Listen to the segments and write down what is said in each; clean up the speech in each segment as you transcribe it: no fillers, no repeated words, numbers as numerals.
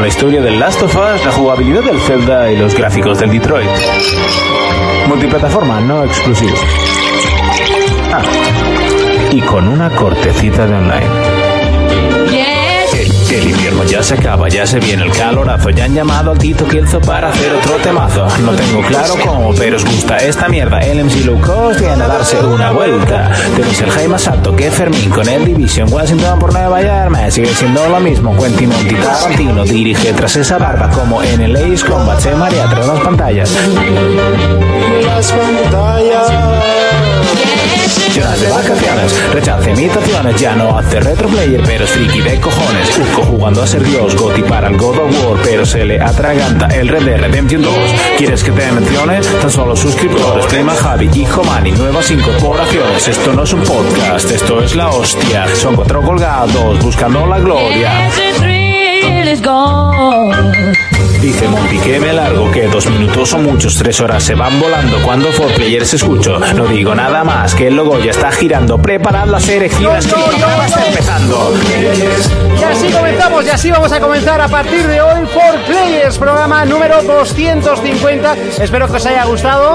historia del Last of Us, la jugabilidad del Zelda y los gráficos del Detroit. Multiplataforma, no exclusivo. Y con una cortecita de online. El invierno ya se acaba, ya se viene el calorazo. Ya han llamado al Tito Kelzo para hacer otro temazo. No tengo claro cómo, pero os gusta esta mierda. El MC Low Cost viene a darse una vuelta. Tenéis el Jaime más alto que Fermín con el Division. Washington por Nueva York, me sigue siendo lo mismo. Quentin Monti Tarantino dirige tras esa barba como en el Ace Combat. Se marea tras las pantallas. Lloras de vacaciones, rechaza imitaciones. Ya no hace retroplayer, pero es friki de cojones. Urco jugando a ser Dios, Goti para el God of War, pero se le atraganta el Red Dead Redemption 2. ¿Quieres que te mencione? Tan solo suscriptores, Prima Javi, Hijo Mani, nuevas incorporaciones. Esto no es un podcast, esto es la hostia. Son 4 colgados buscando la gloria. Dice Monty que me largo, que 2 minutos son muchos, 3 horas se van volando cuando 4players escucho. No digo nada más, que el logo ya está girando. Preparad las erecciones que el programa está empezando. Y así comenzamos, y así vamos a comenzar a partir de hoy 4players, programa número 250. Espero que os haya gustado.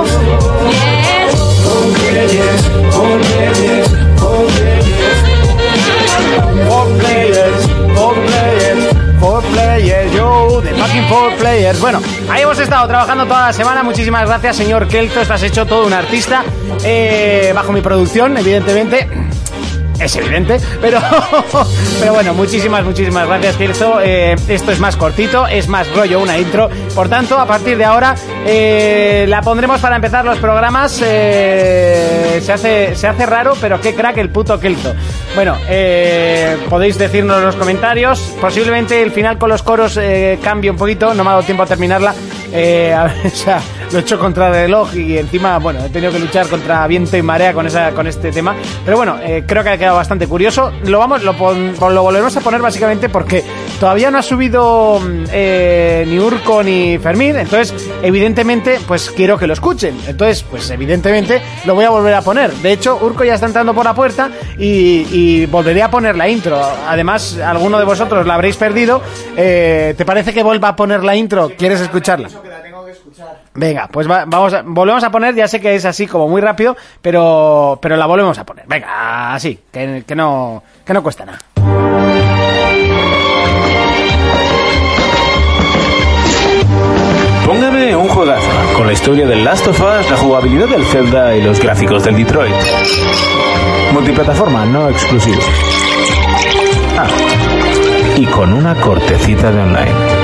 Four players, yo, the fucking 4players. Bueno, ahí hemos estado trabajando toda la semana. Muchísimas gracias, señor Kelto. Estás hecho todo un artista. Bajo mi producción, evidentemente. Es evidente, pero bueno, muchísimas gracias, Kelso. Esto es más cortito, es más rollo, una intro. Por tanto, a partir de ahora la pondremos para empezar los programas. Se hace raro, pero qué crack el puto Kelso. Bueno, podéis decirnos en los comentarios. Posiblemente el final con los coros cambie un poquito. No me ha dado tiempo a terminarla. O sea, lo he hecho contra el reloj y encima, bueno, he tenido que luchar contra viento y marea con este tema. Pero bueno, creo que ha quedado bastante curioso. Lo volveremos a poner básicamente porque todavía no ha subido ni Urco ni Fermín. Entonces, evidentemente, pues quiero que lo escuchen. Entonces, pues evidentemente lo voy a volver a poner. De hecho, Urco ya está entrando por la puerta y volveré a poner la intro. Además, alguno de vosotros la habréis perdido. ¿Te parece que vuelva a poner la intro? ¿Quieres escucharla? Venga, pues volvemos a poner. Ya sé que es así como muy rápido, pero la volvemos a poner. Venga, así, que no cuesta nada. Póngame un juegazo con la historia del Last of Us, la jugabilidad del Zelda y los gráficos del Detroit. Multiplataforma, no exclusivo. Y con una cortecita de online.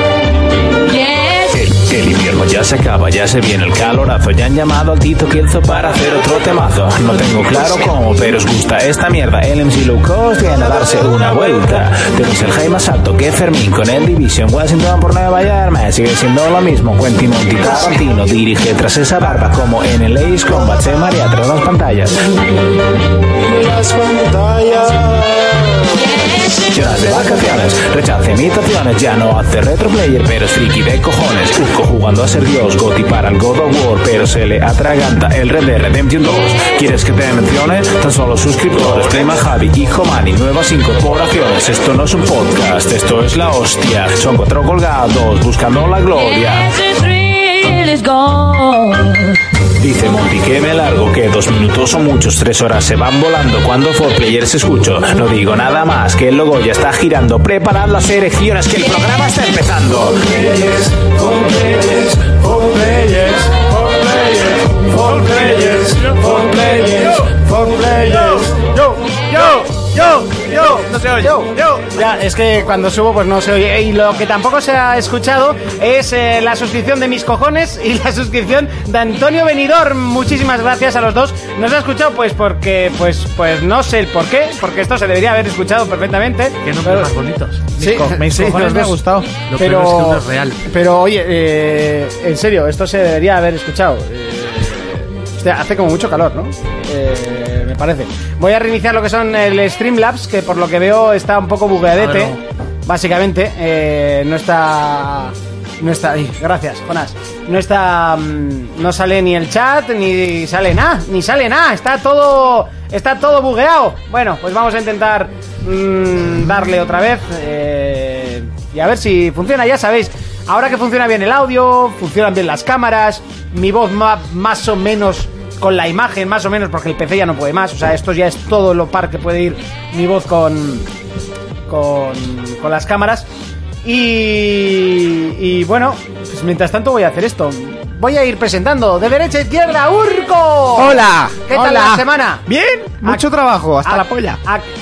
El invierno ya se acaba, ya se viene el calorazo. Ya han llamado al Tito Kelzo para hacer otro temazo. No tengo claro cómo, pero os gusta esta mierda. El MC Low Cost viene a darse una vuelta. Tenéis el Jaime más alto que Fermín con el Division. Washington por Nueva York, me sigue siendo lo mismo. Quentin Monti Tarantino dirige tras esa barba como en el Ace Combat. Se marea tras las pantallas. Lloras de vacaciones, rechaza imitaciones. Ya no hace retroplayer, pero es friki de cojones. Urco jugando a ser Dios, Goti para el God of War, pero se le atraganta el Red Dead Redemption 2. ¿Quieres que te mencione? Tan solo suscriptores, Prima Javi, Hijo Mani, nuevas incorporaciones. Esto no es un podcast, esto es la hostia. Son 4 colgados buscando la gloria. Dice Monty que me largo, que 2 minutos son muchos, 3 horas se van volando cuando 4players escucho. No digo nada más, que el logo ya está girando. Preparad las erecciones, que el programa está empezando. Yo, no se oye. Yo. Ya, es que cuando subo pues no se oye. Y lo que tampoco se ha escuchado es la suscripción de mis cojones y la suscripción de Antonio Benidorm. Muchísimas gracias a los dos. No se ha escuchado pues porque pues no sé el por qué, porque esto se debería haber escuchado perfectamente. Qué nombres más bonitos. Sí, mis cojones me ha gustado. Lo pero peor es que uno es real. Pero oye, en serio, esto se debería haber escuchado. Hace como mucho calor, ¿no? Me parece. Voy a reiniciar lo que son el Streamlabs, que por lo que veo está un poco bugueadete. Claro. Básicamente, no está ahí. Gracias, Jonás. No sale ni el chat, ni sale nada. Está todo bugueado. Bueno, pues vamos a intentar darle otra vez. y a ver si funciona. Ya sabéis, ahora que funciona bien el audio, funcionan bien las cámaras, mi voz más o menos con la imagen, más o menos, porque el PC ya no puede más. O sea, esto ya es todo lo par que puede ir mi voz con las cámaras. Y bueno, pues mientras tanto voy a hacer esto. Voy a ir presentando de derecha a izquierda, Urco. Hola. ¿Qué tal la semana? Bien, mucho trabajo, hasta la polla.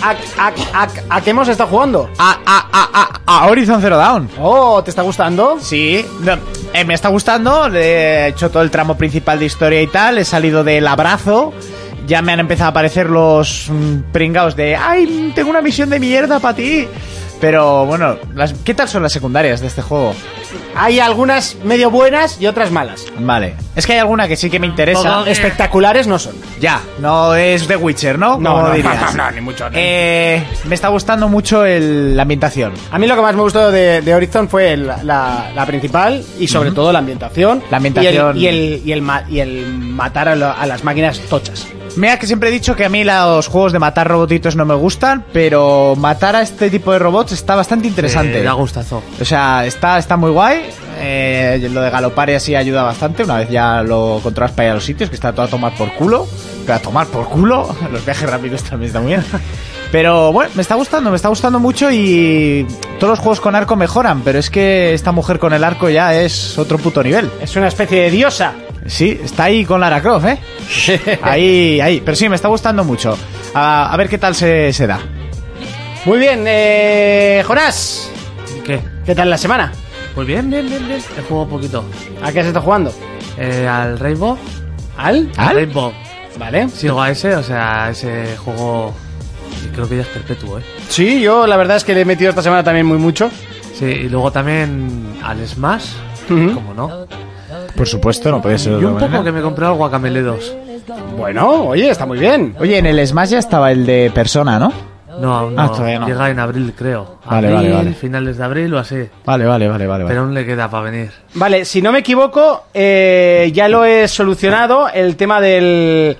¿A qué hemos estado jugando? A Horizon Zero Dawn. Oh, ¿te está gustando? Sí, me está gustando. He hecho todo el tramo principal de historia y tal. He salido del abrazo. Ya me han empezado a aparecer los pringaos de ¡ay, tengo una misión de mierda para ti! Pero bueno, ¿qué tal son las secundarias de este juego? Hay algunas medio buenas y otras malas. Vale, es que hay alguna que sí que me interesa. Espectaculares no son. Ya, no es The Witcher, ¿no? No, dirías. no, ni mucho. Me está gustando mucho la ambientación. A mí lo que más me gustó de Horizon fue la principal y sobre todo la ambientación. La ambientación. Y el matar a las máquinas tochas. Mira que siempre he dicho que a mí los juegos de matar robotitos no me gustan, pero matar a este tipo de robots está bastante interesante. Da gustazo. O sea, está muy guay. Lo de galopar y así ayuda bastante. Una vez ya lo controlas para ir a los sitios, que está todo a tomar por culo. Pero a tomar por culo. Los viajes rápidos también están muy bien. Pero bueno, me está gustando mucho y todos los juegos con arco mejoran, pero es que esta mujer con el arco ya es otro puto nivel. Es una especie de diosa. Sí, está ahí con Lara Croft, ¿eh? ahí. Pero sí, me está gustando mucho. A ver qué tal se da. Muy bien, Jonás. ¿Qué tal la semana? Pues bien. He jugado un poquito. ¿A qué se está jugando? Al Rainbow. ¿Al? Rainbow. Vale. Sigo a ese, o sea, ese juego creo que ya es perpetuo, ¿eh? Sí, yo la verdad es que le he metido esta semana también mucho. Sí, y luego también al Smash, como no. Por supuesto, no puede ser. Y un poco que me compré al Guacamelee 2. Bueno, oye, está muy bien. Oye, en el Smash ya estaba el de Persona, ¿no? No, aún no. Todavía no. Llega en abril, creo. Vale. Finales de abril o así. Vale. Pero aún le queda para venir. Vale, si no me equivoco, ya lo he solucionado. El tema de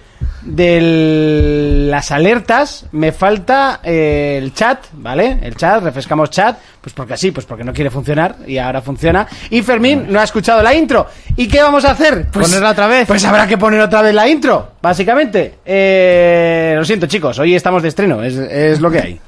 las alertas. Me falta el chat, ¿vale? El chat, refrescamos chat. Pues porque así, pues porque no quiere funcionar. Y ahora funciona. Y Fermín no ha escuchado la intro. ¿Y qué vamos a hacer? Pues, ¿ponerla otra vez? Pues habrá que poner otra vez la intro, básicamente. Lo siento, chicos, hoy estamos de estreno. Es lo que hay.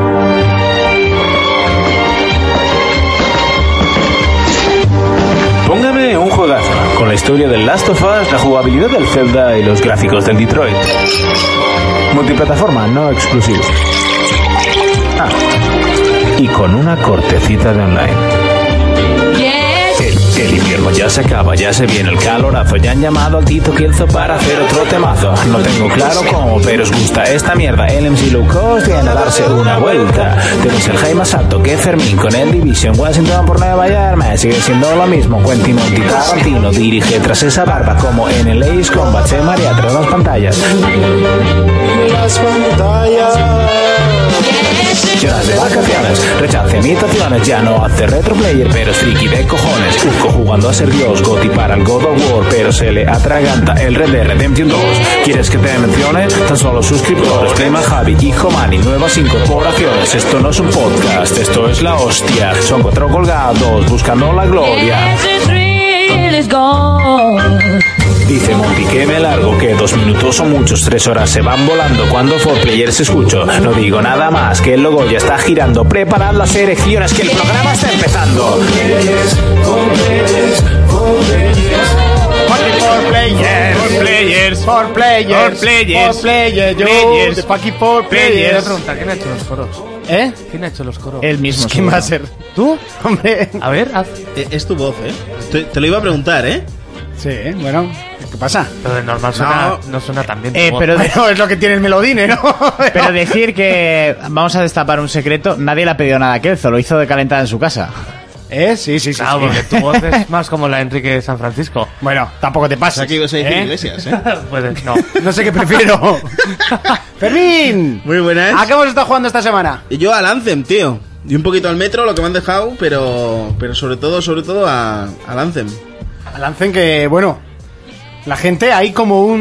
Póngame un juegazo con la historia del Last of Us, la jugabilidad del Zelda y los gráficos del Detroit. Multiplataforma, no exclusivo. Y con una cortecita de online. El invierno ya se acaba, ya se viene el calorazo. Ya han llamado al Tito Kielzo para hacer otro temazo. No tengo claro cómo, pero os gusta esta mierda. El MC Lucas viene a darse una vuelta. Tenemos el high más alto que Fermín con el Division. Washington por Nueva York, me sigue siendo lo mismo. Quentin Tarantino dirige tras esa barba como en el Ace Combat. Se marea tras las pantallas. Llenas de vacaciones, rechaza imitaciones. Ya no hace retroplayer, pero es friki de cojones. Urco jugando a ser Dios, Goti para el God of War, pero se le atraganta el Red Dead Redemption 2. ¿Quieres que te mencione? Tan solo suscriptores, Playman Javi, Hijo Mani, nuevas incorporaciones. Esto no es un podcast, esto es la hostia. Son 4 colgados buscando la gloria. Dice Monty que me largo, que 2 minutos son muchos, 3 horas se van volando cuando 4Players escucho. No digo nada más, que el logo ya está girando. Preparad las erecciones, que el programa está empezando. For players, the fucking for players. Pregunta, ¿quién ha hecho los coros? ¿Quién ha hecho los coros? El mismo. ¿Quién va a ser? ¿Tú? Hombre. A ver, haz. Es tu voz, Te lo iba a preguntar, Sí, bueno, ¿qué pasa? Pero de normal no suena tan bien. Pero Bueno, es lo que tiene el Melodine, ¿no? Pero decir que vamos a destapar un secreto. Nadie le ha pedido nada a Kelzo, lo hizo de calentada en su casa. Sí. Claro, porque tu voz es más como la de Enrique de San Francisco. Bueno, tampoco te pasa. Aquí ibas a decir Iglesias, Pues no. No sé qué prefiero. Fermín. Muy buenas. ¿A qué hemos estado jugando esta semana? Y yo al Anthem, tío. Y un poquito al Metro, lo que me han dejado, pero sobre todo al Anthem. Al Anthem que, bueno, la gente hay como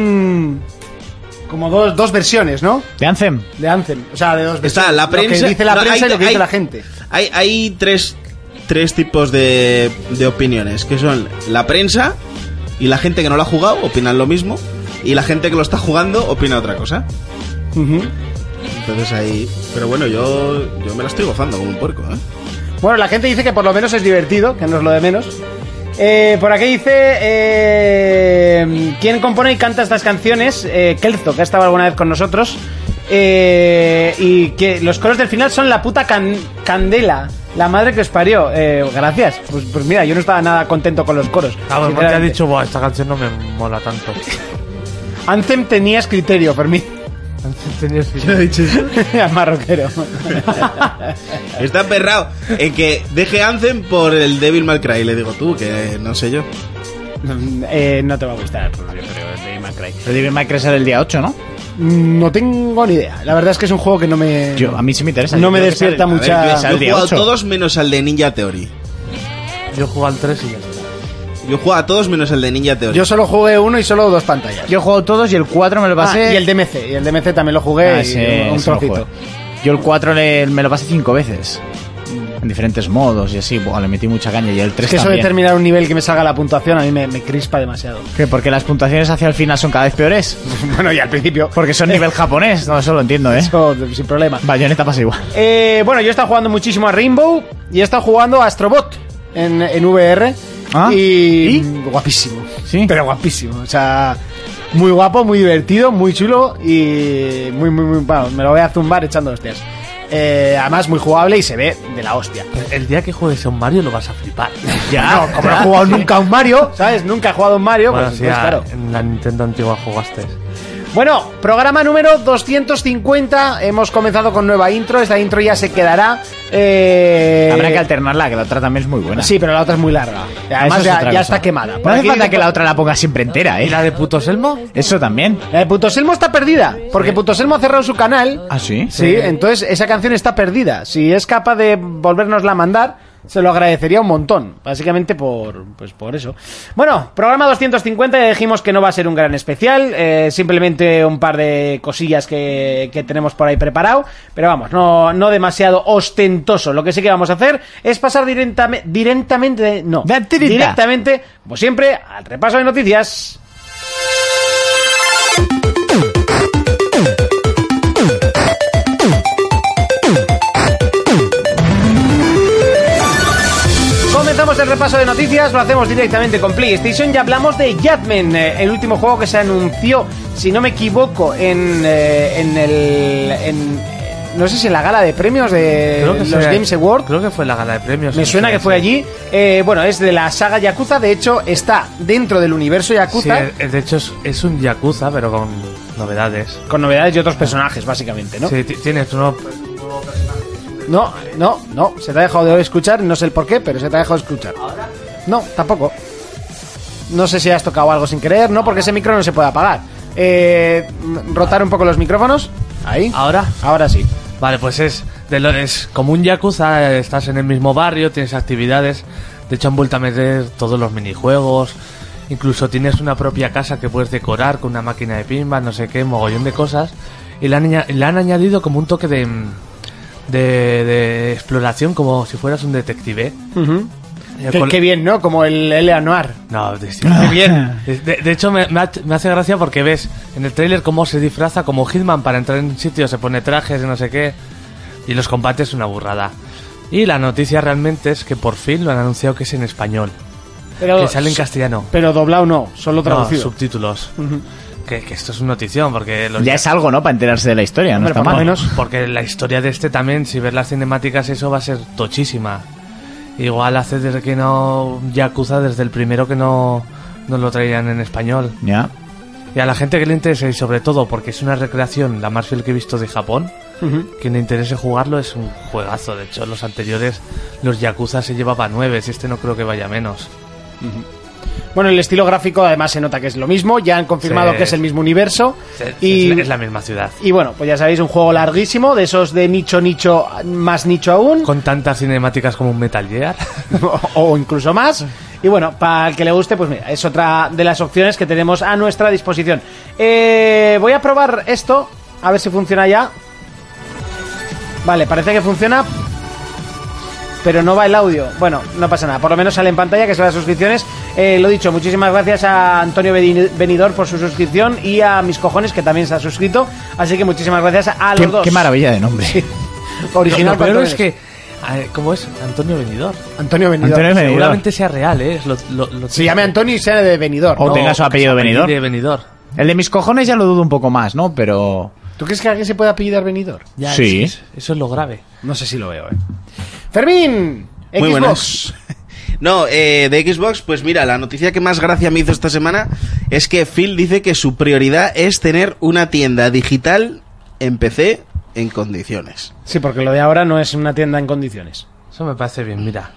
dos versiones, ¿no? ¿De Anthem? De Anthem, o sea, de dos versiones. Está la prensa. Lo que dice la prensa y lo que dice la gente. Hay tres tres tipos de opiniones, que son la prensa y la gente que no lo ha jugado, opinan lo mismo, y la gente que lo está jugando opina otra cosa. Entonces ahí... Pero bueno, yo me la estoy gozando como un puerco, ¿eh? Bueno, la gente dice que por lo menos es divertido, que no es lo de menos. Por aquí dice... ¿quién compone y canta estas canciones? Kelzo, que ha estado alguna vez con nosotros. Y que los coros del final son la puta candela. La madre que os parió. Gracias. Pues mira, yo no estaba nada contento con los coros. Bueno, te ha dicho, buah, esta canción no me mola tanto. Anthem tenías criterio, por mí. Tenías ¿Quién ha dicho eso? Al marroquero. Está perrado en que deje Anthem por el Devil May Cry. Le digo tú, que no sé yo. No te va a gustar, yo creo, el Devil May Cry. El Devil May Cry sale el día 8, ¿no? No tengo ni idea. La verdad es que es un juego que no me... A mí sí me interesa. No Yo me creo que despierta sale- mucha... a ver, que Yo sale he el día jugado 8. todos menos al de Ninja Theory. Yo juego al 3 y ya está. Yo he jugado a todos menos el de Ninja Theory. Yo solo jugué uno y solo 2 pantallas. Yo he jugado todos y el 4 me lo pasé. Y el DMC. Y el DMC también lo jugué. Ese- un ese lo trocito. jugué. Yo el 4 me lo pasé 5 veces. En diferentes modos y así. Buah, le metí mucha caña. Y el 3 Es que eso de también. terminar un nivel que me salga la puntuación a mí me crispa demasiado. ¿Qué? Porque las puntuaciones hacia el final son cada vez peores. Bueno, y al principio. Porque son nivel japonés. No, eso lo entiendo, ¿eh? Eso, sin problema. Bayonetta pasa igual. Bueno, yo he estado jugando muchísimo a Rainbow y he estado jugando a Astrobot en VR. ¿Ah? Y guapísimo. Sí. Pero guapísimo. O sea, muy guapo, muy divertido, muy chulo y muy, bueno, me lo voy a zumbar echando hostias. Además, muy jugable y se ve de la hostia. El día que juegues a un Mario lo vas a flipar. Ya, como no he jugado nunca a un Mario, ¿sabes? Nunca he jugado a un Mario, Bueno, pues, sí, pues claro. en la Nintendo antigua jugaste. Bueno, programa número 250. Hemos comenzado con nueva intro. Esta intro ya se quedará. Habrá que alternarla, que la otra también es muy buena. Sí, pero la otra es muy larga. Además, Eso es otra ya cosa. está quemada. No Por hace aquí falta dice- que la otra la ponga siempre entera, ¿Y ¿eh? la de Puto Selmo? Eso también. La de Putoselmo está perdida. Porque Putoselmo ha cerrado su canal. ¿Ah, sí? Sí, entonces esa canción está perdida. Si es capaz de volvernosla a mandar, se lo agradecería un montón. Básicamente por eso. Bueno, programa 250. Ya dijimos que no va a ser un gran especial. Simplemente un par de cosillas que tenemos por ahí preparado. Pero vamos, no demasiado ostentoso. Lo que sí que vamos a hacer es pasar directamente, como siempre, al repaso de noticias. Comenzamos el repaso de noticias, lo hacemos directamente con PlayStation. Ya hablamos de Judgment, el último juego que se anunció, si no me equivoco, no sé si en la gala de premios de los Games Awards. Creo que fue la gala de premios. Me suena que fue allí. Bueno, es de la saga Yakuza. De hecho, está dentro del universo Yakuza. Sí, de hecho es un Yakuza, pero con novedades. Con novedades y otros personajes, básicamente, ¿no? Sí, tienes uno... No, se te ha dejado de escuchar, no sé el por qué, pero se te ha dejado de escuchar. No, tampoco. No sé si has tocado algo sin querer, no, porque ese micro no se puede apagar. Rotar un poco los micrófonos. Ahí. Ahora sí. Vale, pues es como un Yakuza, estás en el mismo barrio, tienes actividades. De hecho han vuelto a meter todos los minijuegos. Incluso tienes una propia casa que puedes decorar con una máquina de pinball, no sé qué, mogollón de cosas. Y le han añadido como un toque de exploración, como si fueras un detective. Qué bien, ¿no? Como el L.A. Noir. No, qué bien. De hecho, me hace gracia porque ves en el tráiler cómo se disfraza como Hitman para entrar en sitios, se pone trajes y no sé qué. Y los combates una burrada. Y la noticia realmente es que por fin lo han anunciado que es en español. Pero, que sale en castellano. Pero doblado no, solo traducido. No, subtítulos. Que esto es una notición, porque... Ya es algo, ¿no? Para enterarse de la historia, no Hombre, está por lo mal. menos. Porque la historia de este también, si ves las cinemáticas, eso va a ser tochísima. Igual hace desde que no... Yakuza, desde el primero que no lo traían en español. Ya. Y a la gente que le interese, y sobre todo porque es una recreación, la más fiel que he visto de Japón, quien le interese jugarlo es un juegazo. De hecho, los anteriores, los Yakuza se llevaba 9, si este no creo que vaya menos. Bueno, el estilo gráfico además se nota que es lo mismo. Ya han confirmado Sí. que es el mismo universo. Y es la misma ciudad. Y bueno, pues ya sabéis, un juego larguísimo, de esos de nicho, más nicho aún. Con tantas cinemáticas como un Metal Gear. o incluso más. Y bueno, para el que le guste, pues mira, es otra de las opciones que tenemos a nuestra disposición. Voy a probar esto, a ver si funciona ya. Vale, parece que funciona. pero no va el audio. Bueno, no pasa nada, por lo menos sale en pantalla que son las suscripciones. Lo dicho, muchísimas gracias a Antonio Benidorm por su suscripción y a Mis Cojones, que también se ha suscrito. Así que muchísimas gracias a los dos. Qué maravilla de nombre. Sí. Original. Lo peor es que... ¿Cómo es? Antonio Benidorm. Antonio Benidorm. Seguramente sea real, ¿eh? Se llame Antonio y sea de Benidorm. O tenga su apellido Benidorm. De Benidorm. El de Mis Cojones ya lo dudo un poco más, ¿no? Pero... ¿Tú crees que alguien se puede apellidar Benidorm? Ya, Sí. Eso es lo grave. No sé si lo veo, Fermín, Muy Xbox. buenas. No, de Xbox, pues mira, la noticia que más gracia me hizo esta semana es que Phil dice que su prioridad es tener una tienda digital en PC en condiciones. Sí, porque lo de ahora no es una tienda en condiciones. Eso me parece bien, mira.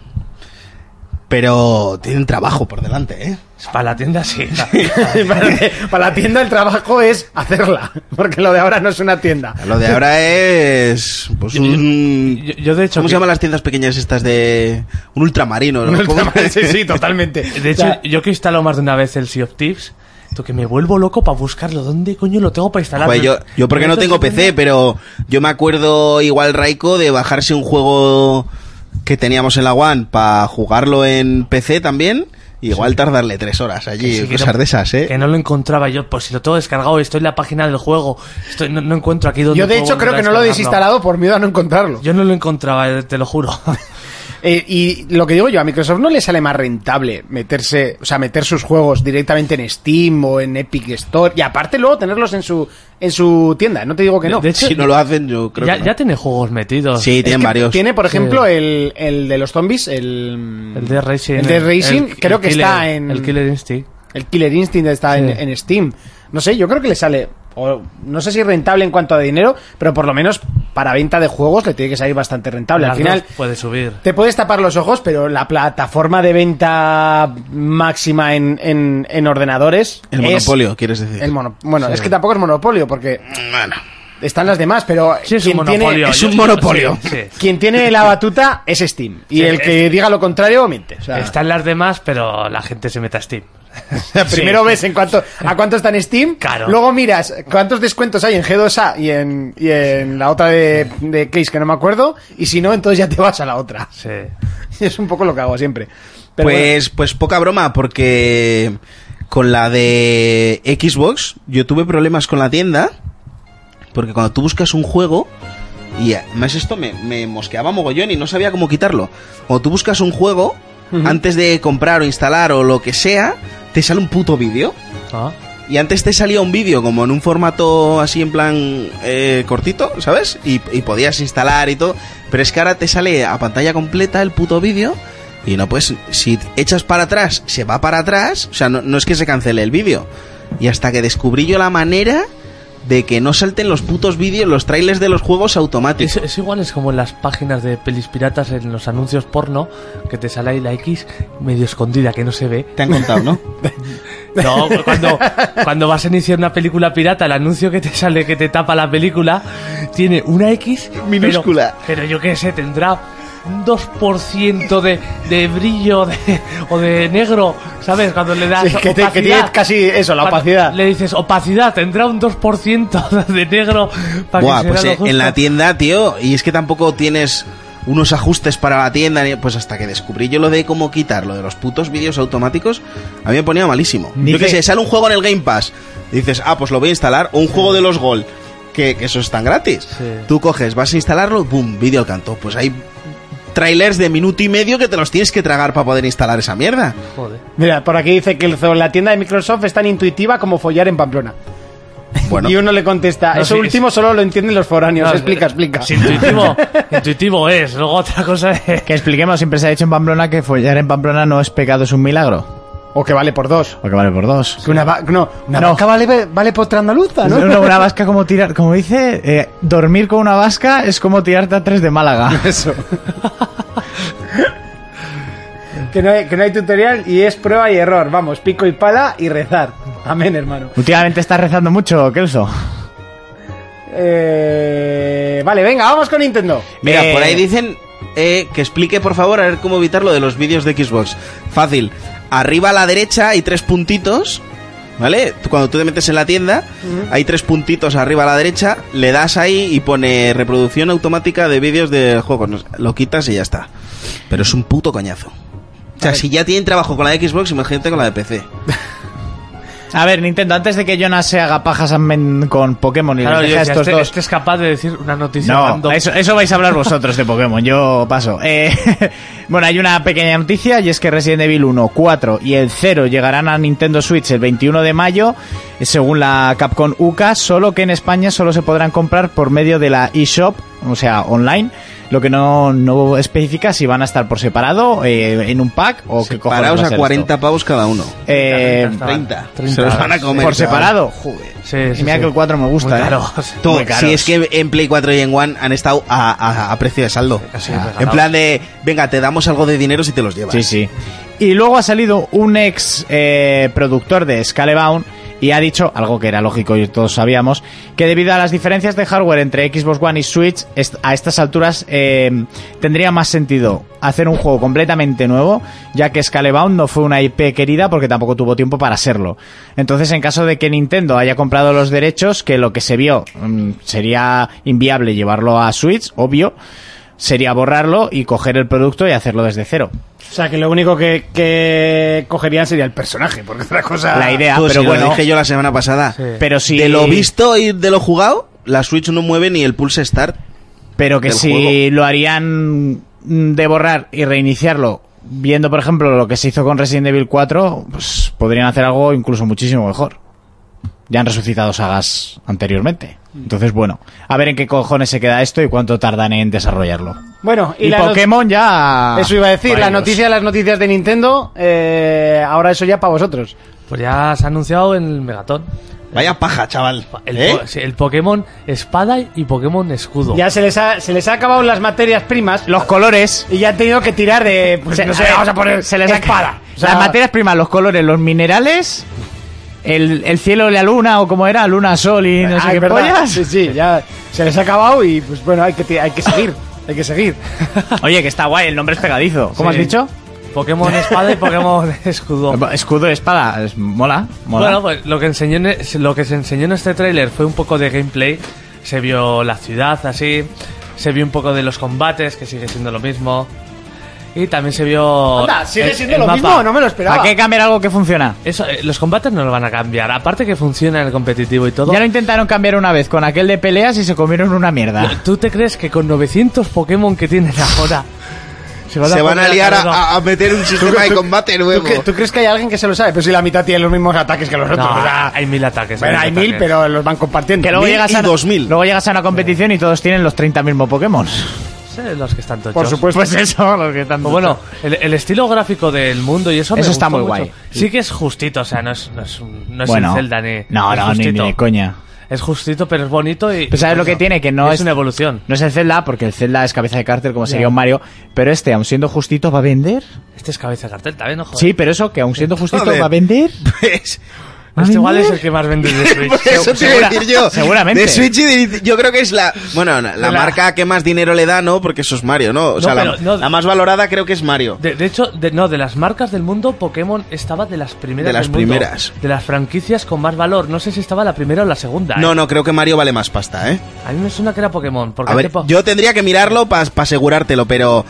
Pero tienen trabajo por delante, ¿eh? Para la tienda sí. Para la tienda el trabajo es hacerla, porque lo de ahora no es una tienda. Lo de ahora es... Pues Yo de hecho... ¿Cómo se llaman las tiendas pequeñas estas de... Un ultramarino, ¿no? Sí, totalmente. De hecho, yo que he instalado más de una vez el Sea of Thieves, que me vuelvo loco para buscarlo. ¿Dónde coño lo tengo para instalar? Pues yo porque no tengo PC, pero yo me acuerdo igual, Raiko, de bajarse un juego que teníamos en la One para jugarlo en PC también. Igual tardarle 3 horas allí, sí, cosas de esas, ¿eh? Que no lo encontraba yo, pues si lo tengo descargado, estoy en la página del juego, no encuentro aquí donde... Yo de hecho creo que no lo he desinstalado por miedo a no encontrarlo. Yo no lo encontraba, te lo juro. Y lo que digo yo, a Microsoft no le sale más rentable meter sus juegos directamente en Steam o en Epic Store y aparte luego tenerlos en su tienda. No te digo que no. De hecho, si no lo hacen, yo creo que no. Ya tiene juegos metidos. Sí, tienen varios. Tiene, por ejemplo, el de los zombies, el de Racing. El de Racing, creo que está en... El Killer Instinct. El Killer Instinct está en Steam. No sé, yo creo que le sale... O no sé si rentable en cuanto a dinero, pero por lo menos para venta de juegos le tiene que salir bastante rentable. Al final puede subir. Te puedes tapar los ojos, pero la plataforma de venta máxima en ordenadores el monopolio, quieres decir. Bueno, es que tampoco es monopolio, porque están las demás, pero sí, es un monopolio. Es un monopolio. Sí. Quien tiene la batuta es Steam. Y el que diga lo contrario, miente. O sea, están las demás, pero la gente se mete a Steam. Primero ves a cuánto está en Steam, claro. Luego miras cuántos descuentos hay en G2A y en la otra de Case, que no me acuerdo, y si no, entonces ya te vas a la otra. Sí. Es un poco lo que hago siempre. Pero pues poca broma, porque con la de Xbox yo tuve problemas con la tienda, porque cuando tú buscas un juego, y además esto me mosqueaba mogollón y no sabía cómo quitarlo. Cuando tú buscas un juego, antes de comprar o instalar o lo que sea, te sale un puto vídeo. Y antes te salía un vídeo como en un formato así en plan cortito, ¿sabes? Y podías instalar y todo. Pero es que ahora te sale a pantalla completa el puto vídeo. Y no, pues si echas para atrás, se va para atrás. O sea, no es que se cancele el vídeo. Y hasta que descubrí yo la manera de que no salten los putos vídeos, los trailers de los juegos automáticos. Es igual, es como en las páginas de pelis piratas, en los anuncios porno, que te sale ahí la X medio escondida, que no se ve. Te han contado, ¿no? No, cuando vas a iniciar una película pirata, el anuncio que te sale, que te tapa la película, tiene una X minúscula. Pero yo qué sé, tendrá un 2% de brillo o de negro, ¿sabes? Cuando le das opacidad, que tiene casi eso, la opacidad. Le dices opacidad, tendrá un 2% de negro para buah, que pues sea lo justo. En la tienda, tío, y es que tampoco tienes unos ajustes para la tienda, pues hasta que descubrí yo lo de cómo quitar lo de los putos vídeos automáticos, a mí me ponía malísimo. Yo qué sé, sale un juego en el Game Pass, y dices, pues lo voy a instalar, o un juego de los Gol, que eso están gratis. Sí. Tú coges, vas a instalarlo, boom, vídeo al canto. Pues hay trailers de minuto y medio que te los tienes que tragar para poder instalar esa mierda. Joder. Mira, por aquí dice que la tienda de Microsoft es tan intuitiva como follar en Pamplona. Bueno. Y uno le contesta, eso último solo lo entienden los foráneos. Explica. Si intuitivo es, luego otra cosa es... Que expliquemos, siempre se ha dicho en Pamplona que follar en Pamplona no es pecado, es un milagro. O que vale por 2. O que vale por 2. Que una vaca vale por 3 andaluza, ¿no? No, una vasca como tirar, como dice, dormir con una vasca es como tirarte a 3 de Málaga. Eso. que no hay tutorial y es prueba y error. Vamos, pico y pala y rezar. Amén, hermano. Últimamente estás rezando mucho, Kelso. Vale, venga, vamos con Nintendo. Mira, por ahí dicen que explique por favor a ver cómo evitar lo de los vídeos de Xbox. Fácil. Arriba a la derecha hay 3 puntitos ¿vale? Cuando tú te metes en la tienda, hay 3 puntitos arriba a la derecha, le das ahí y pone reproducción automática de vídeos del juego. Lo quitas y ya está. Pero es un puto coñazo. O sea, si ya tienen trabajo con la de Xbox, imagínate con la de PC. A ver, Nintendo, antes de que Jonas se haga pajas con Pokémon y Claro, les deje a estos dos... Este es capaz de decir una noticia No, random. eso vais a hablar vosotros de Pokémon, yo paso. Bueno, hay una pequeña noticia y es que Resident Evil 1, 4 y el 0 llegarán a Nintendo Switch el 21 de mayo, según la Capcom UK, solo que en España solo se podrán comprar por medio de la eShop, o sea, online. Lo que no especifica si van a estar por separado, en un pack o qué cojones Paraos va a a ser 40 pavos cada uno. 30. 30. Se los van a comer. ¿Por chaval. separado? Joder. Sí, Y sí, mira sí. que el 4 me gusta, Muy caro. Tú, Muy caros. si es que en Play 4 y en One han estado a precio de saldo. Casi En regalados. plan de, venga, te damos algo de dinero si te los llevas. Sí, sí. Y luego ha salido un ex productor de Scalebound y ha dicho, algo que era lógico y todos sabíamos, que debido a las diferencias de hardware entre Xbox One y Switch, a estas alturas tendría más sentido hacer un juego completamente nuevo, ya que Scalebound no fue una IP querida porque tampoco tuvo tiempo para serlo. Entonces, en caso de que Nintendo haya comprado los derechos, que lo que se vio sería inviable llevarlo a Switch, obvio, sería borrarlo y coger el producto y hacerlo desde cero. O sea, que lo único que cogerían sería el personaje, porque otra cosa... La idea, Tú, pero si bueno, lo dije yo la semana pasada. Sí. pero si De lo visto y de lo jugado, la Switch no mueve ni el Pulse Start. pero que del si juego. lo harían de borrar y reiniciarlo, viendo por ejemplo lo que se hizo con Resident Evil 4, pues podrían hacer algo incluso muchísimo mejor. Ya han resucitado sagas anteriormente. Entonces, bueno, a ver en qué cojones se queda esto y cuánto tardan en desarrollarlo. Bueno, Y la Pokémon ya... Eso iba a decir, para la ellos. noticia de las noticias de Nintendo, ahora eso ya para vosotros. Pues ya se ha anunciado en el Megatón. Vaya paja, chaval. Sí, el Pokémon Espada y Pokémon Escudo. Ya se les ha acabado las materias primas Los colores... y ya han tenido que tirar de... Pues no sé, vamos a poner se les espada. O sea, las materias primas, los colores, los minerales, el cielo y la luna, o como era, luna, sol y no sé qué es verdad. pollas. Sí, sí, ya se les ha acabado y pues bueno, hay que seguir. Hay que seguir. Oye, que está guay, el nombre es pegadizo. ¿Cómo Sí. has dicho? Pokémon Espada y Pokémon Escudo. Escudo y espada, mola. Bueno, pues lo que se enseñó en este tráiler fue un poco de gameplay. Se vio la ciudad así, se vio un poco de los combates, que sigue siendo lo mismo. Y también se vio... Anda, sigue el- siendo el lo mapa. mismo, no me lo esperaba. ¿Para qué cambiar algo que funciona? Eso, los combates no lo van a cambiar. Aparte que funciona en el competitivo y todo. Ya lo intentaron cambiar una vez con aquel de peleas y se comieron una mierda. ¿Tú te crees que con 900 Pokémon que tienen ahora Se van a poner liar cargar? a meter un sistema de combate nuevo. ¿Tú crees que hay alguien que se lo sabe? Pero si la mitad tiene los mismos ataques que los otros. No, o sea, hay 1000 ataques. bueno, hay 1000, pero los van compartiendo. Que luego 1000 llegas y a 2000. Luego llegas a una competición y todos tienen los 30 mismos Pokémon. Sí, los que están tochos. Por supuesto. Pues eso, los que están... Pues bueno, el estilo gráfico del mundo y eso me Eso está gustó muy mucho. guay. Sí que es justito, o sea, no es bueno, el Zelda ni... no, es no, ni justito. de coña. Es justito, pero es bonito y... Pero ¿sabes lo que tiene? Que no es una evolución. No es el Zelda, porque el Zelda es cabeza de cartel como sería un Mario, pero este, aun siendo justito, ¿va a vender? Este es cabeza de cartel también, ¿no? Joder. Sí, pero eso, que aun siendo justito, Joder. ¿va a vender? Pues, Este igual es el que más vende de Switch. pues eso te iba a decir yo. seguramente. De Switch y yo creo que es la marca que más dinero le da, ¿no? Porque eso es Mario, ¿no? O sea, pero no- la más valorada creo que es Mario. De hecho, de las marcas del mundo, Pokémon estaba de las primeras De las del mundo. primeras. De las franquicias con más valor. No sé si estaba la primera o la segunda. No, no, creo que Mario vale más pasta, ¿eh? A mí me suena que era Pokémon. Porque A ver, yo tendría que mirarlo para asegurártelo, pero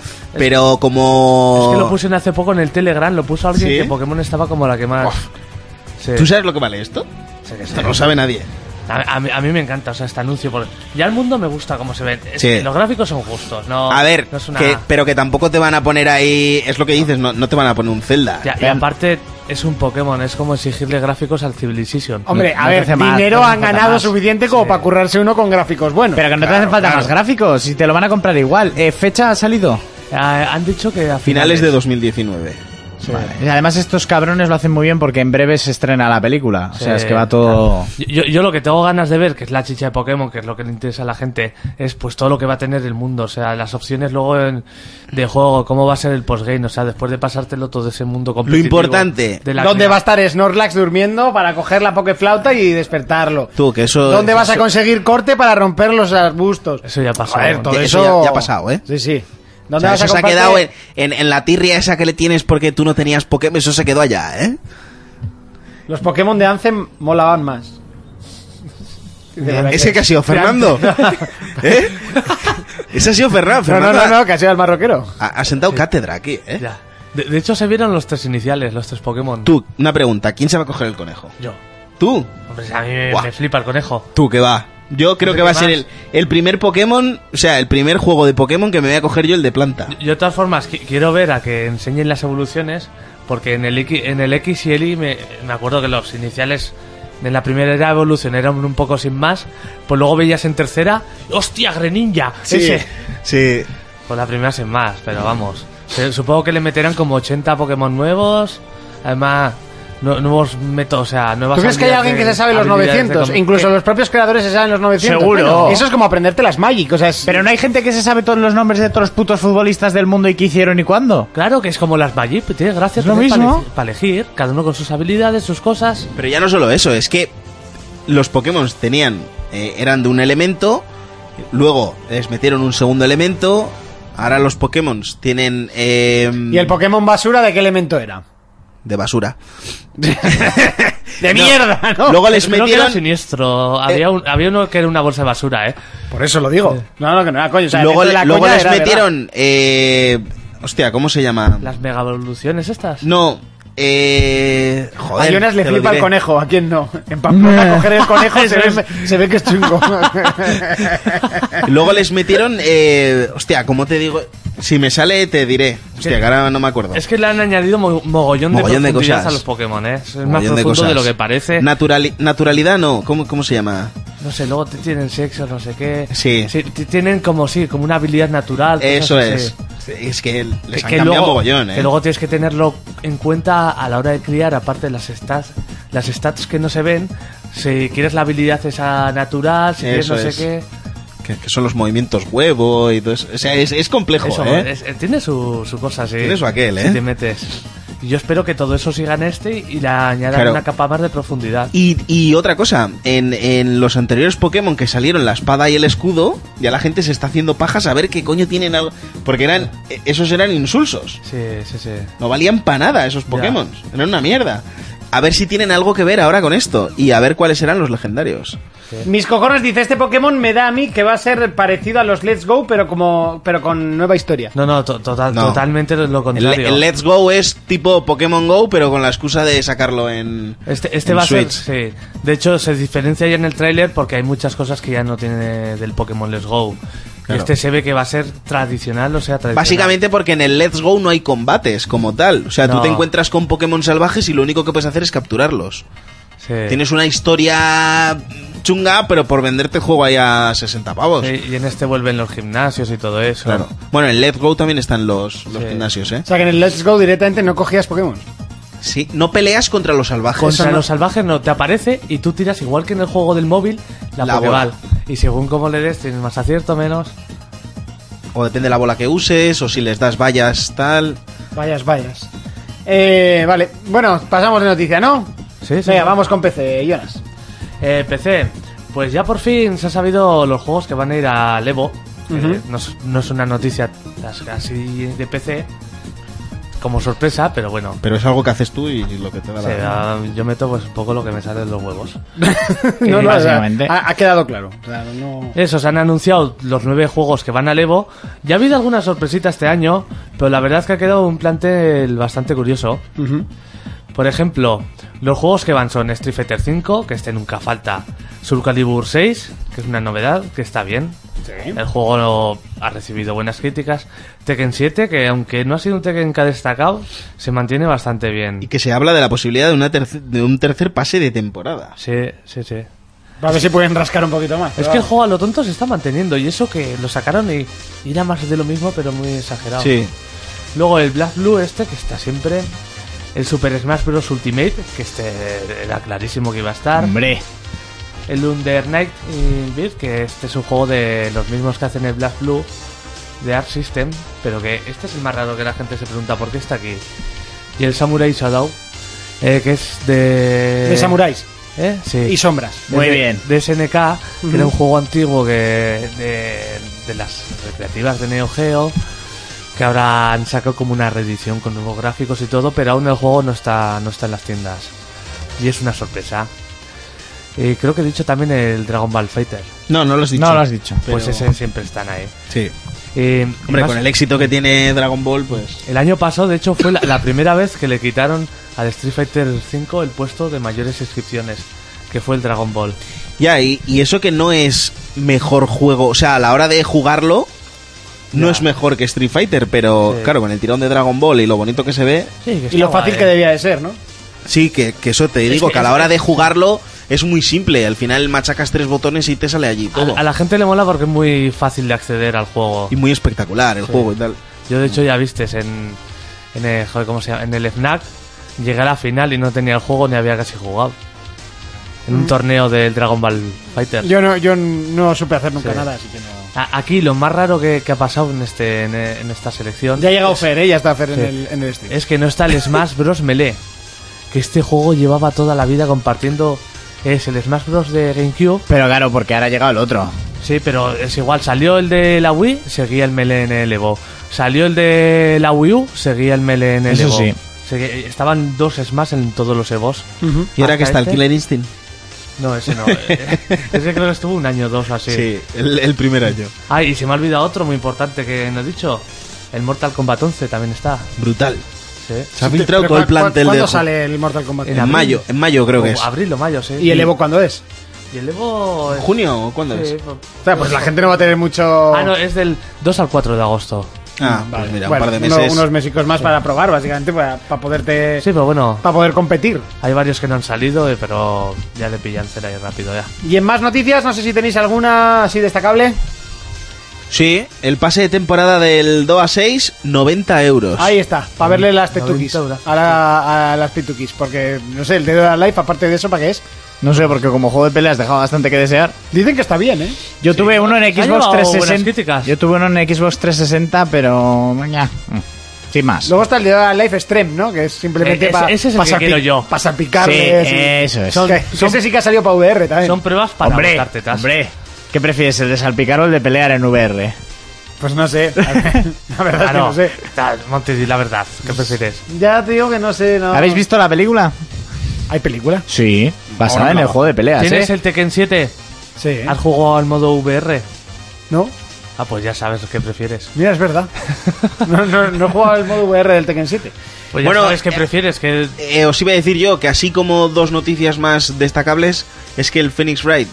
como... Es que lo puse hace poco en el Telegram, lo puso alguien ¿Sí? que Pokémon estaba como la que más... Sí. ¿Tú sabes lo que vale esto? Sí, Esto no lo sabe nadie. A mí me encanta, o sea, este anuncio. Ya el mundo me gusta cómo se ven. Sí. Los gráficos son justos, no. A ver, no es una... pero que tampoco te van a poner ahí... Es lo que dices, no te van a poner un Zelda. Ya, y aparte, es un Pokémon, es como exigirle gráficos al Civilization. Hombre, No a te ver, hace más, dinero no te han falta ganado más. suficiente como para currarse uno con gráficos buenos. Pero que no te hacen falta más gráficos, si te lo van a comprar igual. ¿Fecha ha salido? Han dicho que a Finales de 2019. Sí. Y además estos cabrones lo hacen muy bien porque en breve se estrena la película. O sea, Sí, es que va todo... Yo lo que tengo ganas de ver, que es la chicha de Pokémon, que es lo que le interesa a la gente, es pues todo lo que va a tener el mundo, o sea, las opciones luego de juego, cómo va a ser el postgame, o sea, después de pasártelo todo ese mundo Lo competitivo. importante, ¿Dónde va a estar Snorlax durmiendo para coger la Pokeflauta y despertarlo? tú, que eso... ¿Dónde vas a eso- conseguir corte para romper los arbustos? Eso ya pasó. Joder, todo Eso eso... ya ha pasado, ¿eh? Sí, sí. O ¿Dónde sea, vas eso se ha comprarte- quedado en la tirria esa que le tienes porque tú no tenías Pokémon. Eso se quedó allá, ¿eh? Los Pokémon de Anthem molaban más. ¿Ese que ha sido Fernando? ¿Eh? ¿Ese ha sido Fernando? No, que ha sido el marroquero. Ha sentado cátedra aquí, ¿eh? Ya. De hecho, se vieron los 3 iniciales, los 3 Pokémon. Tú, una pregunta. ¿Quién se va a coger el conejo? Yo. ¿Tú? Hombre, a mí Buah. me flipa el conejo. Tú, que va. Yo creo que va a ser el primer Pokémon, o sea, el primer juego de Pokémon que me voy a coger yo, el de planta. Yo de todas formas quiero ver a que enseñen las evoluciones, porque en el X y el Y me acuerdo que los iniciales en la primera evolución eran un poco sin más, pues luego veías en tercera, ¡hostia, Greninja! Ese. Sí. Pues la primera sin más, pero vamos. Supongo que le meterán como 80 Pokémon nuevos, además nuevos métodos, o sea, nuevas. ¿Tú crees que hay alguien que se sabe los 900? Incluso los propios creadores se saben los 900. Seguro. Bueno, eso es como aprenderte las Magic, o sea, Pero no hay gente que se sabe todos los nombres de todos los putos futbolistas del mundo y qué hicieron y cuándo. Claro que es como las Magic, tiene gracia Es lo tener mismo. para elegir, cada uno con sus habilidades, sus cosas. Pero ya no solo eso, es que los Pokémon tenían, eran de un elemento, luego les metieron un segundo elemento, ahora los Pokémon tienen... ¿Y el Pokémon basura de qué elemento era? de basura. De mierda, ¿no? Luego les Creo que metieron... era siniestro. Había uno que era una bolsa de basura, ¿eh? Por eso lo digo. No, que no era coño. O sea, luego dentro de la luego coña les era verdad. metieron... hostia, ¿cómo se llama? Las mega evoluciones estas. No, joder. A Jonas le te lo flipa el diré. conejo, ¿a quién no? En Pamplona coger el conejo se ve que es chungo. Luego les metieron... hostia, ¿cómo te digo? Si me sale te diré. Hostia, que ahora no me acuerdo. Es que le han añadido mogollón de Mogollón de profundidad cosas. a los Pokémon, ¿eh? Es más Mogollón de profundo de cosas. lo que parece. Naturalidad no, ¿cómo se llama? No sé, luego tienen sexo, no sé qué. Sí. Tienen como una habilidad natural. cosas Eso así. es. Es que les han Que cambiado luego, mogollón, ¿eh? que luego tienes que tenerlo en cuenta a la hora de criar, aparte de las stats que no se ven, si quieres la habilidad esa natural, si quieres Eso no sé es. qué. Que son los movimientos huevo y todo eso. O sea, es complejo, Eso, ¿eh? tiene su cosa, sí. Tiene su aquel, ¿eh? Si te metes. Y yo espero que todo eso siga en este y le añadan Claro. una capa más de profundidad. Y otra cosa, en los anteriores Pokémon que salieron la espada y el escudo, ya la gente se está haciendo pajas a ver qué coño tienen algo. Porque esos eran insulsos. Sí. No valían para nada esos Pokémon. Eran una mierda. A ver si tienen algo que ver ahora con esto. Y a ver cuáles serán los legendarios. Mis cojones dice, este Pokémon me da a mí que va a ser parecido a los Let's Go, pero con nueva historia. No, No. totalmente lo El, contrario. el Let's Go es tipo Pokémon Go, pero con la excusa de sacarlo en Este en va a ser, Switch. sí. De hecho, se diferencia ya en el tráiler porque hay muchas cosas que ya no tiene del Pokémon Let's Go. Claro. Este se ve que va a ser tradicional, o sea, tradicional. Básicamente porque en el Let's Go no hay combates como tal. O sea, tú No. te encuentras con Pokémon salvajes y lo único que puedes hacer es capturarlos. Sí. Tienes una historia chunga, pero por venderte el juego ahí a 60 pavos. Sí, y en este vuelven los gimnasios y todo eso. Claro. Bueno, en Let's Go también están los gimnasios, ¿eh? O sea, que en el Let's Go directamente no cogías Pokémon. Sí, no peleas contra los salvajes. Contra Eso no. los salvajes no te aparece y tú tiras igual que en el juego del móvil la La Pokéball. bola. Y según cómo le des, tienes más acierto, menos. O depende de la bola que uses, o si les das vallas, tal. Vayas. Vale, bueno, pasamos de noticia, ¿no? Sí, sí. Venga, vamos con PC, Jonas. PC, pues ya por fin se ha sabido los juegos que van a ir al Evo. No es una noticia así de PC como sorpresa, pero bueno. Pero es algo que haces tú y lo que te da Sí, yo meto pues un poco lo que me sale de los huevos. No, no, básicamente. ha quedado claro. O sea, no... Eso, se han anunciado los 9 juegos que van al Evo. Ya ha habido alguna sorpresita este año, pero la verdad es que ha quedado un plantel bastante curioso. Ujú. Por ejemplo, los juegos que van son Street Fighter 5, que este nunca falta, Soul Calibur 6, que es una novedad, que está bien. El juego ha recibido buenas críticas. Tekken 7, que aunque no ha sido un Tekken que ha destacado, se mantiene bastante bien. Y que se habla de la posibilidad de un tercer pase de temporada. Sí. A ver si pueden rascar un poquito más. Es pero que el vamos. juego a lo tonto se está manteniendo, y eso que lo sacaron y era más de lo mismo, pero muy exagerado. Sí. Luego el Black Blue que está siempre. El Super Smash Bros. Ultimate, que este era clarísimo que iba a estar. Hombre. El Under Night Beat, que este es un juego de los mismos que hacen el Black Blue de Arc System, pero que este es el más raro, que la gente se pregunta por qué está aquí. Y el Samurai Shadow, que es De samuráis Sí. y sombras. Muy Es bien. De SNK, que era un juego antiguo de las recreativas de Neo Geo, que ahora han sacado como una reedición con nuevos gráficos y todo, pero aún el juego no está en las tiendas. y es una sorpresa. Creo que he dicho también el Dragon Ball Fighter. No lo has dicho. No lo has dicho. Pues ese siempre están ahí. Sí. Hombre, Más- con el éxito que tiene Dragon Ball, pues... El año pasado, de hecho, fue la primera vez que le quitaron al Street Fighter V el puesto de mayores inscripciones, que fue el Dragon Ball. Ya, y eso que no es mejor juego, o sea, a la hora de jugarlo, no Ya. es mejor que Street Fighter, pero Sí. claro, con el tirón de Dragon Ball y lo bonito que se ve, Sí, que Y lo está fácil guay, que debía de ser, ¿no? sí, que eso te digo, que a la es- hora de jugarlo es muy simple, al final machacas 3 botones y te sale allí todo. A la gente le mola porque es muy fácil de acceder al juego. Y muy espectacular el juego y tal. Yo, de hecho, ya vistes en el, joder, ¿cómo se llama? En el FNAC, llegué a la final y no tenía el juego ni había casi jugado. En un torneo del Dragon Ball Fighter. Yo no supe hacer nunca Sí. nada, así que no. Aquí lo más raro que ha pasado en esta selección Ya ha llegado Fer, ¿eh? Ya está Fer en el stream. es que no está el Smash Bros. Melee. Que este juego llevaba toda la vida compartiendo. Es el Smash Bros. De GameCube. Pero claro, porque ahora ha llegado el otro. Sí, pero es igual. Salió el de la Wii, seguía el Melee en el Evo. Salió el de la Wii U, seguía el Melee en el Eso Evo. sí. Estaban 2 Smash en todos los Evos. Y ahora que está el este- Killer Instinct. No, ese no. Ese creo que estuvo un año o dos así. Sí, el primer año. Ah, y se me ha olvidado otro muy importante que no he dicho. El Mortal Kombat 11 también está. Brutal. Sí. Se ha filtrado Pero todo el plantel de ¿Cuándo juego. sale el Mortal Kombat? En En abril. mayo creo que es. Abril o mayo, sí. ¿Y el Evo cuándo es? Y el Evo... es- ¿Junio o cuándo Sí, es? O sea, pues la gente no va a tener mucho... Ah, no, es del 2 al 4 de agosto. Ah, Vale. pues mira, Bueno, un par de meses. unos mesicos más para probar, básicamente, para poderte... Sí, pero bueno, Para poder competir. hay varios que no han salido, pero ya le pillan cera ahí rápido ya. Y en más noticias, no sé si tenéis alguna así destacable. Sí, el pase de temporada del 2 a 6, 90 euros. Ahí está, para verle las 90 tetukis. euros. A las tetukis, porque, no sé, el Dead or Alive, aparte de eso, ¿para qué es? No sé, porque como juego de peleas dejaba bastante que desear. Dicen que está bien, ¿eh? Yo tuve uno en Ha Xbox llevado buenas 360. críticas. Yo tuve uno en Xbox 360, pero... ya, sin más. Luego está el Dead or Alive Extreme, ¿no? Que es simplemente para ese es el que quiero yo. Para Sí, salpicarle. eso es. Que ese sí que ha salido para VR también. Son pruebas para Hombre, botar tetas. hombre, ¿qué prefieres, el de salpicar o el de pelear en VR? Pues no sé. La verdad es que Claro. no sé. Monty, di la verdad. ¿Qué prefieres? Ya te digo que no sé. No... ¿Habéis visto la película? ¿Hay película? Sí, basada Ahora en no. el juego de peleas, ¿Tienes ¿eh? el Tekken 7? Sí. ¿Has jugado al modo VR? ¿No? Ah, pues ya sabes qué prefieres. Mira, es verdad. No he jugado el modo VR del Tekken 7. Pues ya Bueno, sabes qué prefieres. Que Os iba a decir yo que así como dos noticias más destacables es que el Phoenix Wright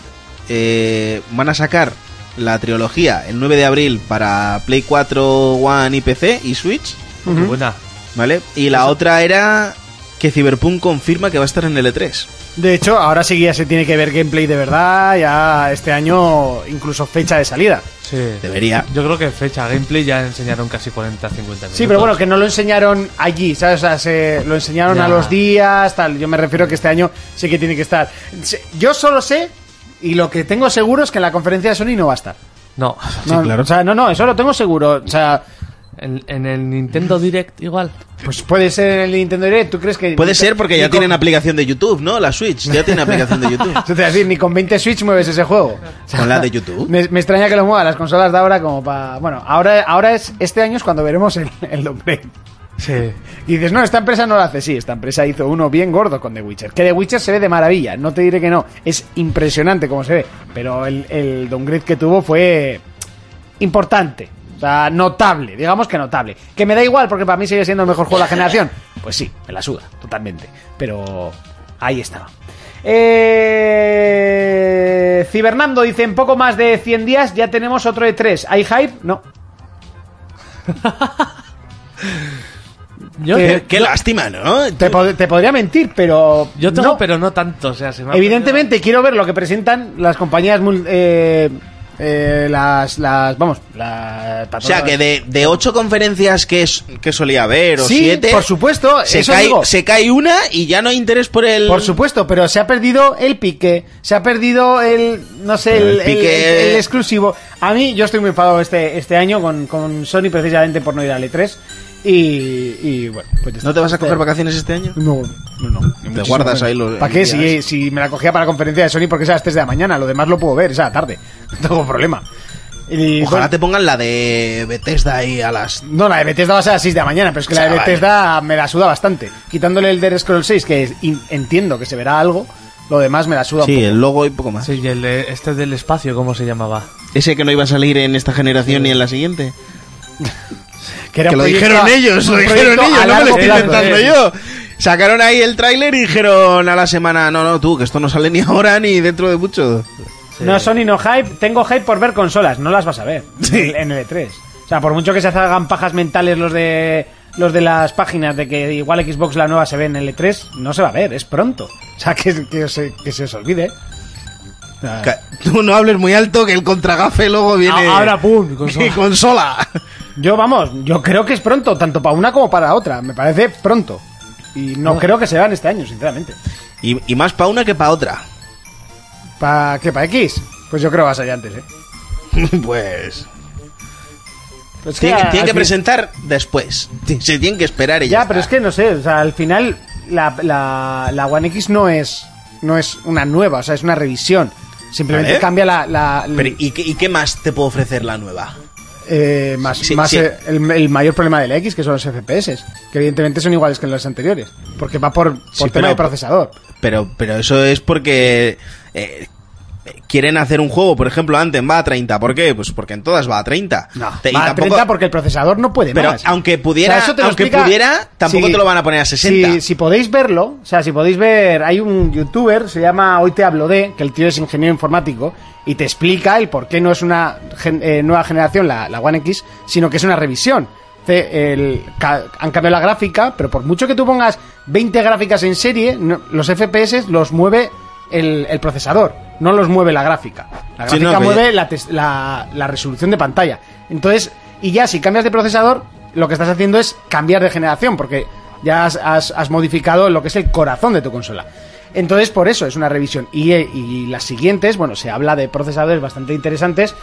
van a sacar la trilogía el 9 de abril para Play 4, One y PC y Switch, Qué buena. ¿vale? Y la otra era que Cyberpunk confirma que va a estar en el E3. De hecho, ahora sí que ya se tiene que ver gameplay de verdad. Ya este año, incluso fecha de salida. Sí. Debería. Yo creo que fecha gameplay ya enseñaron casi 40-50 minutos. Sí, pero bueno, que no lo enseñaron allí, ¿sabes? O sea, lo enseñaron Ya. a los días, tal. Yo me refiero que este año sí que tiene que estar. Yo solo sé, y lo que tengo seguro es que en la conferencia de Sony no va a estar. No. No, claro. O sea, no, eso lo tengo seguro. O sea, En el Nintendo Direct igual. pues puede ser en el Nintendo Direct. ¿Tú crees que.? Puede ser porque ya ni con- tienen aplicación de YouTube, ¿no? La Switch ya tiene aplicación de YouTube. Eso te voy a decir, ni con 20 Switch mueves ese juego. Con la de YouTube. Me extraña que lo mueva las consolas de ahora como para... Bueno, ahora es este año es cuando veremos el downgrade. Sí. Y dices, no, esta empresa no lo hace. Sí, esta empresa hizo uno bien gordo con The Witcher. Que The Witcher se ve de maravilla, no te diré que no. Es impresionante como se ve. Pero el downgrade que tuvo fue importante. O sea, notable, digamos que notable. Que me da igual porque para mí sigue siendo el mejor juego de la generación. Pues sí, me la suda, totalmente. Pero ahí estaba. Cibernando dice, en poco más de 100 días ya tenemos otro E3. ¿Hay hype? No. Yo, Qué lástima, ¿no? Te podría mentir, pero... yo tengo, no. pero no tanto. O sea, se me ha Evidentemente quiero ver lo que presentan las compañías vamos, O sea, que de 8 conferencias que solía haber, o sí, 7, por supuesto, eso digo. se cae una y ya no hay interés por el... Por supuesto, pero se ha perdido el pique, se ha perdido el, no sé, Pero el el pique- el exclusivo. A mí, yo estoy muy enfadado este año con Sony precisamente por no ir al E3 y bueno, pues ya está. ¿No te vas a coger vacaciones este año? No. Te guardas ahí los... ¿Para qué? Si me la cogía para la conferencia de Sony porque es a las 3 de la mañana, lo demás lo puedo ver, es a la tarde. No tengo problema. Y, Ojalá bueno, te pongan la de Bethesda ahí a las... no, la de Bethesda va a ser a las 6 de la mañana, pero es que la de Chaval. Bethesda me la suda bastante. Quitándole el Elder Scrolls 6, que entiendo que se verá algo, lo demás me la suda un Sí, poco. el logo y poco más. Sí, y este del espacio, ¿cómo se llamaba? Ese que no iba a salir en esta generación ni en la siguiente. Que, era Que un lo proyecto dijeron a- ellos, un lo dijeron proyecto ellos, a no me lo largo estoy plazo. inventando yo. Sacaron ahí el tráiler y dijeron a la semana, no, tú, que esto no sale ni ahora ni dentro de mucho. No, Sony no hype. Tengo hype por ver consolas. No las vas a ver en el E3. O sea, por mucho que se hagan pajas mentales los de las páginas de que igual Xbox la nueva se ve en el E3, no se va a ver, es pronto. O sea, que se os olvide. O sea, Tú no hables muy alto que el contragafe luego viene... Ahora, pum, consola. consola. yo creo que es pronto, tanto para una como para otra. Me parece pronto. Y no creo que se vean este año, sinceramente. Y más para una que para otra. ¿Para qué? ¿Para X? Pues yo creo que va a salir antes, ¿eh? Pues... Pues Tienen al que fin- presentar después. Se tienen que esperar y Ya, ya pero es está. que no sé, o sea, al final la One X no es una nueva, o sea, es una revisión. Simplemente Vale. cambia la Pero, ¿y qué más te puede ofrecer la nueva? más Sí, más sí. El mayor problema de la X, que son los FPS, que evidentemente son iguales que en los anteriores, porque va por Sí, tema pero- de procesador. Pero eso es porque quieren hacer un juego, por ejemplo, antes va a 30. ¿Por qué? Pues porque en todas va a 30. No, Y va a tampoco- 30 porque el procesador no puede Pero más. aunque pudiera, O sea, eso te lo aunque explica- pudiera, tampoco Sí. te lo van a poner a 60. Si podéis verlo, o sea, si podéis ver, hay un youtuber, se llama Hoy Te Hablo De, que el tío es ingeniero informático, y te explica el por qué no es una nueva generación la One X, sino que es una revisión. Han cambiado la gráfica, pero por mucho que tú pongas 20 gráficas en serie, los FPS los mueve el procesador, no los mueve la gráfica. La Sí, gráfica no, que mueve la resolución de pantalla. Entonces, y ya si cambias de procesador, lo que estás haciendo es cambiar de generación, porque ya has modificado lo que es el corazón de tu consola. Entonces, por eso es una revisión. Y las siguientes, bueno, se habla de procesadores bastante interesantes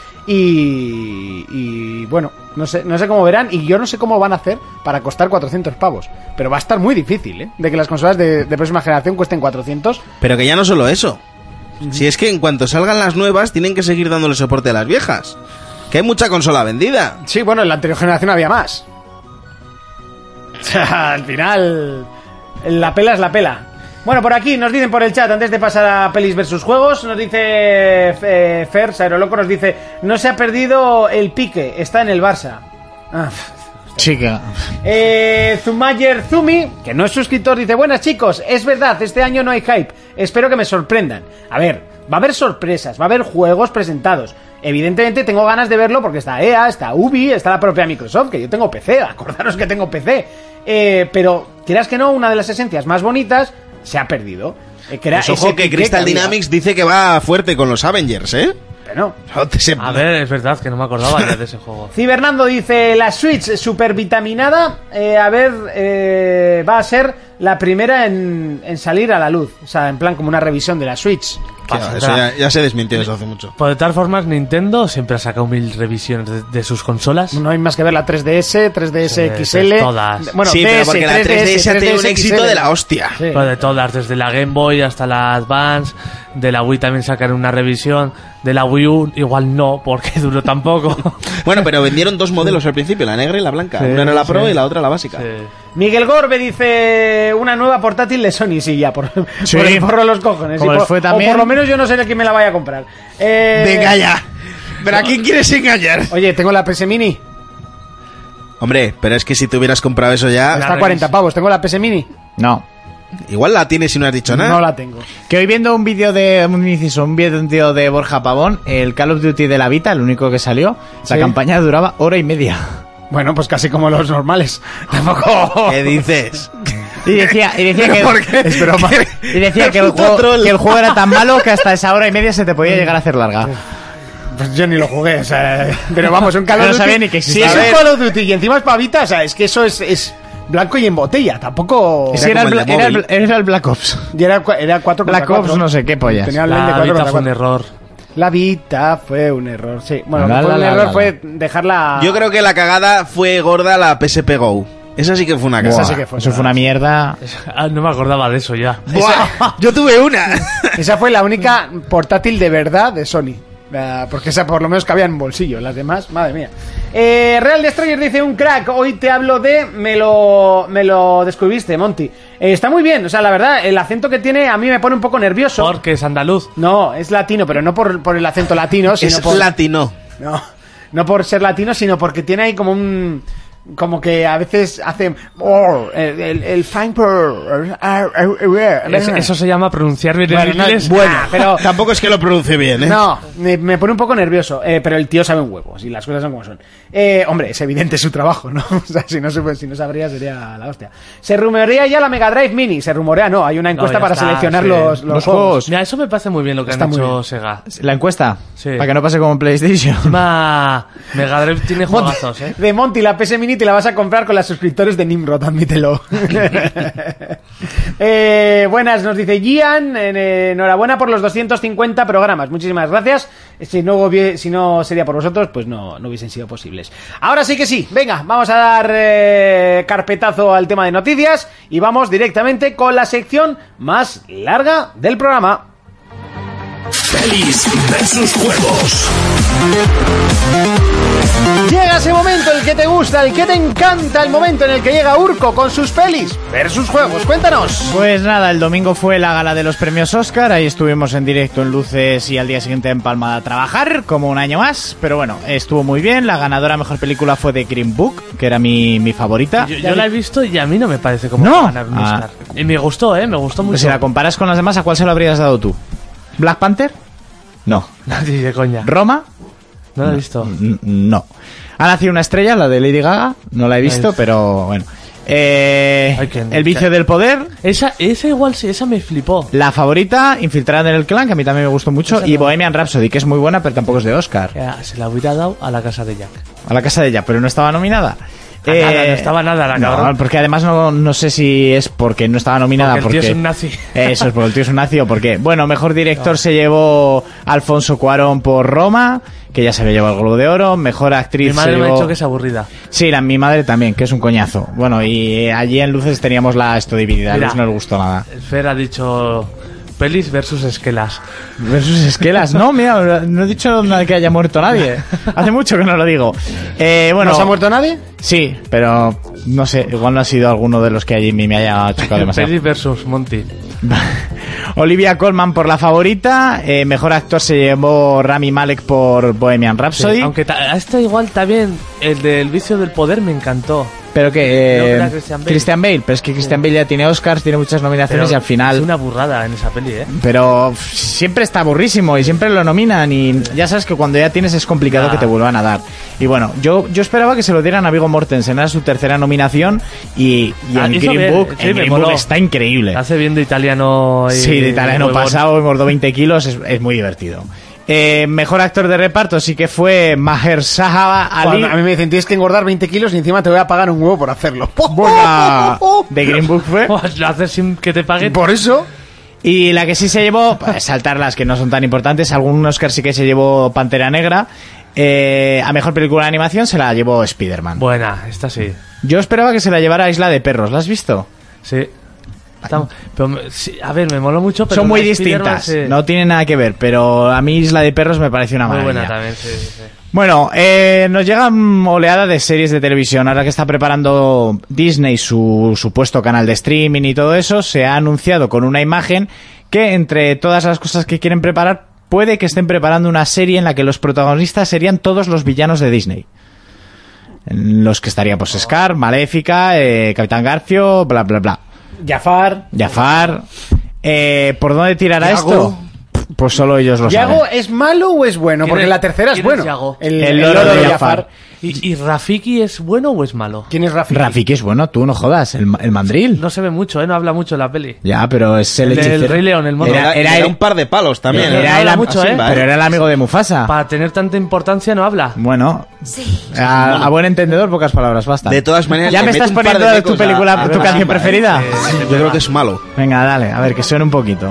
y bueno, no sé cómo verán y yo no sé cómo van a hacer para costar 400 pavos. Pero va a estar muy difícil, ¿eh? De que las consolas de próxima generación cuesten 400. Pero que ya no solo eso. Si es que en cuanto salgan las nuevas, tienen que seguir dándole soporte a las viejas. Que hay mucha consola vendida. Sí, bueno, en la anterior generación había más. O sea, al final, la pela es la pela. Bueno, por aquí nos dicen por el chat, antes de pasar a pelis versus juegos, nos dice Fer, Aeroloco, nos dice, no se ha perdido el pique, está en el Barça. Ah, Chica. Zumayer Zumi, que no es suscriptor, dice, buenas chicos, es verdad, este año no hay hype, espero que me sorprendan. A ver, va a haber sorpresas, va a haber juegos presentados. Evidentemente tengo ganas de verlo porque está EA, está Ubi, está la propia Microsoft, que yo tengo PC, acordaros que tengo PC. Pero, quieras que no, una de las esencias más bonitas se ha perdido. Pues ojo que Crystal Dynamics dice que va fuerte con los Avengers, ¿eh? No. A ver, es verdad que no me acordaba ya de ese juego. Cibernando dice, la Switch super vitaminada, va a ser la primera en salir a la luz. O sea, en plan como una revisión de la Switch. Eso ya se desmintió eso hace mucho. Pues de todas formas, Nintendo siempre ha sacado 1000 revisiones de sus consolas. No hay más que ver la 3DS, 3DS Sí, XL. de todas. Bueno, Sí, pero DS, porque la 3DS ha tenido un 3DS éxito de la hostia. Sí. Pero de todas, desde la Game Boy hasta la Advance, de la Wii también sacaron una revisión, de la Wii U igual no, porque duró tampoco. Bueno, pero vendieron dos modelos al principio, la negra y la blanca. Sí, Una era la Pro sí. y la otra la básica. Sí. Miguel Gorbe dice una nueva portátil de Sony, sí, ya, por el forro de los cojones. Como Y les fue también. O por lo menos yo no sé de quién me la vaya a comprar. Venga ya. ¿Pero a quién quieres engañar? Oye, tengo la PS Mini, Hombre, pero es que si te hubieras comprado eso ya, está a 40 pavos. ¿Tengo la PS Mini? No. igual la tienes y no has dicho nada. No la tengo. Que hoy viendo un vídeo de Borja Pavón, el Call of Duty de la Vita, el único que salió, la Sí. campaña duraba hora y media. Bueno, pues casi como los normales. Tampoco. ¿Qué dices? Y decía que ¿Por qué? es broma. Y decía que el, Puto juego, troll. que el juego era tan malo que hasta esa hora y media se te podía llegar a hacer larga. Pues yo ni lo jugué, o sea. Pero vamos, un Call of No Duty. sabía ni que Si existía. es A un ver. Call of Duty y encima es pavita, o sea, es que eso es blanco y en botella. Tampoco. Sí, era, como el de móvil. era el Black Ops. Y era 4 Black Ops no sé qué pollas. Tenía el lane de La 4 Vita contra fue un 4. error. La Vita fue un error, sí. Bueno, La, lo que fue la, un la, error la, fue dejarla. Yo creo que la cagada fue gorda la PSP Go. Esa sí que fue una Esa cagada. sí que fue. Eso fue una mierda. Ah, no me acordaba de eso ya. ¡Buah! Yo tuve una. Esa fue la única portátil de verdad de Sony. Porque esa por lo menos cabía en un bolsillo. Las demás, madre mía. Real Destroyer dice: un crack, hoy te hablo de... Me lo descubriste, Monty. Está muy bien, o sea, la verdad, el acento que tiene a mí me pone un poco nervioso. Porque es andaluz. No, es latino, pero no por el acento latino, sino Es por... latino. No por ser latino, sino porque tiene ahí como un... Como que a veces hace... el fine Eso se llama pronunciar bien Bueno, el no, inglés. bueno, pero... Tampoco es que lo pronuncie bien, ¿eh? No, me pone un poco nervioso, pero el tío sabe un huevo, si las cosas son como son. Hombre, es evidente su trabajo, ¿no? O sea, si no sabría sería la hostia. Se rumorea ya la Mega Drive Mini, se rumorea, no, hay una encuesta ya para está, seleccionar sí. los juegos. Mira, eso me parece muy bien lo que Está han muy hecho bien. Sega. ¿La encuesta? Sí. Para que no pase como en PlayStation. Encima, Mega Drive tiene juegazos, ¿eh? De Monty, la PS Mini te la vas a comprar con las suscriptores de Nimrod, admítelo. Buenas, nos dice Gian, enhorabuena por los 250 programas, muchísimas gracias. Si no sería por vosotros, pues no hubiesen sido posibles. Ahora sí que sí, venga, vamos a dar carpetazo al tema de noticias y vamos directamente con la sección más larga del programa. Pelis versus juegos. Llega ese momento, el que te gusta, el que te encanta, el momento en el que llega Urco con sus pelis versus juegos. Cuéntanos. Pues nada, el domingo fue la gala de los premios Oscar, ahí estuvimos en directo en Luces y al día siguiente en Palma a trabajar, como un año más, pero bueno, estuvo muy bien. La ganadora a mejor película fue The Green Book, que era mi favorita. Yo la he visto y a mí no me parece como ¿No? ganar un Oscar. Y me gustó, me gustó mucho. Pues si la comparas con las demás, ¿a cuál se lo habrías dado tú? ¿Black Panther? No. Nadie de coña. ¿Roma? No la he visto. No. Ha nacido una estrella, la de Lady Gaga, no la he visto, pero bueno. El vicio del poder. Esa igual sí, esa me flipó. La favorita, Infiltrada en el Clan, que a mí también me gustó mucho. Y Bohemian Rhapsody, que es muy buena, pero tampoco es de Oscar. Se la hubiera dado a La Casa de Jack. A La Casa de ella, pero no estaba nominada. Nada, no estaba nada, la cabrón. No, porque además no sé si es porque no estaba nominada. Porque el tío es un nazi. Eso es, porque el tío es un nazi o porque... Bueno, mejor director se llevó Alfonso Cuarón por Roma, que ya se había llevado el Globo de Oro. Mejor actriz Mi madre se me ha llevó... dicho que es aburrida. Sí, mi madre también, que es un coñazo. Bueno, y allí en Luces teníamos esto dividida. Mira, A Luis no le gustó nada. Fer ha dicho... Pelis versus esquelas. Versus esquelas. No, mira, no he dicho nada que haya muerto nadie. Hace mucho que no lo digo. Bueno, ¿No se ha muerto nadie? Sí, pero no sé, igual no ha sido alguno de los que allí me haya chocado demasiado. Pelis versus Monty. Olivia Colman por La Favorita. Mejor actor se llevó Rami Malek por Bohemian Rhapsody. Sí, aunque a esta igual también, el del vicio del poder me encantó. Pero Creo que era Christian Bale. Pero es que Christian Bale ya tiene Oscars, tiene muchas nominaciones Pero y al final... es una burrada en esa peli, Pero siempre está burrísimo y siempre lo nominan y ya sabes que cuando ya tienes es complicado que te vuelvan a dar. Y bueno, yo esperaba que se lo dieran a Viggo Mortensen, era su tercera nominación y en Green Book, sí, Green Book está increíble. Hace bien de italiano. Sí, de italiano pasado, engordó 20 kilos, es muy divertido. Mejor actor de reparto sí que fue Mahershala Ali. A mí me dicen, tienes que engordar 20 kilos y encima te voy a pagar un huevo por hacerlo. De Green Book fue. Lo haces sin que te paguen. Por eso. Y la que sí se llevó, pues, saltar las que no son tan importantes, algún Oscar sí que se llevó Pantera Negra. A mejor película de animación se la llevó Spider-Man. Buena, esta sí. Yo esperaba que se la llevara Isla de Perros, ¿la has visto? Sí. Pero, sí, a ver, me moló mucho, pero son muy distintas, no tienen nada que ver, pero a mí Isla de Perros me parece una muy maravilla. buena también, sí. Bueno, nos llega oleada de series de televisión. Ahora que está preparando Disney su supuesto canal de streaming y todo eso, se ha anunciado con una imagen que entre todas las cosas que quieren preparar, puede que estén preparando una serie en la que los protagonistas serían todos los villanos de Disney. En los que estaría pues Scar, Maléfica, Capitán Garfio, bla bla bla. Jafar. ¿Por dónde tirará Yago. esto? Pues solo ellos lo saben. ¿Yago es malo o es bueno? Porque la tercera es bueno. Yago? El loro de Jafar. ¿Y Rafiki es bueno o es malo? ¿Quién es Rafiki? Rafiki es bueno, tú no jodas, el mandril. No se ve mucho, no habla mucho en la peli. Ya, pero es el hechicero. Rey León, el mono. Era un par de palos también. Era habla el mucho, pero era el amigo de Mufasa. Para tener tanta importancia no habla. Bueno, a buen entendedor pocas palabras bastan. De todas maneras, ¿ya me estás poniendo tu película, tu canción preferida? Yo creo que es malo. Venga, dale, a ver, que suene un poquito.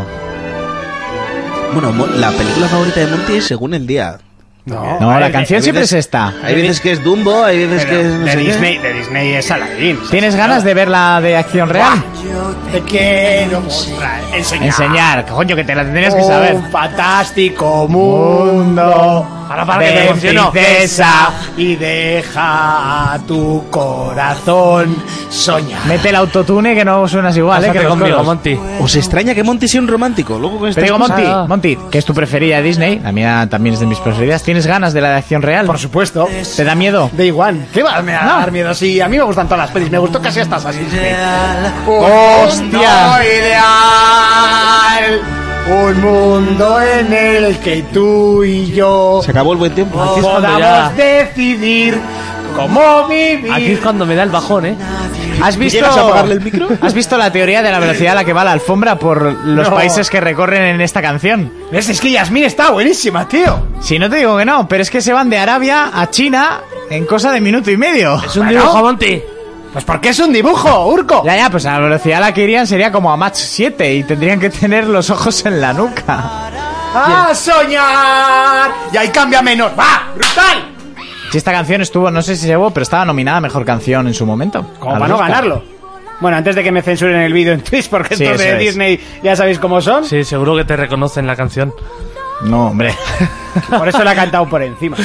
Bueno, la película favorita de Monty es según el día. No, la canción siempre es esta. Hay veces que es Dumbo, hay veces que es... no sé qué. De Disney es Aladdin. ¿Tienes ganas de ver la de acción real? te quiero mostrar. Enseñar, coño, que te la tendrías que saber. Un fantástico mundo. Para que te Ven, emociono. princesa, y deja a tu corazón soñar. Mete el autotune que no suenas igual, que Pásate los conmigo, coros. Monty. ¿Os extraña que Monty sea un romántico? Luego con Te estas digo, cosas- Monty, que es tu preferida de Disney, la mía también es de mis preferidas. ¿Tienes ganas de la de acción real? Por supuesto. ¿Te da miedo? Day One. ¿Qué va a dar miedo? Sí, a mí me gustan todas las pelis. Me gustó casi hasta Assassin's Creed. ¡Hostia! Un mundo ideal. Un mundo en el que tú y yo Se acabó el buen tiempo. Aquí es cuando podamos ya- decidir cómo vivir. Aquí es cuando me da el bajón, ¿eh? ¿Has visto, ¿Llegas a apagarle el micro? ¿Has visto la teoría de la velocidad a la que va la alfombra por los No. países que recorren en esta canción? ¿Ves? Es que Yasmín está buenísima, tío. Si no te digo que no, pero es que se van de Arabia a China en cosa de minuto y medio. Es un Bueno. dibujo, Monty. Pues porque es un dibujo, Urco. Ya, pues a la velocidad a la que irían sería como a Mach 7 y tendrían que tener los ojos en la nuca. ¡A soñar! Y ahí cambia menor. ¡Va! ¡Brutal! Si esta canción estuvo, no sé si se llevó, pero estaba nominada a Mejor Canción en su momento. Como A para los no Oscar. ganarlo. Bueno, antes de que me censuren el vídeo en Twitch, porque Sí, estos eso de es. Disney ya sabéis cómo son. Sí, seguro que te reconocen la canción. No, hombre. Por eso la he cantado por encima.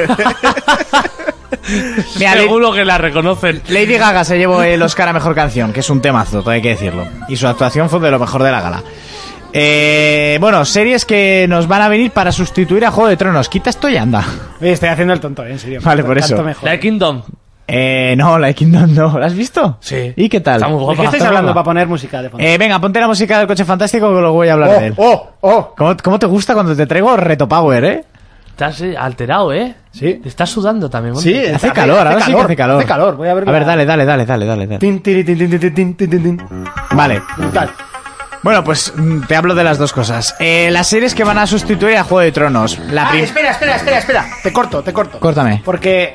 Mira, Seguro que la reconocen. Lady Gaga se llevó el Oscar a Mejor Canción, que es un temazo, todo hay que decirlo. Y su actuación fue de lo mejor de la gala. Bueno, series que nos van a venir para sustituir a Juego de Tronos. Quita esto y anda. Oye, estoy haciendo el tonto, en serio. Vale, por Canto eso. mejor. La de Kingdom. No, la de Kingdom no. ¿La has visto? Sí. ¿Y qué tal? Está muy ¿De guapa. qué estáis Está hablando guapa. para poner música de fondo? Venga, ponte la música del Coche Fantástico que luego voy a hablar de él. ¡Oh! ¿Cómo te gusta cuando te traigo Reto Power, Estás alterado, ¿eh? Sí. Te estás sudando también, Monty. Sí, Hace calor, ahora sí que hace calor. Hace calor, voy a ver. A ver, dale. Tin, tiri, tin, tin, tin, tin, tin, tin, tin. Vale. Brutal. Bueno, pues te hablo de las dos cosas. Las series que van a sustituir a Juego de Tronos. Espera. Te corto. Córtame. Porque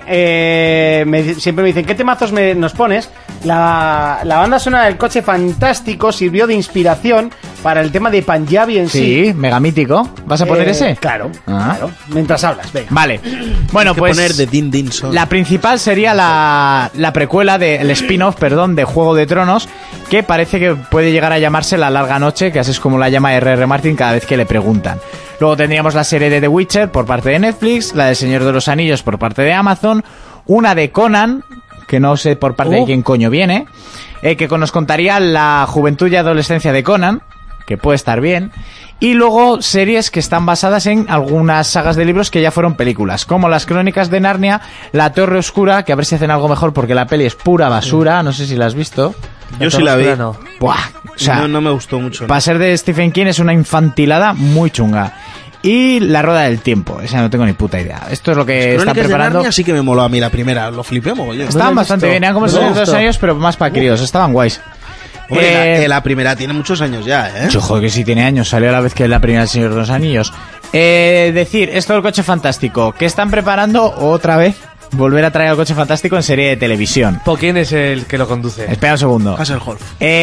siempre me dicen, ¿qué temazos nos pones? La banda sonora del Coche Fantástico sirvió de inspiración para el tema de Punjabi en sí. Sí, mega mítico. ¿Vas a poner ese? Claro, Ah. claro. Mientras hablas, venga. Vale. Bueno, Hay que pues poner de Din Din Son. la principal sería la precuela el spin-off, de Juego de Tronos, que parece que puede llegar a llamarse La Larga Noche, que así es como la llama R.R. Martin cada vez que le preguntan. Luego tendríamos la serie de The Witcher por parte de Netflix, la de Señor de los Anillos por parte de Amazon, una de Conan, que no sé por parte de quién coño viene, que nos contaría la juventud y adolescencia de Conan, que puede estar bien. Y luego series que están basadas en algunas sagas de libros que ya fueron películas, como Las Crónicas de Narnia, La Torre Oscura, que a ver si hacen algo mejor porque la peli es pura basura, no sé si la has visto. Yo sí la vi. No. Buah, o sea, no me gustó mucho. para ser de Stephen King es una infantilada muy chunga. Y La Rueda del Tiempo, esa no tengo ni puta idea. Esto es lo que están Crónicas de preparando. Narnia sí que me moló a mí la primera. Lo flipé mogollón. Estaban he bastante visto. bien, eran como No me Señor de los gustó. Anillos, pero más para críos, estaban guays. Hombre, la primera tiene muchos años ya, ¿eh? Joder, que sí tiene años, salió a la vez que la primera del Señor de los Anillos. Decir, esto del Coche Fantástico, que están preparando otra vez volver a traer al Coche Fantástico en serie de televisión. ¿Por quién es el que lo conduce? Espera un segundo. Hasselhoff.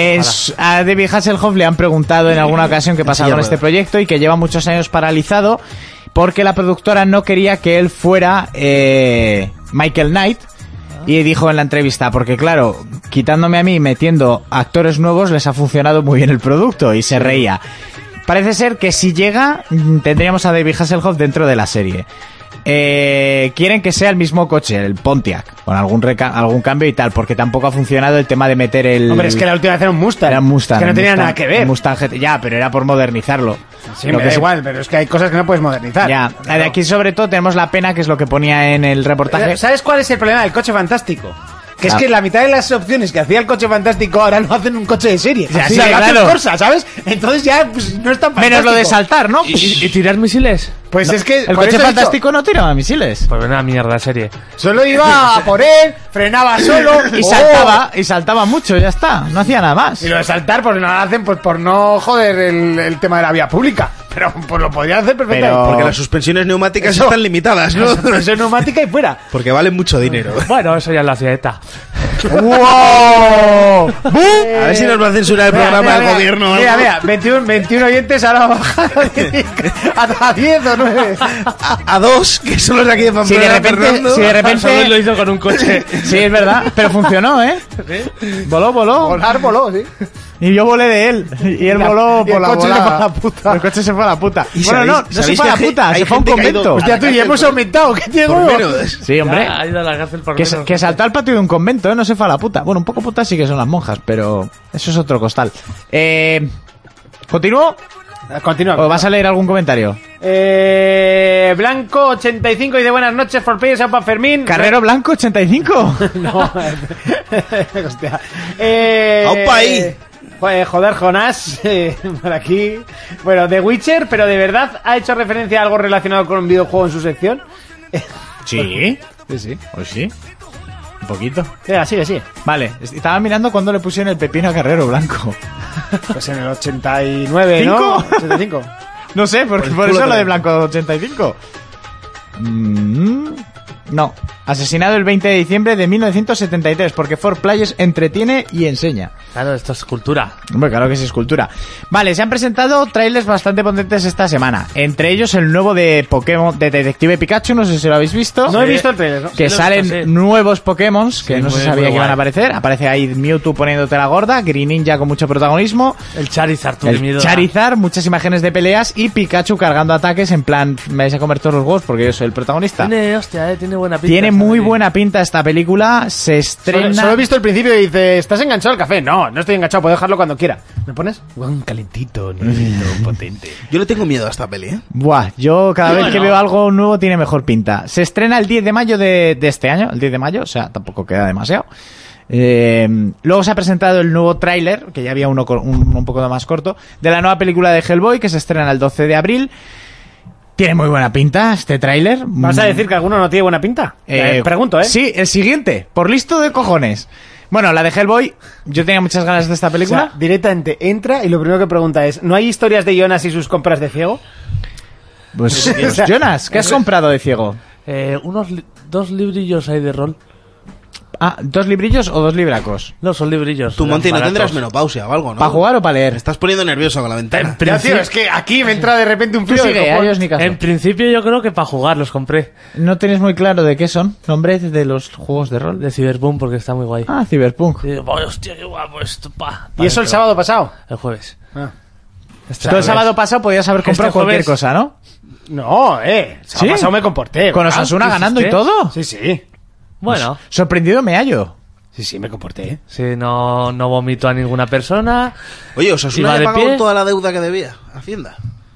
A David Hasselhoff le han preguntado en alguna ocasión qué pasaba con este proyecto y que lleva muchos años paralizado porque la productora no quería que él fuera Michael Knight. Y dijo en la entrevista, porque claro, quitándome a mí y metiendo actores nuevos les ha funcionado muy bien el producto, y se reía. Parece ser que si llega, tendríamos a David Hasselhoff dentro de la serie. Quieren que sea el mismo coche, el Pontiac, con algún cambio y tal, porque tampoco ha funcionado el tema de meter el... Hombre, es que la última vez era un Mustang. Era un Mustang. Es que no tenía Mustang, nada que ver. Mustang GT, ya, pero era por modernizarlo. Sí, Lo me que da se- igual, pero es que hay cosas que no puedes modernizar. Ya, de aquí sobre todo tenemos la pena, que es lo que ponía en el reportaje. ¿Sabes cuál es el problema del Coche Fantástico? Que es Ah. que la mitad de las opciones que hacía el Coche Fantástico ahora no hacen un coche de serie. Ya, O sí, sea, lo hacen claro. Corsa, ¿sabes? Entonces ya pues, no es tan fantástico. Menos lo de saltar, ¿no? ¿Y tirar misiles? Pues es que El por Coche eso he dicho, Fantástico no tiraba misiles. Pues una mierda serie. solo iba a por él, frenaba solo Y saltaba mucho, ya está. No hacía nada más. Y lo de saltar, pues no lo hacen pues por no joder el tema de la vía pública. Pero pues lo podría hacer perfectamente. Pero- Porque las suspensiones neumáticas Eso. están limitadas, ¿no? Presión neumática y fuera. Porque valen mucho dinero. Bueno, eso ya lo hacía ETA. ¡Wow! A ver si nos va a censurar el programa del gobierno. o Mira, algo. mira, 21 oyentes, ahora baja a 10 o 9. A dos, que son los de aquí de Pamplona, Si de repente, Fernando. si de Solo lo repente, hizo con un coche. sí es verdad, pero funcionó, ¿eh? Voló. Volar voló, sí. Y yo volé de él. Y él voló y el por la coche se volada. fue a la puta. El coche se fue a la puta. ¿Y Bueno, no sabéis- se sabéis fue a la que puta, hay se fue a un gente que ha ido convento. a Hostia, tú y cárcel hemos por- aumentado. ¿Qué tiene Por huevos? menos. Sí, hombre. Ha ido a la cárcel por Que, menos. que saltó al patio de un convento, ¿eh? No se fue a la puta. Bueno, un poco putas sí que son las monjas, pero eso es otro costal. ¿Continúo? Continúa. ¿O vas a leer algún comentario? Blanco 85 y de buenas noches, for players, Aupa Fermín. ¿Carrero Blanco 85? No, hostia. Aupa ahí. Joder, Jonás, por aquí. Bueno, The Witcher, pero de verdad ha hecho referencia a algo relacionado con un videojuego en su sección. Sí. Sí, sí. Pues sí. Un poquito. Sigue. Vale, estaba mirando cuando le pusieron el pepino a Carrero Blanco. Pues en el 89, ¿no? ¿Cinco? 85. No sé, porque por culo eso lo de te- Blanco 85. No. Asesinado el 20 de diciembre de 1973, porque 4Players entretiene y enseña. Claro, esto es cultura. Hombre, claro que sí es cultura. Vale, se han presentado trailers bastante potentes esta semana. Entre ellos el nuevo de Pokémon, de Detective Pikachu, no sé si lo habéis visto. No he visto el trailer, ¿no? Que Sí, lo he salen visto, sí. nuevos Pokémon que Sí, no se muy- sabía muy que iban a guay. aparecer. Aparece ahí Mewtwo poniéndote la gorda, Green Ninja con mucho protagonismo, El Charizard, tu el miedo. Charizard, muchas imágenes de peleas y Pikachu cargando ataques en plan, me vais a comer todos los huevos porque yo soy el protagonista. Tiene buena pinta. Tiene muy ¿sabes? buena pinta esta película, se estrena... Solo he visto el principio y dice, ¿estás enganchado al café? No, no estoy enganchado, puedo dejarlo cuando quiera. ¿Me pones? Un calentito, nuevito, potente. Yo le tengo miedo a esta peli, ¿eh? Buah, yo cada vez que Bueno. veo algo nuevo tiene mejor pinta. Se estrena el 10 de mayo de este año, el 10 de mayo, o sea, tampoco queda demasiado. Luego se ha presentado el nuevo tráiler, que ya había uno un poco más corto, de la nueva película de Hellboy, que se estrena el 12 de abril. Tiene muy buena pinta este tráiler. ¿Vas a decir que alguno no tiene buena pinta? Pregunto, ¿eh? Sí, el siguiente, por listo de cojones. Bueno, la de Hellboy, yo tenía muchas ganas de esta O película. sea, directamente entra y lo primero que pregunta es, ¿no hay historias de Jonas y sus compras de ciego? Pues, O sea, Jonas, ¿qué has comprado de ciego? Dos librillos hay de rol. Ah, ¿2 librillos o 2 libracos? No, son librillos. Tu Monty, no baratos. tendrás menopausia o algo, ¿no? ¿Para jugar o para Me leer? estás poniendo nervioso con la ventana. Ya, tío, es que aquí me entra de repente un Tú frío. sigue, a ellos ni caso. En principio yo creo que para jugar los compré. No tienes muy claro de qué son nombres de los juegos de rol. De Cyberpunk porque está muy guay. Ah, Cyberpunk. Y digo, "Ay, hostia, qué guapo esto, pa". ¿Y eso el sábado pasado? El jueves. Ah. Tú el sábado pasado podías haber comprado Este jueves- cualquier cosa, ¿no? No, el sábado ¿Sí? pasado me comporté. Con ¿verdad? Osasuna ¿qué ganando y hiciste? todo. Sí, sí. Bueno, Sorprendido me hallo. Sí, me comporté. si no vomito a ninguna persona. Oye, ¿Osasuna ¿Iba ya de ha pagado pie? toda la deuda que debía? Hacienda.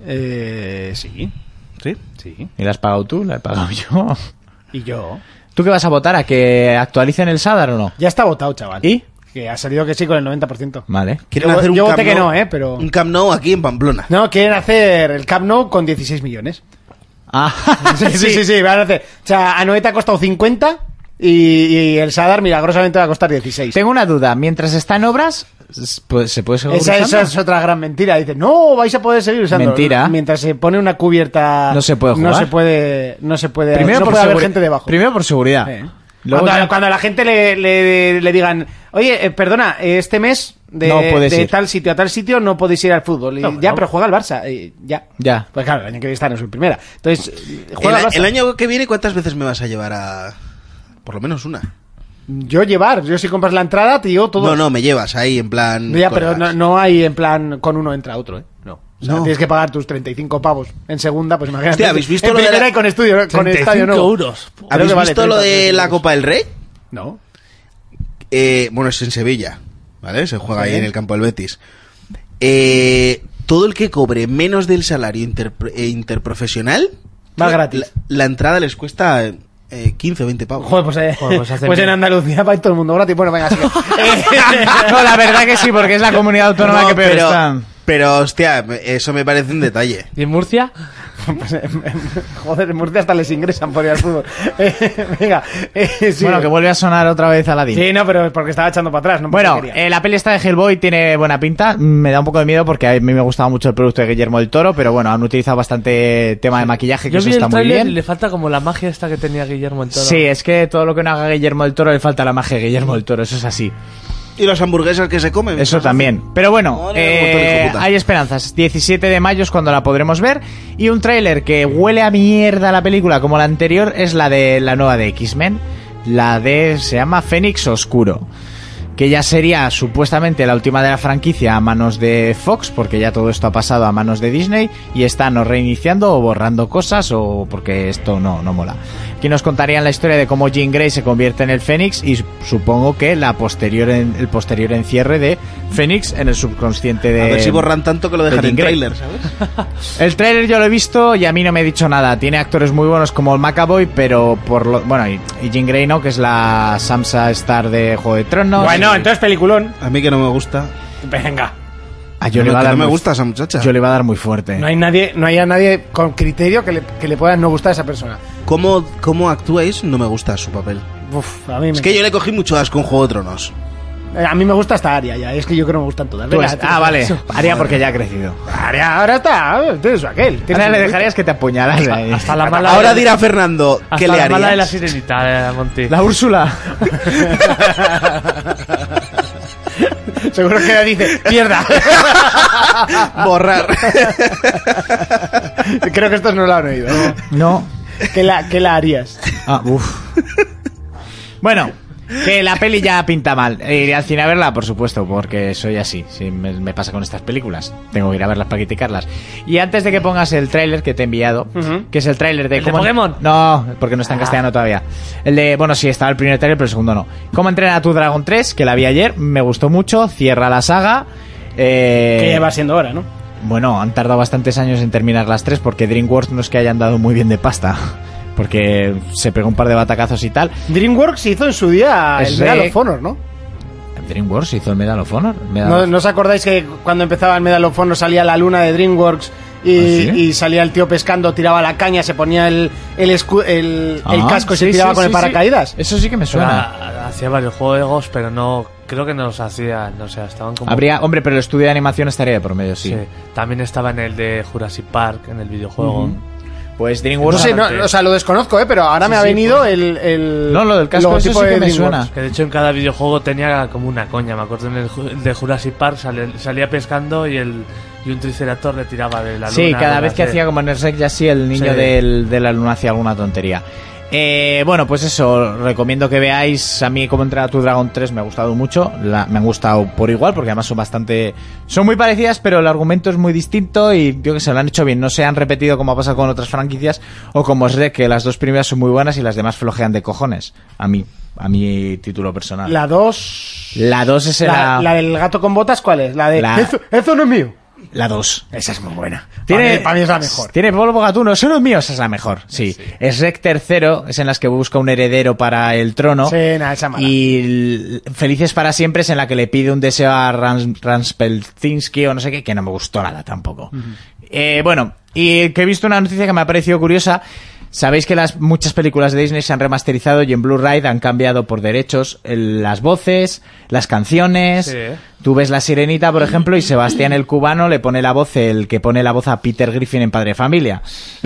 Sí. ¿Sí? Sí. ¿Y la has pagado tú? La he pagado yo. Y yo. ¿Tú qué vas a votar? ¿A que actualicen el Sadar o no? Ya está votado, chaval. ¿Y? Que ha salido que sí con el 90%. Vale. Quieren Yo- hacer un yo Camp voté que Nou- no, pero... Un Camp Nou aquí en Pamplona. No, quieren hacer el Camp Nou con 16 millones. Ah, Sí, van a hacer. O sea, a Noeta ha costado 50 y el Sadar milagrosamente va a costar 16. Tengo una duda. Mientras está en obras, pues, ¿se puede seguir Esa usando? es otra gran mentira. Dice, no, vais a poder seguir usando. Mentira. Mientras se pone una cubierta... No se puede No jugar. se puede Primero, no por puede haber seguri- gente debajo. Primero por seguridad. Sí. Luego Cuando, ya- cuando a la gente le digan, oye, perdona, este mes No puedes de ir. tal sitio a tal sitio no podéis ir al fútbol. Y No, ya, no. pero juega al Barça. Y ya. Ya. Pues claro, el año que viene está en su primera. Entonces, juega al Barça. El año que viene, ¿cuántas veces me vas a llevar a...? Por lo menos una. Yo si compras la entrada, tío, todo. No, me llevas ahí en plan... Ya, pero colegas. no hay en plan con uno entra otro, ¿eh? No. O sea, No. tienes que pagar tus 35 pavos en segunda, pues imagínate. Hostia, ¿habéis visto en lo de primera la- y con estudio, con 35 estadio nuevo. euros. Creo ¿Habéis que vale visto lo 30, de 30 la euros. Copa del Rey? No. Bueno, es en Sevilla, ¿vale? Se juega Sí. ahí en el campo del Betis. Todo el que cobre menos del salario interprofesional... Va gratis. La entrada les cuesta 15 o 20 pavos. Joder, pues, Joder, pues hacen pues en bien. Andalucía va a ir todo el mundo gratis. Bueno, venga, sigue. No, la verdad que sí, porque es la comunidad autónoma No, que peor está. pero, hostia, eso me parece un detalle. ¿Y en Murcia? Pues, joder, en Murcia hasta les ingresan por ir al fútbol. Venga, sí. Bueno, que vuelve a sonar otra vez Aladdin. Sí, no, pero porque estaba echando para atrás. No Bueno, la peli esta de Hellboy tiene buena pinta. Me da un poco de miedo porque a mí me gustaba mucho el producto de Guillermo del Toro, pero bueno, han utilizado bastante tema de maquillaje, que Yo eso vi está el muy tráiler bien. y le falta como la magia esta que tenía Guillermo del Toro. Sí, es que todo lo que no haga Guillermo del Toro le falta la magia de Guillermo del Toro, eso es así. Y las hamburguesas que se comen. Eso también. Pero bueno, Madre, un montón, hijo de puta. hay esperanzas. 17 de mayo es cuando la podremos ver. Y un tráiler que huele a mierda la película como la anterior es la de la nueva de X-Men. Se llama Fénix Oscuro. Que ya sería supuestamente la última de la franquicia a manos de Fox, porque ya todo esto ha pasado a manos de Disney y están o reiniciando o borrando cosas o porque esto no mola. Aquí nos contarían la historia de cómo Jean Grey se convierte en el Fénix y supongo que el posterior encierre de Fénix en el subconsciente de... A ver si borran tanto que lo dejan de en Jean Grey. trailer, ¿sabes? El tráiler yo lo he visto y a mí no me ha dicho nada. Tiene actores muy buenos como el McAvoy, pero y Jean Grey no, que es la Sansa Star de Juego de Tronos. Bueno, entonces peliculón. A mí que no me gusta. Venga. Yo le No, iba a que dar no me muy- gusta esa muchacha. Yo le iba a dar muy fuerte. No hay a nadie con criterio que le pueda no gustar a esa persona. ¿Cómo actuáis? No me gusta su papel. Uf, a mí Es que yo le cogí mucho asco en Juego de Tronos. a mí me gusta hasta Aria ya. Es que yo creo que me gustan todas. Tú Venga, es- tira. vale. Haría porque ya ha crecido. Aria, ahora está. Tienes aquel. tienes Ahora le un- dejarías que te apuñalas ahí. Hasta la mala Ahora de, dirá Fernando, hasta ¿qué le la mala de la harías? sirenita, Monty. La Úrsula. Seguro que ella dice, mierda. Borrar. Creo que estos no lo han oído. No. ¿Qué la harías? Bueno, que la peli ya pinta mal. Iré al cine a verla, por supuesto, porque soy así. Sí, me pasa con estas películas. Tengo que ir a verlas para criticarlas. Y antes de que pongas el tráiler que te he enviado, que es el tráiler de... ¿El de Pokémon? No, porque no está en castellano todavía. El de... Bueno, sí, estaba el primer tráiler, pero el segundo no. Cómo entrenar a tu Dragon 3, que la vi ayer, me gustó mucho, cierra la saga. Que ya va siendo hora, ¿no? Bueno, han tardado bastantes años en terminar las tres porque DreamWorks no es que hayan dado muy bien de pasta. Porque se pegó un par de batacazos y tal. DreamWorks hizo en su día el Es Medal de- of Honor, ¿no? DreamWorks hizo el Medal of Honor. ¿No os acordáis que cuando empezaba el Medal of Honor salía la luna de DreamWorks y, ¿Ah, sí? y salía el tío pescando, tiraba la caña, se ponía el casco y se sí, tiraba sí, con sí, el paracaídas? sí. Eso sí que me suena. Hacía varios juegos, pero no creo que no los hacía, no sé, estaban como... Hombre, pero el estudio de animación estaría de por medio, sí. Sí. También estaba en el de Jurassic Park, en el videojuego. Pues No DreamWorks... sé, o sea, lo desconozco, pero ahora me ha venido el No, lo del casco, logotipo eso sí de que me DreamWorks. suena. Que de hecho en cada videojuego tenía como una coña. Me acuerdo en el de Jurassic Park salía pescando y un triceratops le tiraba de la luna. Sí, cada vez que de- hacía como en el Rec ya sí, el niño Sí. de la luna hacía alguna tontería. Bueno, pues eso, recomiendo que veáis. A mí, como entrenar a tu Dragon 3 me ha gustado mucho. Me han gustado por igual, porque además son muy parecidas, pero el argumento es muy distinto y yo que sé, lo han hecho bien. No se han repetido como ha pasado con otras franquicias o como Shrek, que las dos primeras son muy buenas y las demás flojean de cojones. A mi título personal. La 2... La 2 es La del gato con botas, ¿cuál es? La de... Eso no es mío. La 2. Esa es muy buena. Tiene, Para mí es la mejor. Tiene polvo gatuno, eso no es mío, esa es la mejor. Sí. Es Rec tercero, es en las que busca un heredero para el trono. Sí, nada, esa mala. Y Felices para siempre es en la que le pide un deseo a Ranspeltinsky o no sé qué, que no me gustó nada tampoco. Bueno, y que he visto una noticia que me ha parecido curiosa. Sabéis que muchas películas de Disney se han remasterizado y en Blu-ray han cambiado por derechos las voces, las canciones. Sí. Tú ves La Sirenita, por ejemplo, y Sebastián el Cubano le pone la voz, el que pone la voz a Peter Griffin en Padre de Familia.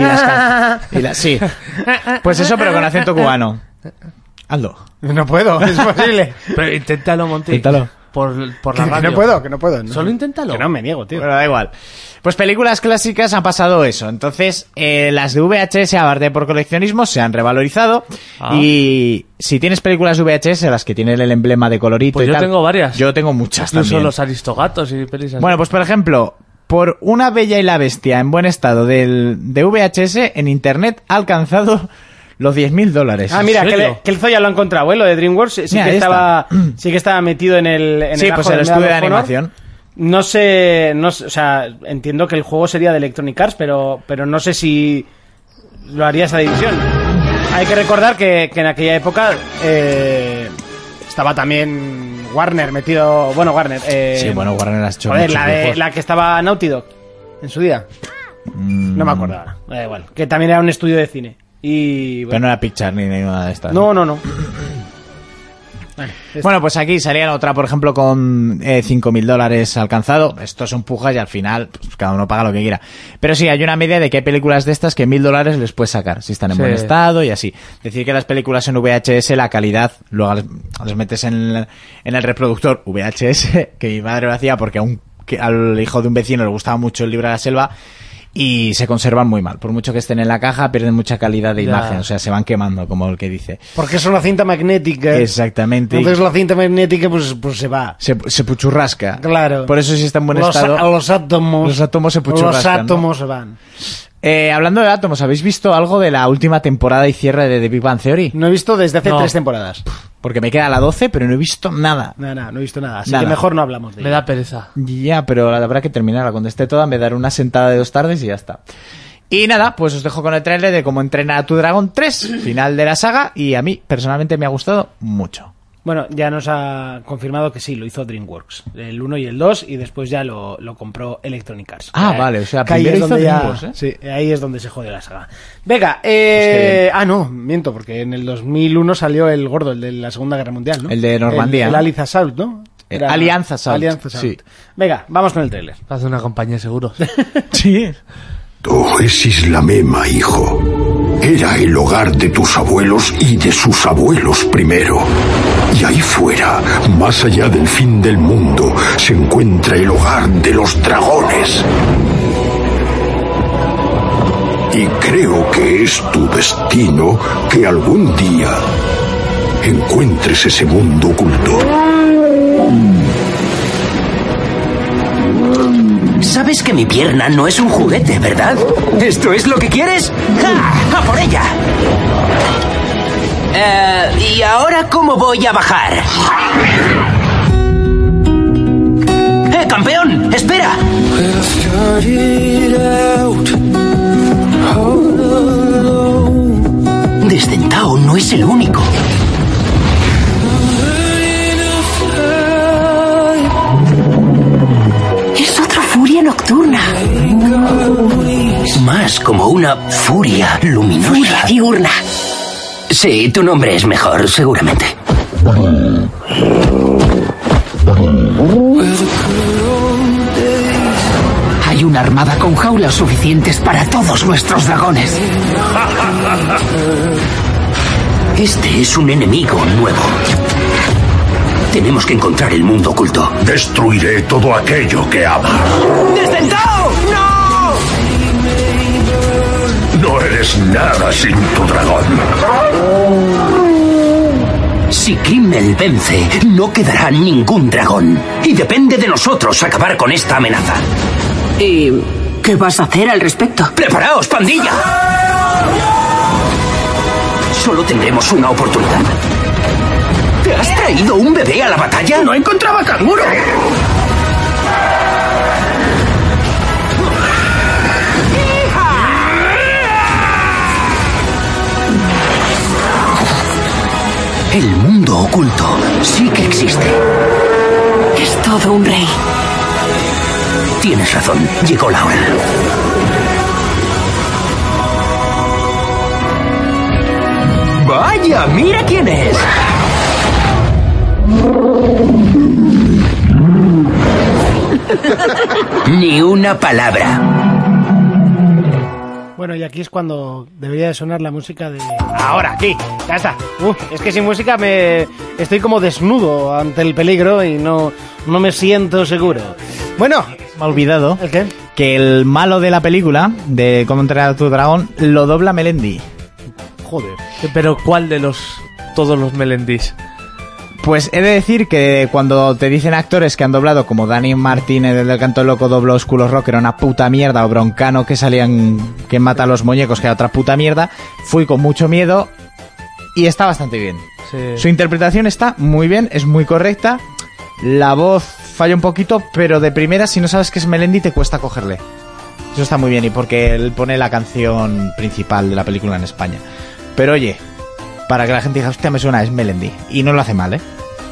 Sí. Pues eso, pero con acento cubano. Hazlo. No puedo, es posible. Pero inténtalo, Monty. Inténtalo. Por la Que radio. no puedo. No. Solo inténtalo. Que no me niego, tío. Bueno, da igual. Pues películas clásicas han pasado eso. Entonces, las de VHS, aparte por coleccionismo, se han revalorizado. Ah. Y si tienes películas de VHS, las que tienen el emblema de colorito Pues y yo tal, tengo varias. Yo tengo muchas Incluso también. los Aristogatos y pelis así. Bueno, pues por ejemplo, por Una Bella y la Bestia en buen estado de VHS, en internet ha alcanzado los $10.000. Ah, mira, serio? que el Zoya lo ha encontrado, ¿eh? Lo de DreamWorks sí, Mira, que ahí está. sí que estaba metido en el Sí, ajo pues del el estudio de Medal of Honor. animación. No sé, o sea, entiendo que el juego sería de Electronic Arts, pero no sé si lo haría esa división. Hay que recordar que en aquella época estaba también Warner metido, bueno, Warner. Sí, bueno, Warner has hecho Joder, muchos videojuegos. la que estaba Naughty Dog en su día. No me acuerdo ahora. Da igual. Que también era un estudio de cine. Y Pero no era Picture ni nada de estas. no. Bueno, pues aquí salía otra, por ejemplo, con $5.000 alcanzado. Esto son pujas y al final pues, cada uno paga lo que quiera. Pero sí, hay una media de que hay películas de estas que $1.000 les puedes sacar si están en buen estado y así. Decir que las películas en VHS, la calidad, luego las metes en el reproductor VHS, que mi madre lo hacía porque al hijo de un vecino le gustaba mucho el libro de la selva. Y se conservan muy mal. Por mucho que estén en la caja, pierden mucha calidad de imagen. O sea, se van quemando, como el que dice. Porque es una cinta magnética. Exactamente. Entonces la cinta magnética pues se va. Se puchurrasca. Claro. Por eso si está en buen estado... Los átomos se puchurrascan. Los átomos se van. Hablando de átomos, ¿habéis visto algo de la última temporada y cierre de The Big Bang Theory? No he visto desde hace 3 temporadas. Porque me queda la 12, pero no he visto nada. No he visto nada. Así Nada. que mejor no hablamos de Me ello. da pereza. Ya, pero habrá que terminarla. Cuando esté toda me daré una sentada de 2 tardes y ya está. Y nada, pues os dejo con el tráiler de cómo entrenar a tu dragón 3, final de la saga, y a mí personalmente me ha gustado mucho. Bueno, ya nos ha confirmado que sí, lo hizo DreamWorks. El 1 y el 2, y después ya lo compró Electronic Arts. Vale, o sea, que ahí primero es hizo donde DreamWorks, ¿eh? Sí, ahí es donde se jode la saga. Venga, que no, miento, porque en el 2001 salió el gordo, el de la Segunda Guerra Mundial, ¿no? El de Normandía, El ¿no? Alice Assault, ¿no? Alianza Assault, Alianza Assault. sí. Venga, vamos con el trailer. Hace una compañía de seguros. Sí. Es Isla Mema, hijo. Era el hogar de tus abuelos y de sus abuelos primero. Y ahí fuera, más allá del fin del mundo, se encuentra el hogar de los dragones. Y creo que es tu destino que algún día encuentres ese mundo oculto. Sabes que mi pierna no es un juguete, ¿verdad? ¿Esto es lo que quieres? ¡Ja! ¡A por ella! ¿Y ahora cómo voy a bajar? ¡Campeón! ¡Espera! Desdentado no es el único. Es otra furia nocturna. Más como una furia luminosa. Furia diurna. Sí, tu nombre es mejor, seguramente. Hay una armada con jaulas suficientes para todos nuestros dragones. Este es un enemigo nuevo. Tenemos que encontrar el mundo oculto. Destruiré todo aquello que amas. ¡Desdentado! ¡No! No eres nada sin tu dragón. Si Kimmel vence, no quedará ningún dragón. Y depende de nosotros acabar con esta amenaza. ¿Y qué vas a hacer al respecto? ¡Preparaos, pandilla! Solo tendremos una oportunidad. ¿Te has traído un bebé a la batalla? ¡No encontraba canguro! El mundo oculto sí que existe. Es todo un rey. Tienes razón, llegó la hora. ¡Vaya, mira quién es! Ni una palabra. Bueno, y aquí es cuando debería de sonar la música de... Ahora, aquí, ya está. Es que sin música estoy como desnudo ante el peligro y no me siento seguro. Bueno, Me ha olvidado ¿el qué? que el malo de la película, de Cómo entrenar a tu dragón, lo dobla Melendi. Joder. Pero ¿cuál de todos los Melendis? Pues he de decir que cuando te dicen actores que han doblado, como Dani Martínez del Canto Loco dobló School of Rock, era una puta mierda, o Broncano que salían que mata a los muñecos, que era otra puta mierda, fui con mucho miedo y está bastante bien. Sí. Su interpretación está muy bien, es muy correcta, la voz falla un poquito, pero de primera si no sabes que es Melendi te cuesta cogerle. Eso está muy bien, y porque él pone la canción principal de la película en España. Pero oye, para que la gente diga, hostia, me suena, es Melendi. Y no lo hace mal, ¿eh?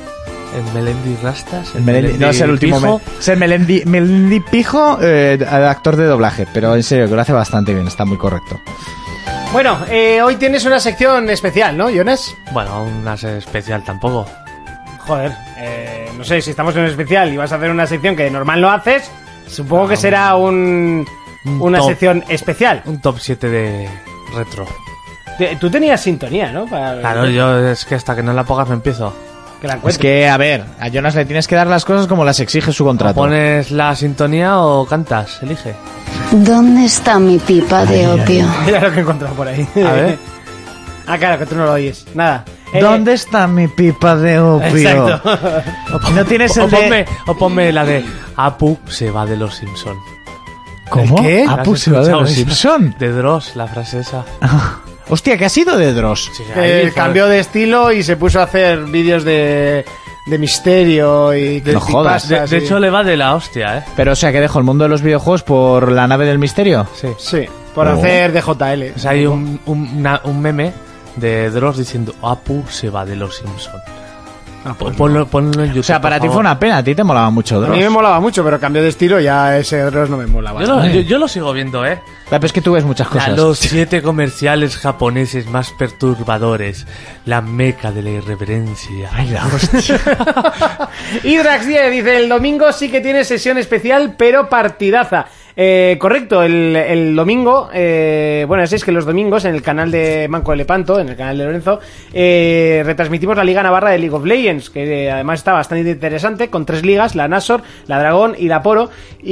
El Melendi Rastas. No es el último. Pijo. Es el Melendi Pijo, actor de doblaje. Pero en serio, que lo hace bastante bien, está muy correcto. Bueno, hoy tienes una sección especial, ¿no, Jonas? Bueno, una especial tampoco. Joder, no sé, si estamos en un especial y vas a hacer una sección que de normal no haces, supongo que será una top. sección especial. Un top 7 de retro. Tú tenías sintonía, ¿no? Claro, yo es que hasta que no la pongas no empiezo. Que la Es encuentres. que, a ver, a Jonas le tienes que dar las cosas como las exige su ¿O contrato. pones la sintonía o cantas? Elige. ¿Dónde está mi pipa de opio? Mira lo que he encontrado por ahí. A ver. Ah, claro, que tú no lo oyes. Nada. ¿Dónde está mi pipa de opio? Exacto. ¿No tienes el de...? Ponme la de Apu se va de los Simpson. ¿Cómo? ¿El qué? Ah, ¿La has pues se va de escuchado los esa? Simpson. De Dross, la frase esa. Hostia, ¿qué ha sido de Dross? Sí, Que ahí, cambió de estilo y se puso a hacer vídeos de misterio y No jodas. De hecho, le va de la hostia, ¿eh? Pero, o sea, que dejó el mundo de los videojuegos por la nave del misterio. Sí. sí, por Oh. hacer DJL. O sea, hay un meme de Dross diciendo Apu se va de los Simpson. Ponlo en YouTube. O sea, para por ti fue favor. una pena, a ti te molaba mucho A mí me Dross. molaba mucho, pero cambió de estilo, ya ese Dross no me molaba. Yo lo sigo viendo, ¿eh? Pero es que tú ves muchas cosas. Los 7 comerciales japoneses más perturbadores. La meca de la irreverencia. Ay, la hostia. Hydrax 10 dice, el domingo sí que tiene sesión especial, pero partidaza. Correcto, el domingo, bueno, es que los domingos en el canal de Manco de Lepanto, en el canal de Lorenzo, retransmitimos la Liga Navarra de League of Legends, que además está bastante interesante, con 3 ligas, la Nashor, la Dragón y la Poro,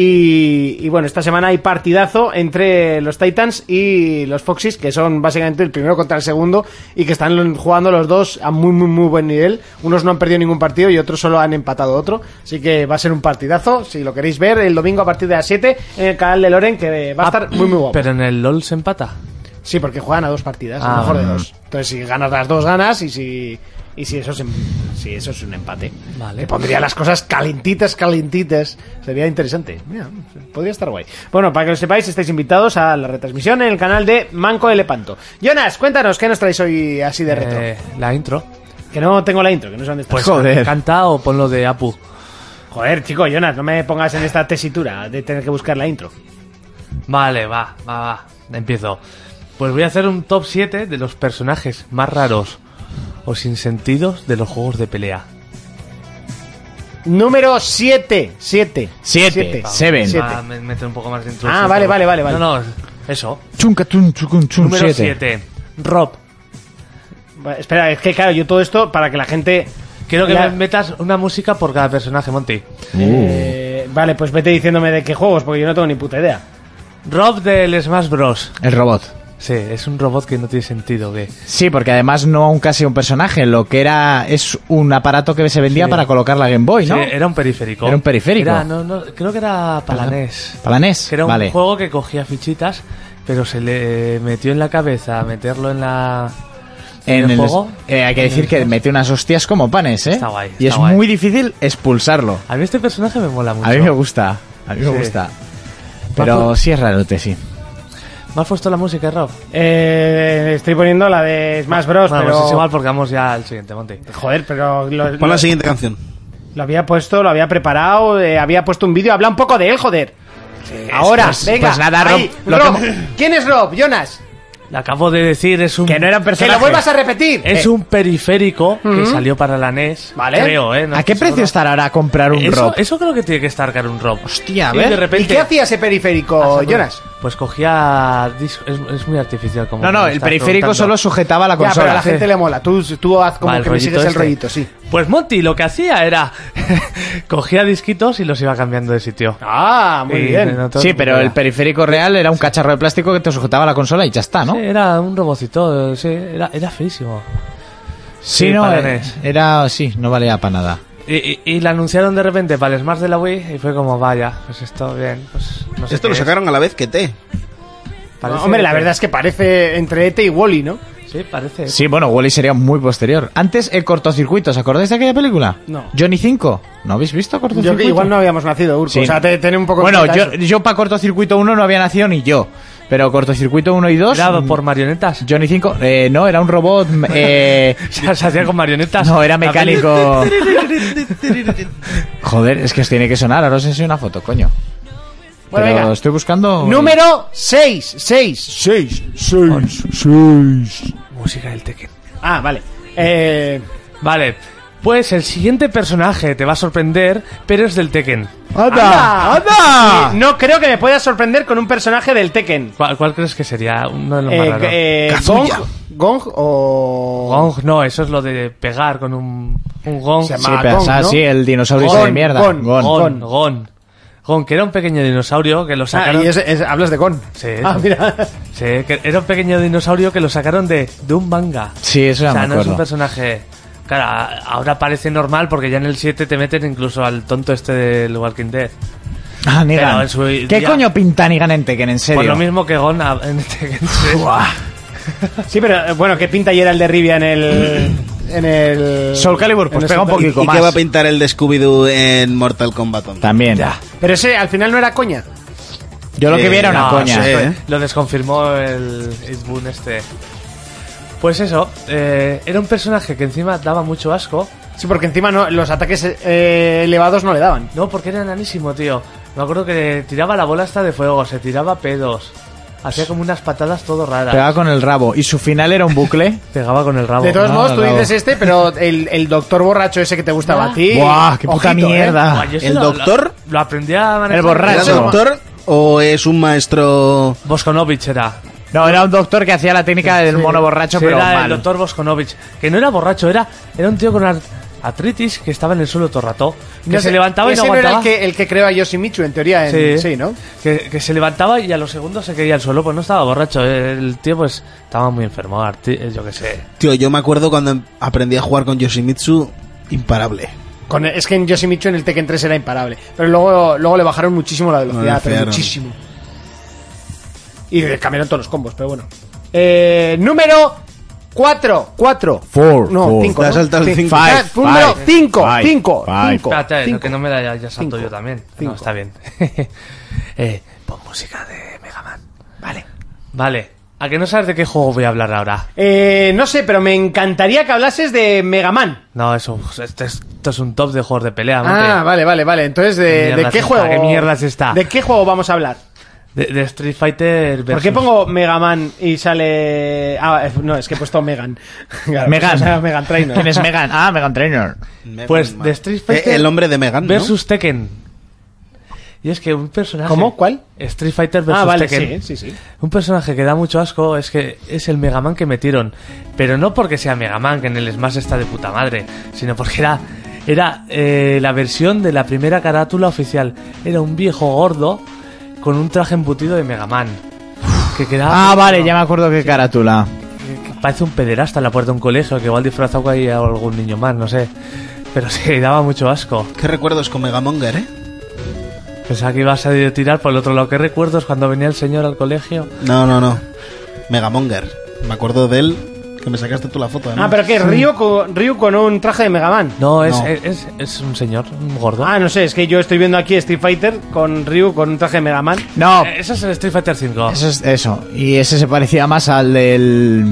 y bueno, esta semana hay partidazo entre los Titans y los Foxys, que son básicamente el primero contra el segundo, y que están jugando los dos a muy, muy, muy buen nivel. Unos no han perdido ningún partido y otros solo han empatado otro, así que va a ser un partidazo, si lo queréis ver, el domingo a partir de las 7 en el canal de Loren, que va a estar muy, muy guapo. Pero en el LOL se empata. Sí, porque juegan a 2 partidas, a Ah, lo mejor de bueno. 2. Entonces, si ganas las 2, ganas, y si eso es un empate. Vale. Que pondría las cosas calentitas. Sería interesante. Mira, podría estar guay. Bueno, para que lo sepáis, estáis invitados a la retransmisión en el canal de Manco de Lepanto. Jonas, cuéntanos, ¿qué nos traéis hoy así de retro? La intro. Que no tengo la intro, que no sé dónde está. Pues Joder. canta o ponlo de Apu. Joder, chico, Jonas, no me pongas en esta tesitura de tener que buscar la intro. Vale, va. Empiezo. Pues voy a hacer un top 7 de los personajes más raros o sin sentidos de los juegos de pelea. Número 7. 7. 7. Va a meter un poco más de introducción. Ah, vale. No, eso. Chun, Número 7. 7. Rob. Espera, es que claro, yo todo esto para que la gente... Quiero que La- me metas una música por cada personaje, Monty. Vale, pues vete diciéndome de qué juegos, porque yo no tengo ni puta idea. Rob del Smash Bros. El robot. Sí, es un robot que no tiene sentido. Que Sí, porque además no aún casi un personaje, lo que era es un aparato que se vendía Sí. para colocar la Game Boy, ¿no? Sí, era un periférico. Era un periférico. Creo que era para la NES. Para la NES. Que era un vale. juego que cogía fichitas, pero se le metió en la cabeza meterlo en la... En el, juego. hay que decir que mete unas hostias como panes, ¿eh? Está guay, y está es guay. muy difícil expulsarlo. A mí este personaje me mola mucho. A mí me gusta. A mí me Sí. gusta. Pero sí es rarote, sí. ¿Me has puesto la música, Rob? Estoy poniendo la de Smash Bros, Bueno, pero... pues es igual porque vamos ya al siguiente, Monty. Joder, pero... Pon la siguiente canción. Lo había puesto, lo había preparado, había puesto un vídeo, habla un poco de él, joder. Ahora, pues- venga. pues nada, ahí, Rob, Rob. ¿Quién es Rob, Jonas? Le acabo de decir, es un... Que no era un Que personaje. lo vuelvas a repetir. Es un periférico que salió para la NES. Vale. Creo, ¿eh? No ¿A qué estoy precio seguro. estará ahora comprar un Eso, Rob? eso creo que tiene que estar caro un Rob. Hostia, a Y ver. de ¿Y repente... qué hacía ese periférico, Jonas? Pues cogía... Es muy artificial como... No, me el estás periférico preguntando. solo sujetaba la Ya, pero consola. a la gente le mola. Tú haz como Va, el que me rollito sigues el este. rollito, sí. Pues Monty lo que hacía era... cogía disquitos y los iba cambiando de sitio. Ah, muy Y bien. no tengo Sí, ni pero idea. el periférico real era un cacharro de plástico que te sujetaba la consola y ya está, ¿no? Sí, era un robocito, sí, era feísimo. Sí, no, para NES. sí, no valía para nada. Y la anunciaron de repente para el Smash de la Wii y fue como, vaya, pues esto bien, pues no sé Esto qué lo es. sacaron a la vez que T. Parece Hombre, la que- verdad es que parece entre Ete y Wally, ¿no? Sí, parece. Sí, bueno, Wall-E sería muy posterior. Antes, el cortocircuito, ¿os acordáis de aquella película? No. Johnny 5. ¿No habéis visto Yo cortocircuito? que igual no habíamos nacido, Urco. Sí. O sea, tener un poco en Bueno, cuenta eso. yo para cortocircuito 1 no había nacido ni yo. Pero Cortocircuito 1 y 2... ¿Era por marionetas? Johnny 5... no, era un robot... Se hacía con marionetas. No, era mecánico... Joder, es que os tiene que sonar. Ahora os enseño una foto, coño. Bueno, Pero venga. estoy buscando... Número 6. 6. Música del Tekken. Ah, vale. Vale, pues el siguiente personaje te va a sorprender, pero es del Tekken. ¡Anda! No creo que me pueda sorprender con un personaje del Tekken. ¿Cuál crees que sería uno de los más raros? Kazuya. Gong o... Gong, no, eso es lo de pegar con un gong. Se Sí, llama pero, Gong, ¿no? sí, el dinosaurio Gon, de mierda. Gon, Gon. Gon, que era un pequeño dinosaurio que lo sacaron... y hablas de Gon. Sí, Ah, mira. sí, que era un pequeño dinosaurio que lo sacaron de un manga. Sí, eso ya O sea, me no es acuerdo. un personaje... Claro, ahora parece normal porque ya en el 7 te meten incluso al tonto este del Walking Dead. Ah, Negan. Pero en su ¿Qué día- coño pinta Negan en Tekken, en serio? Pues lo mismo que Gon en Tekken 3. Sí, pero bueno, ¿qué pinta ayer el de Rivia en el... Soul Calibur, pues en el pega un Soul poquito ¿Y más. qué va a pintar el de Scooby-Doo en Mortal Kombat 11? También. Pero ese al final no era coña. Yo lo que vi era una No, coña. sí. Lo desconfirmó el Ace Boon este. Pues eso, era un personaje que encima daba mucho asco. Sí, porque encima no, los ataques elevados no le daban. No, porque era enanísimo, tío. Me acuerdo que tiraba la bola hasta de fuego, se tiraba pedos. Hacía como unas patadas todo raras. Pegaba con el rabo. Y su final era un bucle. Pegaba con el rabo. De todos no, modos, tú no. dices este, pero el doctor borracho ese que te gustaba a ti... ¡Buah, qué puta ojito, mierda! Buah, yo eso ¿El doctor? Lo aprendí a manejar. El borracho. ¿Era doctor o es un maestro? Boskonovich era. No, era un doctor que hacía la técnica del mono borracho, Sí, pero era el mal. doctor Boskonovich. Que no era borracho, era un tío con artritis que estaba en el suelo todo el rato. Que No se sé, levantaba y no ese aguantaba. era el que creó a Yoshimitsu, en teoría. Sí, ¿no? Que se levantaba y a los segundos se caía al suelo. Pues no estaba borracho. El tío pues estaba muy enfermo. Yo qué sé. Tío, yo me acuerdo cuando aprendí a jugar con Yoshimitsu, imparable. Es que en Yoshimitsu en el Tekken 3 era imparable. Pero luego le bajaron muchísimo la velocidad, Lo pero nerfearon. muchísimo. Y le cambiaron todos los combos, pero bueno. Número 4. Four, No, four. 5. Te has saltado el cinco. Número Five, 5. five, 5. five. Espérate, que no me la ya salto yo también. Cinco. No, está bien. Pon música de Mega Man. Vale. Vale. ¿A que no sabes de qué juego voy a hablar ahora? No sé, pero me encantaría que hablases de Mega Man. No, esto es un top de juegos de pelea. Ah, vale. Entonces, ¿de mierdas qué está? juego? ¿Qué mierdas está? ¿De qué juego vamos a hablar? De Street Fighter ¿Por qué pongo Mega Man y sale... no, es que he puesto Megan. Claro, Megan. o sea, Megan Trainor. ¿Quién es Megan? Ah, Megan Trainor. Pues de Street Fighter El hombre de Megan, ¿no? versus Tekken. Y es que un personaje... ¿Cómo? ¿Cuál? Street Fighter versus Ah, vale, Tekken. sí. Un personaje que da mucho asco es que es el Mega Man que metieron. Pero no porque sea Mega Man, que en el Smash está de puta madre, sino porque era la versión de la primera carátula oficial. Era un viejo gordo con un traje embutido de Mega Man. Que quedaba... Ah, vale, ya me acuerdo qué carátula. que parece un pederasta en la puerta de un colegio, que igual disfrazado que hay algún niño más, no sé. Pero sí, daba mucho asco. ¿Qué recuerdos con Megamonger, Pensaba que ibas a tirar por el otro lado. ¿Qué recuerdos cuando venía el señor al colegio? No. Megamonger. Me acuerdo de él, que me sacaste tú la foto. además. Ah, pero ¿qué? Ryu con un traje de Mega Man. No, No. es un señor, un gordo. Ah, no sé, es que yo estoy viendo aquí Street Fighter con Ryu con un traje de Mega Man. No, Eso es el Street Fighter 5. eso es eso. Y ese se parecía más al del...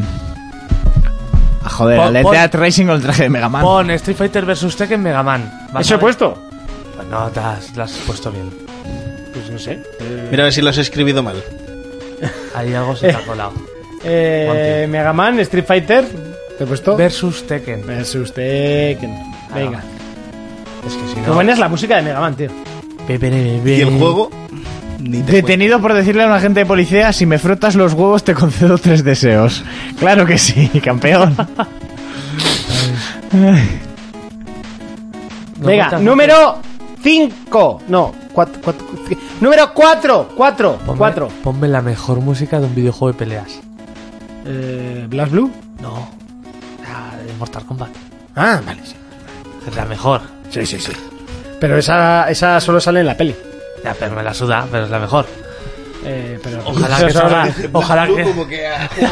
Ah, joder, Pon- al del pon- Death Racing con el traje de Mega Man. Pon Street Fighter vs Tekken Mega Man. ¿Vas ¿Eso a he ver? puesto? Pues no, lo has puesto bien. Pues no sé. Mira a ver si lo has escribido mal. Ahí algo se te ha colado. Mega Man, Street Fighter. ¿Te he puesto? Versus Tekken. Versus Tekken. Venga. Es que si Qué no... buena es la música de Mega Man, tío. Y el juego, ni te Detenido por decirle a un agente de policía: si me frotas los huevos te concedo 3 deseos. Claro que sí, campeón. Venga, cuentas, número 5. No, 4. Número 4. 4. Ponme la mejor música de un videojuego de peleas. ¿Blast Blue? No. De Mortal Kombat. Ah, vale, sí. Es la mejor. Sí. Pero esa solo sale en la peli. Ya, pero me la suda, pero es la mejor. Pero Ojalá que ojalá que...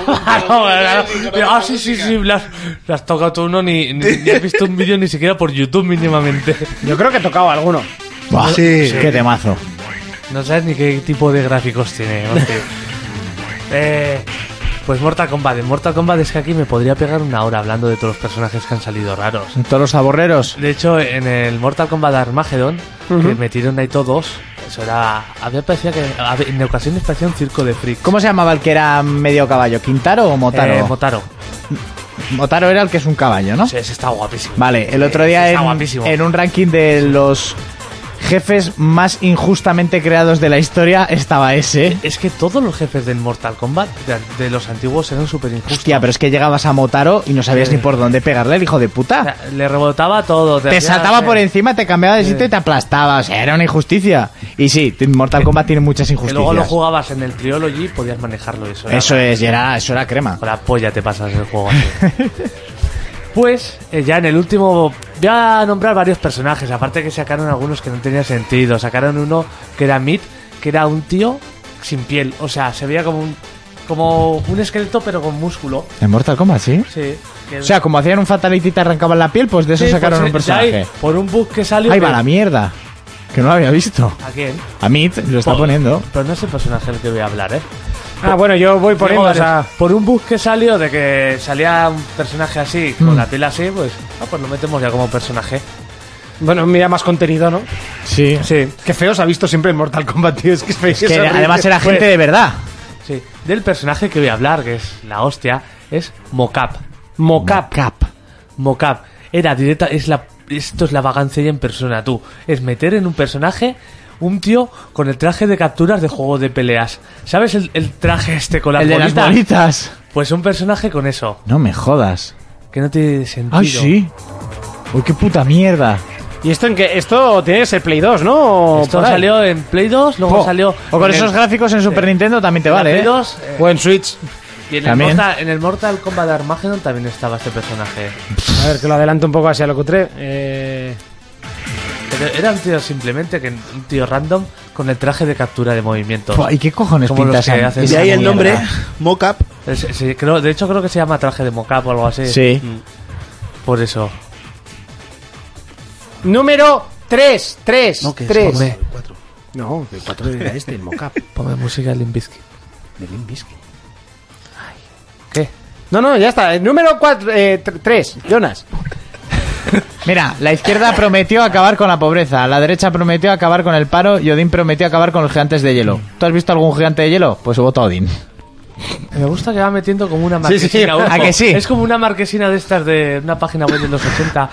Ah, sí, le has tocado tú uno, ni has visto un vídeo ni siquiera por YouTube mínimamente. Yo creo que he tocado alguno. Buah, Sí. qué temazo. No sabes ni qué tipo de gráficos tiene. hostia. Pues Mortal Kombat. En Mortal Kombat es que aquí me podría pegar una hora hablando de todos los personajes que han salido raros. Todos los aborreros. De hecho, en el Mortal Kombat Armageddon, que metieron ahí todos, eso era... parecía que en ocasiones parecía un circo de freaks. ¿Cómo se llamaba el que era medio caballo? ¿Quintaro o Motaro? Motaro. Motaro era el que es un caballo, ¿no? Sí, ese está guapísimo. Vale, el otro día en un ranking de los jefes más injustamente creados de la historia estaba ese. Es que todos los jefes del Mortal Kombat de los antiguos eran súper injustos. Hostia, pero es que llegabas a Motaro y no sabías ni por dónde pegarle, el hijo de puta. O sea, le rebotaba todo. Te saltaba por encima, te cambiaba de sitio y te aplastaba. O sea, era una injusticia. Y sí, Mortal Kombat tiene muchas Que injusticias. luego lo jugabas en el Trilogy, podías manejarlo. Eso era crema. Con la polla te pasas el juego así. Pues ya en el último voy a nombrar varios personajes. Aparte que sacaron algunos que no tenían sentido. Sacaron uno que era Meat, que era un tío sin piel. O sea, se veía como un esqueleto pero con músculo. ¿En Mortal Kombat, sí? Sí. O sea, como hacían un Fatality y te arrancaban la piel, pues de eso sacaron pues, un personaje. Ahí, por un bug que salió... Ahí va la mierda. Que no lo había visto. ¿A quién? A Meat, lo está poniendo. Pero no es el personaje del que voy a hablar, ¿eh? Bueno, yo voy poniendo, o sea... Por un bug que salió de que salía un personaje así, con la piel así, pues lo metemos ya como personaje. Bueno, mira, más contenido, ¿no? Sí. Qué feo se ha visto siempre en Mortal Kombat, tío. Es que es que además era gente de verdad. Sí. Del personaje que voy a hablar, que es la hostia, es Mocap. Mocap. Era directa, esto es la vagancia en persona, tú. Es meter en un personaje... Un tío con el traje de capturas de juego de peleas. ¿Sabes el traje este con las bolitas? El de las bolitas. Pues un personaje con eso. No me jodas. Que no tiene sentido. ¡Ay, sí! ¡Uy, qué puta mierda! ¿Y esto en qué? Esto tiene que ser Play 2, ¿no? Esto salió en Play 2, luego salió... O con esos gráficos en Super Nintendo también te vale, Play 2, o en Switch. Y en el Mortal Kombat Armageddon también estaba este personaje. A ver, que lo adelanto un poco hacia lo que cutre. Pero era un tío simplemente, un tío random con el traje de captura de movimientos. ¿Y qué cojones pintas? Y de ahí el nombre, Mocap. Sí, de hecho creo que se llama traje de mocap o algo así. Sí. Por eso. Número 3. No, que 3. es 4. No, el 4 era el mocap. Ponme música de Limp Bizkit. De Limp Bizkit. ¿Qué? No, ya está. El número 3, Jonas. Mira, la izquierda prometió acabar con la pobreza, la derecha prometió acabar con el paro y Odín prometió acabar con los gigantes de hielo. ¿Tú has visto algún gigante de hielo? Pues voto a Odín. Me gusta que va metiendo como una marquesina. Sí. ¿A que sí? Es como una marquesina de estas de una página web de los 80.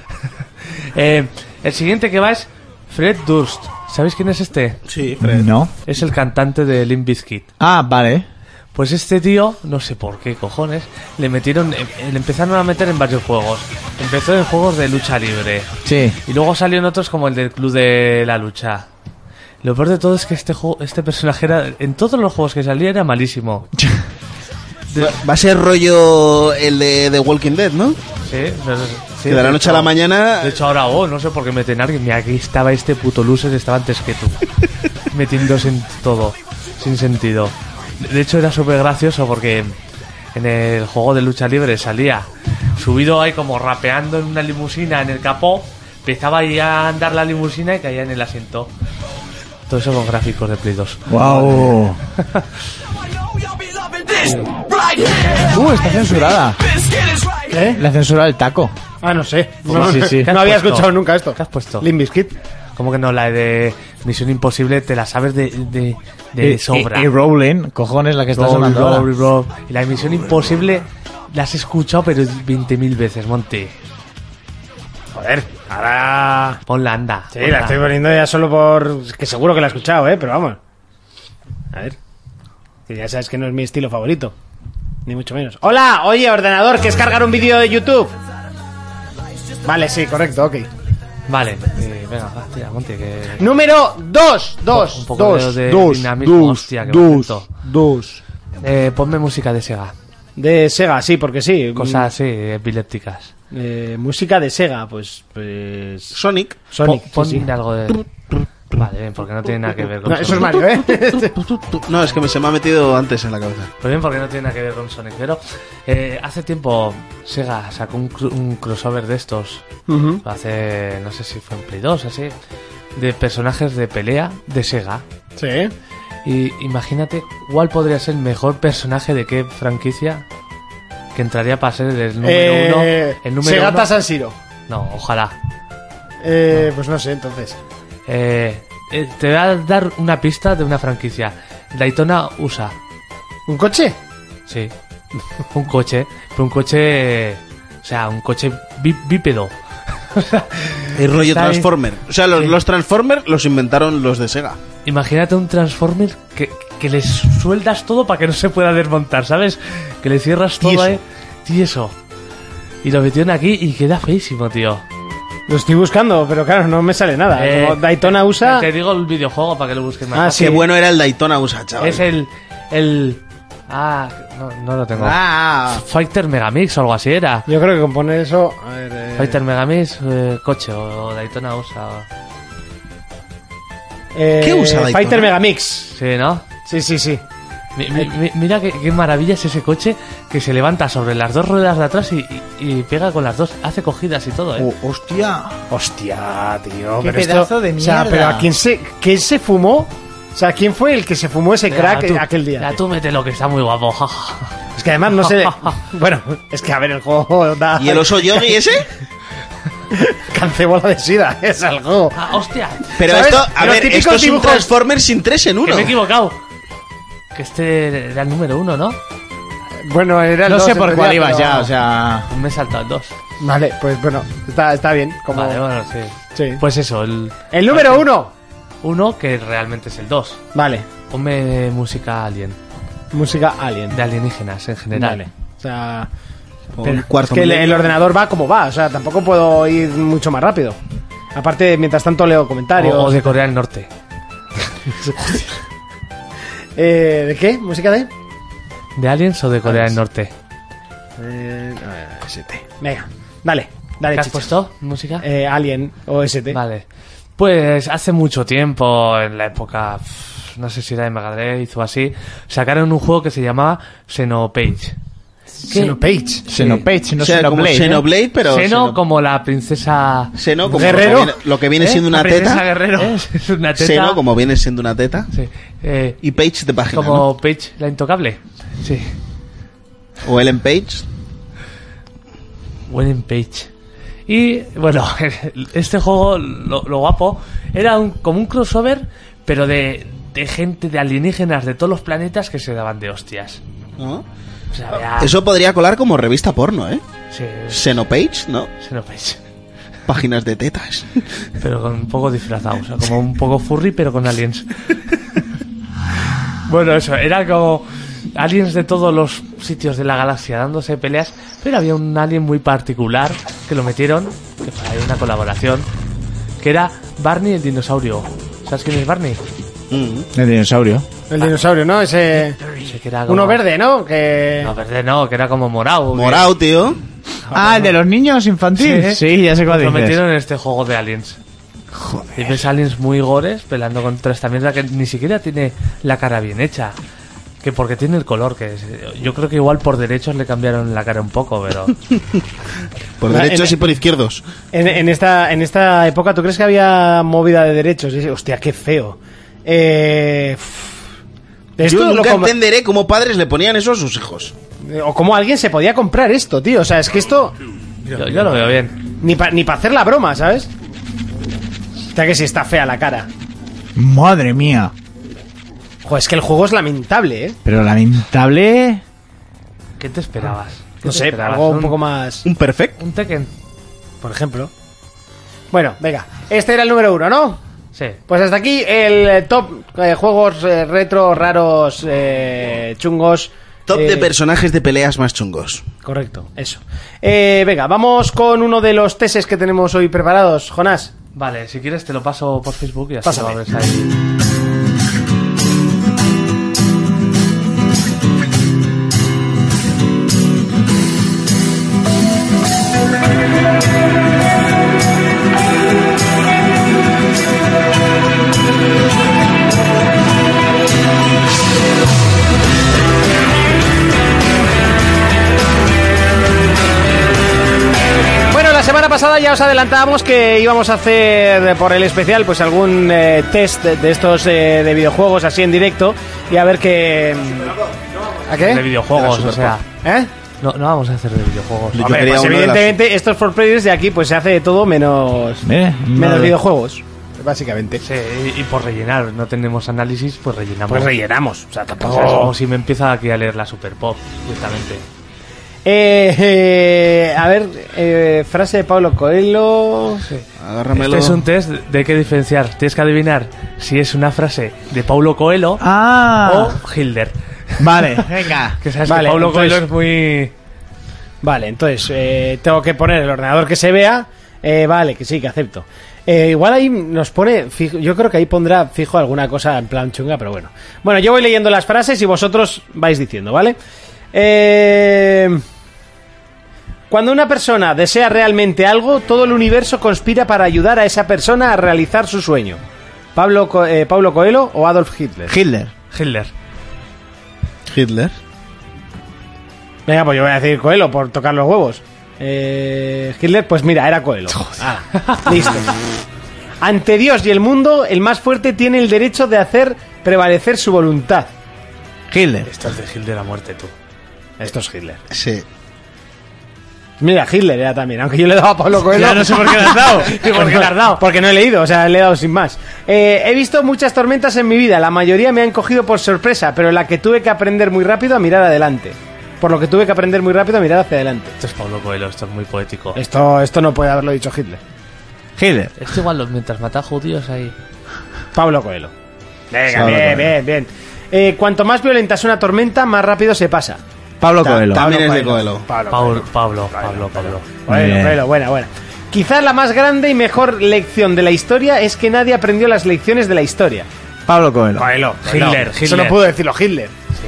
El siguiente que va es Fred Durst. ¿Sabéis quién es este? Sí, Fred. No. Es el cantante de Limp Bizkit. Ah, vale. Pues este tío, no sé por qué cojones, le empezaron a meter en varios juegos. Empezó en juegos de lucha libre. Sí. Y luego salió en otros como el del Club de la Lucha. Lo peor de todo es que este personaje en todos los juegos que salía era malísimo. Va a ser rollo el de The Walking Dead, ¿no? Sí, Que de la noche a la mañana... De hecho ahora, no sé por qué meten a alguien. Mira, aquí estaba este puto loser, estaba antes que tú. Metiéndose en todo, sin sentido. De hecho era súper gracioso porque en el juego de lucha libre salía subido ahí como rapeando en una limusina en el capó, empezaba ahí a andar la limusina y caía en el asiento. Todo eso con gráficos de Play 2. ¡Wow! Está censurada. ¿Eh? La censura del taco. Ah, no sé. Sí. No había escuchado nunca esto. ¿Qué has puesto? Limp Bizkit. ¿Cómo que no? La de Misión Imposible te la sabes de sobra. Y Rowling, cojones, la que está sonando ahora. Y la Misión Imposible la has escuchado pero 20.000 veces, Monty. Joder, ahora... Ponla, anda. Sí, la estoy poniendo ya solo por... Que seguro que la he escuchado, pero vamos. A ver. Que ya sabes que no es mi estilo favorito. Ni mucho menos. ¡Hola! Oye, ordenador, ¿qué es cargar un vídeo de YouTube? Vale, sí, correcto, ok. Vale, venga, va, tira, Monty, que... Número 2. Un poco de dinamismo, hostia, que bonito. Ponme música de Sega. De Sega, sí, porque sí. Cosas así, epilépticas. Música de Sega, pues... Sonic. Pon sí. algo de... Vale, bien, porque no tiene nada que ver con No, Sonic. eso es Mario, ¿eh? No, es que se me ha metido antes en la cabeza. Pues bien, porque no tiene nada que ver con Sonic. Pero hace tiempo Sega sacó un crossover de estos. Hace, no sé si fue en Play 2 así. De personajes de pelea de Sega. Sí. Y imagínate cuál podría ser el mejor personaje de qué franquicia que entraría para ser el número uno. El número Segata uno. San Siro. No, ojalá. Pues no sé, entonces. Te voy a dar una pista de una franquicia. Daytona USA. ¿Un coche? Sí. Un coche. Pero un coche... O sea, un coche bípedo. El rollo Está ahí. Transformer. O sea, los Transformers los inventaron los de Sega. Imagínate un Transformer que le sueldas todo para que no se pueda desmontar, ¿sabes? Que le cierras todo Tieso. ahí. Tieso. Y lo metieron aquí y queda feísimo, tío. Lo estoy buscando, pero claro, no me sale nada. Como Daytona USA... Te digo el videojuego para que lo busques más. Ah, fácil. sí. Qué bueno era el Daytona USA, chaval. Es el... no lo tengo. Ah, Fighter Megamix o algo así era. Yo creo que con poner eso... A ver, Fighter Megamix, coche o Daytona USA. ¿Qué usa Daytona? Fighter Megamix. Sí, ¿no? Sí. Mira qué maravilla es ese coche que se levanta sobre las dos ruedas de atrás y pega con las dos. Hace cogidas y todo, ¿eh? hostia. Hostia, tío. Qué pero esto- pedazo de O sea, mierda. pero ¿a quién se fumó? O sea, ¿quién fue el que se fumó ese crack aquel día? Ya tú mételo que está muy guapo. Es que además no sé... Bueno, es que a ver, el juego da... ¿Y el oso yogi ese? Cancebola de sida, es algo... Ah, hostia, Pero ¿Sabes? esto, a Los ver, típicos esto es un dibujos- Transformer sin 3 en que 1. me he equivocado. Que este era el número 1, ¿no? Bueno, era el No dos sé en por teoría, cuál ibas pero- ya, o sea... Me he saltado el 2. Vale, pues bueno, está bien. Como... Vale, bueno, sí. Sí. Pues eso, el El número 1. 1 que realmente es el 2. Vale, Ponme música alien, música Alien. de alienígenas en general. Vale. O sea, Pero es que el ordenador va como va, o sea, tampoco puedo ir mucho más rápido. Aparte, mientras tanto leo comentarios. O de Corea del Norte. ¿De qué? ¿Música de? ¿De aliens o de Corea del Norte? ST. Venga, dale, ¿Qué has chicha. puesto? ¿Música? Alien o ST. Vale. Pues hace mucho tiempo, en la época, no sé si era de Mega Drive o así, sacaron un juego que se llamaba Xenopage. Xenopage. Xenopage, no O sea, como Xenoblade. Xenoblade, pero... Xeno como la princesa... Xeno como Guerrero. lo que viene siendo La una princesa teta. Guerrero. Es una teta. Xeno como viene siendo una teta. Sí. Y Page de página, Como ¿no? Page, la intocable. Sí. O Ellen Page. Winning Page. Y bueno, este juego, lo guapo, era como un crossover, pero de gente, de alienígenas de todos los planetas que se daban de hostias. ¿No? O sea, había... Eso podría colar como revista porno, ¿eh? Sí, Xenopage, ¿no? Xenopage. Páginas de tetas. Pero con un poco disfrazado, o sea, como un poco furry, pero con aliens. Bueno, eso, era como aliens de todos los sitios de la galaxia dándose peleas, pero había un alien muy particular que lo metieron, que fue ahí una colaboración, que era Barney el dinosaurio. ¿Sabes quién es Barney? El dinosaurio. El dinosaurio, ¿no? Ese... Ese que era como... Uno verde, ¿no? Que... No, verde no, que era como morado. Morao, tío. Ah, el de los niños infantil. Sí, ya sé cuál Lo dices. metieron en este juego de aliens. Y ves aliens muy gores peleando contra esta mierda que ni siquiera tiene la cara bien hecha. Que porque tiene el color, que yo creo que igual por derechos le cambiaron la cara un poco, pero... Por derechos y por izquierdos. En esta época, ¿tú crees que había movida de derechos? Y dice, hostia, qué feo. Esto Yo lo nunca com- entenderé cómo padres le ponían eso a sus hijos. O cómo alguien se podía comprar esto, tío. O sea, es que esto... Yo lo veo bien. Ni para hacer la broma, ¿sabes? O sea, que si está fea la cara. Madre mía. Joder, es que el juego es lamentable, ¿eh? Pero lamentable. ¿Qué te esperabas? ¿Qué No te sé, esperabas? algo un poco más... Un perfect. Un Tekken. Por ejemplo. Bueno, venga. Este era el número 1, ¿no? Sí. Pues hasta aquí el top juegos retro, raros, chungos. Top de personajes de peleas más chungos. Correcto, eso. Venga, vamos con uno de los tests que tenemos hoy preparados, Jonás. Vale, si quieres te lo paso por Facebook y así Pásame. lo abres ahí. Bueno, la semana semana pasada ya os adelantábamos que íbamos a hacer por el especial pues algún test de estos de videojuegos así en directo y a ver qué... ¿A qué? De videojuegos, o sea... ¿Eh? No vamos a hacer de videojuegos. Yo Hombre, quería pues uno de las- evidentemente estos for players de aquí pues se hace de todo menos Vale. videojuegos, básicamente. Sí, y por rellenar, no tenemos análisis, pues rellenamos. Pues rellenamos, o sea, O tampoco... sea, es como si me empieza aquí a leer la Super Pop directamente. A ver, frase de Pablo Coelho... Agárramelo. Este es un test de hay que diferenciar. Tienes que adivinar si es una frase de Paulo Coelho Ah, o Hilder. vale, venga. Que sabes Vale, que Paulo entonces- Coelho es muy... Vale, entonces tengo que poner el ordenador que se vea. Vale, que sí, que acepto. Igual ahí nos pone, fijo, yo creo que ahí pondrá fijo alguna cosa en plan chunga, pero bueno. Bueno, yo voy leyendo las frases y vosotros vais diciendo, ¿vale? Cuando una persona desea realmente algo, todo el universo conspira para ayudar a esa persona a realizar su sueño. Paulo Coelho o Adolf Hitler. Hitler. Hilder. Hitler. Venga, pues yo voy a decir Coelho por tocar los huevos. Hitler, pues mira, era Coelho. Ah, listo. Ante Dios y el mundo, el más fuerte tiene el derecho de hacer prevalecer su voluntad. Hitler. Esto es de Hilder a muerte, tú. Esto es Hitler. Sí. Mira, Hitler era también, aunque yo le he dado a Pablo Coelho. Ya no sé por qué le has dado. ¿Y por qué le has dado? Porque no he leído, o sea, le he dado sin más. He visto muchas tormentas en mi vida, la mayoría me han cogido por sorpresa, pero la que tuve que aprender muy rápido a mirar adelante. Por lo que tuve que aprender muy rápido a mirar hacia adelante. Esto es Paulo Coelho, esto es muy poético. Esto no puede haberlo dicho Hitler. Hitler. Esto igual mientras mata a judíos ahí... Pablo Coelho. Venga, Pablo bien, Coelho. bien, bien. Cuanto más violenta es una tormenta, más rápido se pasa. Pablo Coelho. También es de Coelho. Coelho. Pablo. Bueno, buena. Quizás la más grande y mejor lección de la historia es que nadie aprendió las lecciones de la historia. Pablo Coelho. Hitler. Eso no puedo decirlo, Hitler.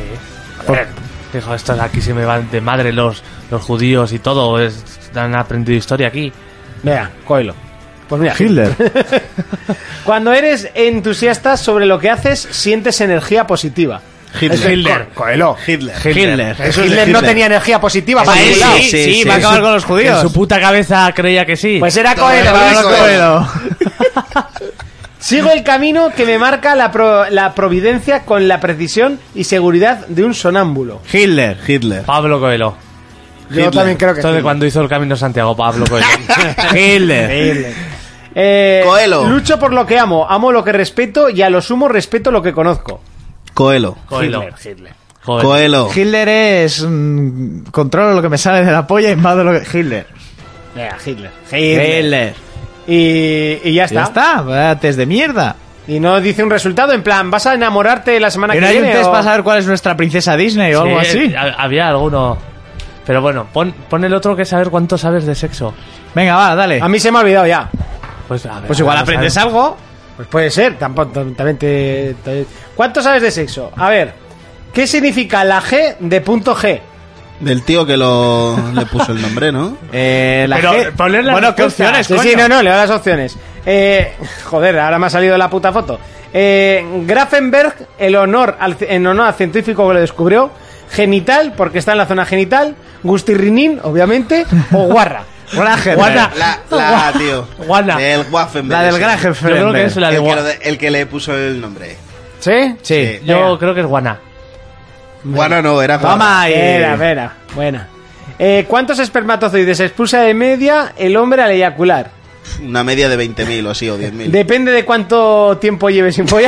Dijo, estos aquí se me van de madre los judíos y todo. Han aprendido historia aquí. Venga, Coelho. Pues mira, Hitler. Cuando eres entusiasta sobre lo que haces, sientes energía positiva. Hitler. Coelho. Hitler. Hitler. Hitler no tenía energía positiva para ningún lado. sí, va a acabar con los En judíos. su puta cabeza creía que sí. Pues era Coelho. Pablo Coelho. Sigo el camino que me marca la providencia con la precisión y seguridad de un sonámbulo. Hitler. Hitler. Pablo Coelho. Yo Hitler. también creo que Esto de sí. cuando hizo el Camino de Santiago, Pablo Coelho. Hitler. Coelho. Lucho por lo que amo lo que respeto y a lo sumo respeto lo que conozco. Coelho. Coelho. Hitler. Coelho. Hitler es... controlo lo que me sale de la polla y invado lo que... Hitler. Venga, Hitler. Hitler. Y ya está. Ya está. Test de mierda. Y no dice un resultado, en plan, ¿vas a enamorarte la semana ¿Y que no hay un viene? test o- para saber cuál es nuestra princesa Disney o algo así? Había alguno. Pero bueno, pon el otro que es saber cuánto sabes de sexo. Venga, va, dale. A mí se me ha olvidado ya. Pues, a ver, Pues igual vamos a ver. aprendes algo. Pues puede ser, tampoco, también ¿Cuánto sabes de sexo? A ver, ¿qué significa la G de punto G? Del tío que le puso el nombre, ¿no? La Pero G... ponle la Bueno, ¿qué respuesta. opciones, Sí, coño? sí, no, le doy las opciones. Joder, ahora me ha salido la puta foto. Grafenberg, en honor al científico que lo descubrió. Genital, porque está en la zona genital. Gustirrinín, obviamente. O guarra. Gragenberg. La tío. Guana. Del Waffenberg. La del ese. Yo Gragenberg. creo que es la de El que le puso el nombre. ¿Sí? Sí. Yo creo que es Guana. Bueno, no, era Toma ahí. Espera, buena. ¿Cuántos espermatozoides expulsa de media el hombre al eyacular? una media de 20.000 o así, o 10.000. Depende de cuánto tiempo lleves sin follar.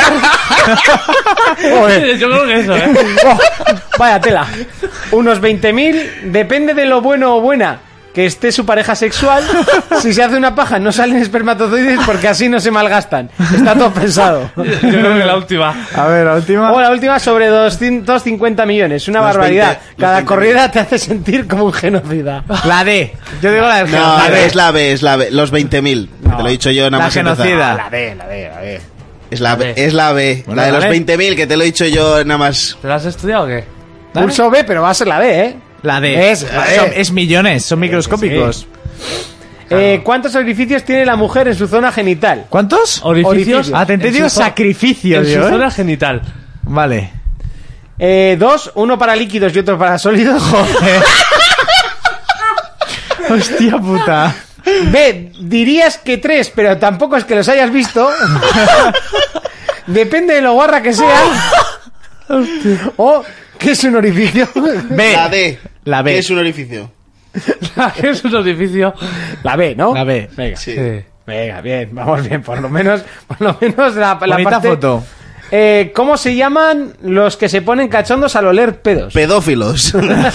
Joder. Yo creo que eso, ¿eh? Oh, vaya tela. Unos 20.000. Depende de lo bueno o buena que esté su pareja sexual. Si se hace una paja no salen espermatozoides porque así no se malgastan. Está todo pensado. Yo creo que la última. A ver, la última. O la última sobre 250 millones. Una Los barbaridad. 20, los Cada 20. corrida te hace sentir como un genocida. La D. Yo digo la del No, genocida. es la B, los 20.000. Te lo he dicho yo nada La más empezar. genocida. La D. Es la B, B. es la B. Bueno, la de la los B. 20.000 que te lo he dicho yo nada más. ¿Te lo has estudiado o qué? Pulso B, pero va a ser la D, ¿eh? La D. Es la D. Es millones, son microscópicos. ¿Cuántos orificios tiene la mujer en su zona genital? ¿Cuántos? Orificios. Ah, te he entendido En su zo- sacrificios, En su yo, ¿eh? zona genital. Vale. 2, uno para líquidos y otro para sólidos. Hostia puta. B, dirías que 3, pero tampoco es que los hayas visto. Depende de lo guarra que sea. O, ¿qué es un orificio? B. La D. La B. ¿Qué es un orificio? Es un edificio. La B, ¿no? La B. Venga. Sí. Sí. Venga, bien, vamos bien, por lo menos la Bonita parte... foto. ¿Cómo se llaman los que se ponen cachondos al oler pedos? Pedófilos.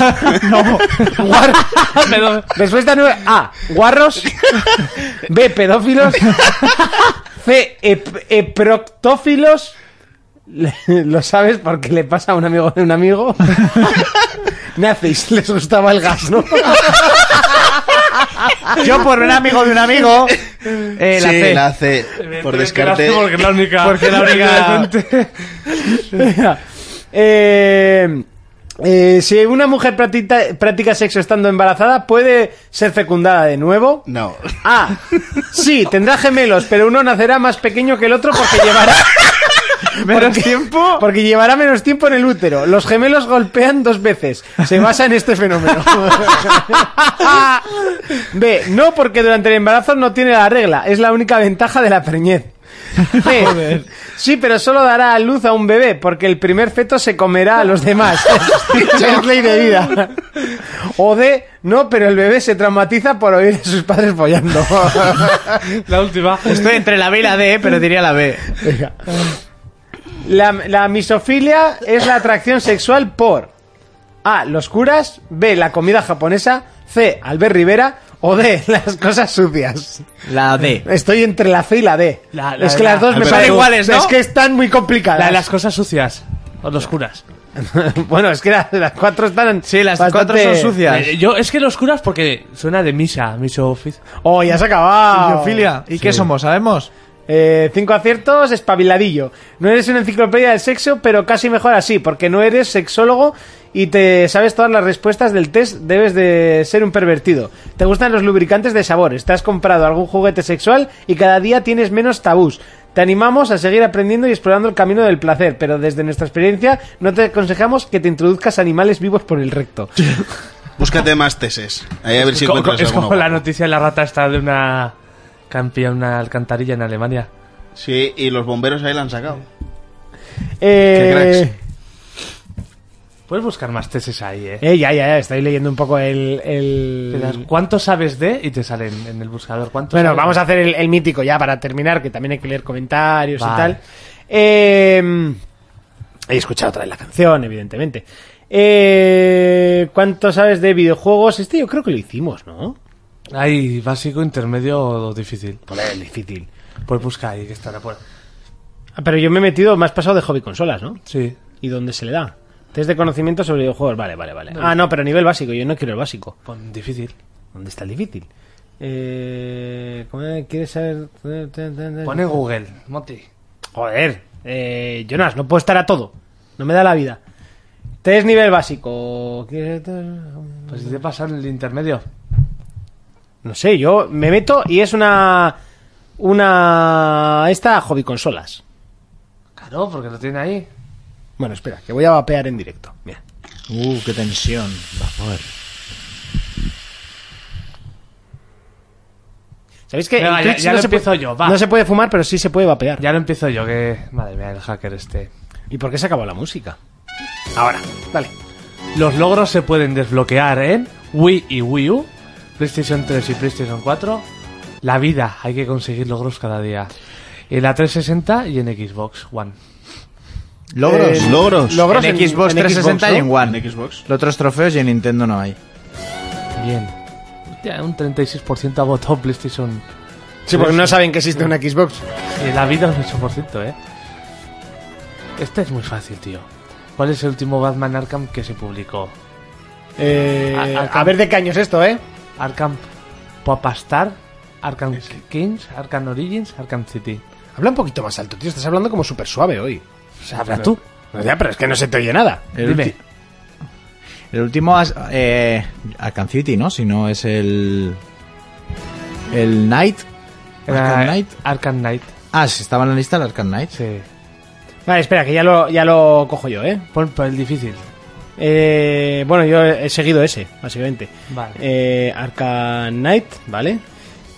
Respuesta 9. A, guarros. B, pedófilos. C, proctófilos. Lo sabes porque le pasa a un amigo de un amigo. Nazis, les gustaba el gas, ¿no? Yo por un amigo de un amigo. La Sí, C. la C. Por descarte. Porque es la única. Porque la única. Si una mujer practica sexo estando embarazada, ¿puede ser fecundada de nuevo? No. A. Sí, tendrá gemelos, pero uno nacerá más pequeño que el otro porque llevará... Menos tiempo. Porque llevará menos tiempo en el útero. Los gemelos golpean 2 veces. Se basa en este fenómeno. B. No, porque durante el embarazo no tiene la regla. Es la única ventaja de la preñez. C. Sí, pero solo dará a luz a un bebé, porque el primer feto se comerá a los demás. Es ley de vida. O D. No, pero el bebé se traumatiza por oír a sus padres follando. La última. Estoy entre la B y la D, pero diría la B. Venga. La misofilia es la atracción sexual por A. Los curas. B. La comida japonesa. C. Albert Rivera. O D. Las cosas sucias. La D. Estoy entre la C y la D. Es que las dos me Son parecen iguales, ¿no? Es que están muy complicadas. La de las cosas sucias. O los curas. Bueno, es que las 4 están... Sí, las bastante- 4 son sucias. Yo, es que los curas porque suena de misa. Misofilia. Oh, ya se ha acabado. Misofilia. ¿Y qué somos? ¿Sabemos? 5 aciertos, espabiladillo. No eres una enciclopedia del sexo, pero casi mejor así, porque no eres sexólogo y te sabes todas las respuestas del test. Debes de ser un pervertido. Te gustan los lubricantes de sabores. Te has comprado algún juguete sexual y cada día tienes menos tabús. Te animamos a seguir aprendiendo y explorando el camino del placer, pero desde nuestra experiencia no te aconsejamos que te introduzcas animales vivos por el recto. Búscate más tesis. Ahí a ver si encuentras Es alguno. como la noticia de la rata esta de una una alcantarilla en Alemania. Sí, y los bomberos ahí la han sacado. Eh, Puedes buscar más tesis ahí, ¿eh? ya, estoy leyendo un poco Te das, ¿cuánto sabes de? Y te sale en el buscador. ¿Cuánto Bueno, sabes vamos de? a hacer el mítico ya para terminar, que también hay que leer comentarios Vale. y tal. He escuchado otra vez la canción, evidentemente. ¿Cuánto sabes de videojuegos? Este yo creo que lo hicimos, ¿no? Hay básico, intermedio o difícil. Joder, difícil. Pues busca ahí, que estará por... Pero yo me he metido, me has pasado de hobby consolas, ¿no? Sí. ¿Y dónde se le da? Test de conocimiento sobre videojuegos, vale. Ah, no, pero a nivel básico, yo no quiero el básico. Pon difícil. ¿Dónde está el difícil? ¿Cómo quieres saber? Pon en Google, Moti. Joder, Jonas, no puedo estar a todo. No me da la vida. Test nivel básico. Pues si te pasan el intermedio. No sé, yo me meto y es una esta hobby consolas. Claro, porque lo tiene ahí. Bueno, espera, que voy a vapear en directo. Mira. Qué tensión. Vapor. ¿Sabéis que Venga, en Twitch ya no lo se empiezo puede- yo, va. No se puede fumar, pero sí se puede vapear. Ya lo empiezo yo, que... Madre mía, el hacker este. ¿Y por qué se acabó la música? Ahora, dale. Los logros se pueden desbloquear en Wii y Wii U, PlayStation 3 y PlayStation 4. La vida, hay que conseguir logros cada día. En la 360 y en Xbox One. Logros. Logros. En Xbox 360 ¿no? y en One. En Xbox. Los otros trofeos y en Nintendo no hay. Bien. Hostia, un 36% ha votado PlayStation. Sí, porque no saben que existe una Xbox. Y la vida un 8%, ¿eh? Este es muy fácil, tío. ¿Cuál es el último Batman Arkham que se publicó? A ver de qué año es esto, ¿eh? Arkham Pop Star, Arkham Kings, Arkham Origins, Arkham City. Habla un poquito más alto, tío. Estás hablando como súper suave hoy. O sea, habla tú. No, ya, pero es que no se te oye nada. Dime. El último Arkham City, ¿no? Si no es el Knight. Arkham Knight. Arkham Knight. Ah, si estaba en la lista el Arkham Knight. Sí. Vale, espera, que ya lo cojo yo, ¿eh? Pon por el difícil. Bueno, yo he seguido ese, básicamente. Vale. Arkham Knight, ¿vale?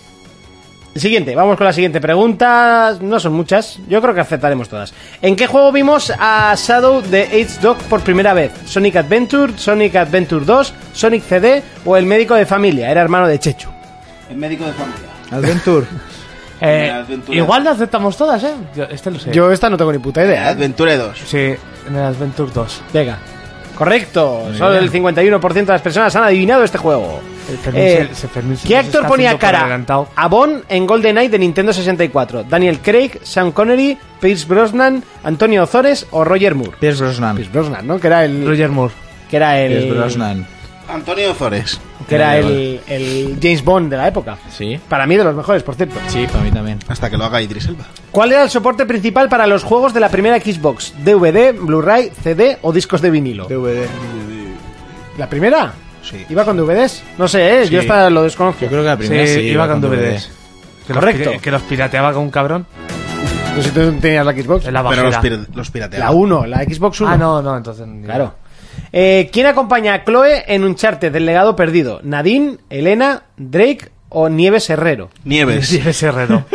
Siguiente, vamos con la siguiente pregunta. No son muchas, yo creo que aceptaremos todas. ¿En qué juego vimos a Shadow the Hedgehog por primera vez? ¿Sonic Adventure, Sonic Adventure 2, Sonic CD o el médico de familia? Era hermano de Chechu. El médico de familia. Adventure. Adventure. Igual lo aceptamos todas, ¿eh? Yo lo sé. Yo esta no tengo ni puta idea. Adventure 2. Sí, en el Adventure 2. Venga. Correcto, solo el 51% de las personas han adivinado este juego. ¿Qué actor ponía cara a Bond en GoldenEye de Nintendo 64? ¿Daniel Craig, Sean Connery, Pierce Brosnan, Antonio Ozores o Roger Moore? Pierce Brosnan. Pierce Brosnan, ¿no? Que era el... Roger Moore. Que era el... Pierce Brosnan. Antonio Ozores. Que era el James Bond de la época. Sí. Para mí de los mejores, por cierto. Sí, para mí también. Hasta que lo haga Idris Elba. ¿Cuál era el soporte principal para los juegos de la primera Xbox? ¿DVD, Blu-ray, CD o discos de vinilo? DVD. ¿La primera? Sí. ¿Iba con DVDs? No sé, Sí. yo esta lo desconozco. Yo creo que la primera sí, iba con DVDs. Correcto. Que los pirateaba con un cabrón. No sé si tú tenías la Xbox. En la Pero bajera. los pirateaba. La 1, la Xbox 1. Ah, no, entonces... Claro. ¿Quién acompaña a Chloe en Uncharted del legado perdido? ¿Nadine, Elena, Drake o Nieves Herrero? Nieves. Nieves Herrero.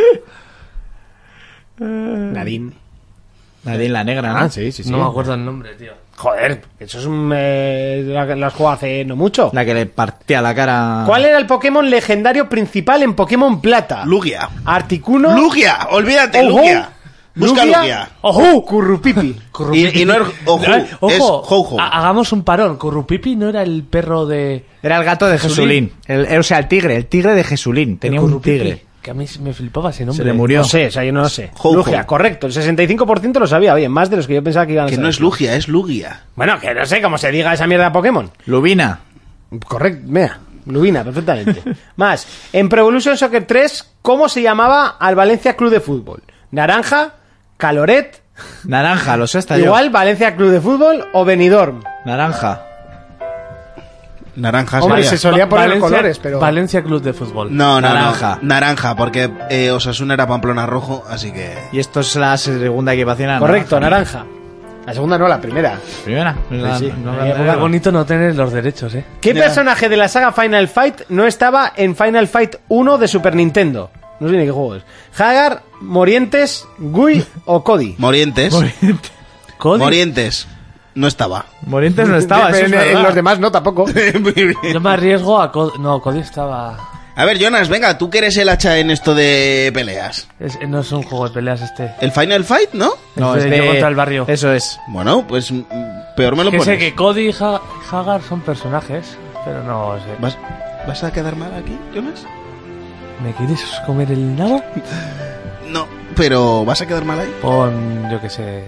Nadine. Nadine la negra, ¿no? Ah, sí. No me acuerdo el nombre, tío. Joder, eso es un... lo has jugado hace no mucho. La que le partía la cara. ¿Cuál era el Pokémon legendario principal en Pokémon Plata? Lugia. Articuno. Lugia, olvídate, Ojo. Lugia. Busca Lugia. ¡Ojo! Currupipi. Y no es Ojo, Ojo, es Ho-Ho. hagamos un parón. Currupipi no era el perro de... Era el gato de Jesulín. O sea, el tigre de Jesulín. Tenía de un Currupipi, tigre. Que a mí me flipaba ese nombre. Se le murió. No sé, o sea, yo no lo sé. Ho-Ho. Lugia, correcto. El 65% lo sabía. Oye, más de los que yo pensaba que iban a Que saber. no es Lugia, es Lugia. Bueno, que no sé cómo se diga esa mierda de Pokémon. Lubina. Correcto, mira, Lubina, perfectamente. Más, en Pro Evolution Soccer 3, ¿cómo se llamaba al Valencia Club de Fútbol? ¿Naranja? ¿Caloret? Naranja, lo sé hasta Igual Valencia Club de Fútbol o Benidorm. yo. Naranja. Naranja Hombre, sería. se solía poner Valencia, colores, pero... Valencia Club de Fútbol. No, Naranja. Naranja, porque Osasuna era Pamplona rojo, así que... Y esto es la segunda equipación a Correcto, naranja. La segunda no, la primera. Primera. Sí. Es bonito no tener los derechos, ¿eh? ¿Qué personaje de la saga Final Fight no estaba en Final Fight 1 de Super Nintendo? No sé ni qué juego es. ¿Hagar, Morientes, Gui o Cody? Morientes. Cody. Morientes. No estaba. Morientes no estaba, eso es en verdad. los demás no, tampoco. Yo me arriesgo a Cody. No, Cody estaba... A ver, Jonas, venga, tú que eres el hacha en esto de peleas. No es un juego de peleas este. ¿El Final Fight, no? No, Es es de de... Yo contra el barrio. Eso es. Bueno, pues peor me lo Que pones. sé que Cody y Hagar son personajes, pero no sé. ¿Vas a quedar mal aquí, Jonas? ¿Me quieres comer el nabo? No, pero ¿vas a quedar mal ahí? Pon, yo qué sé...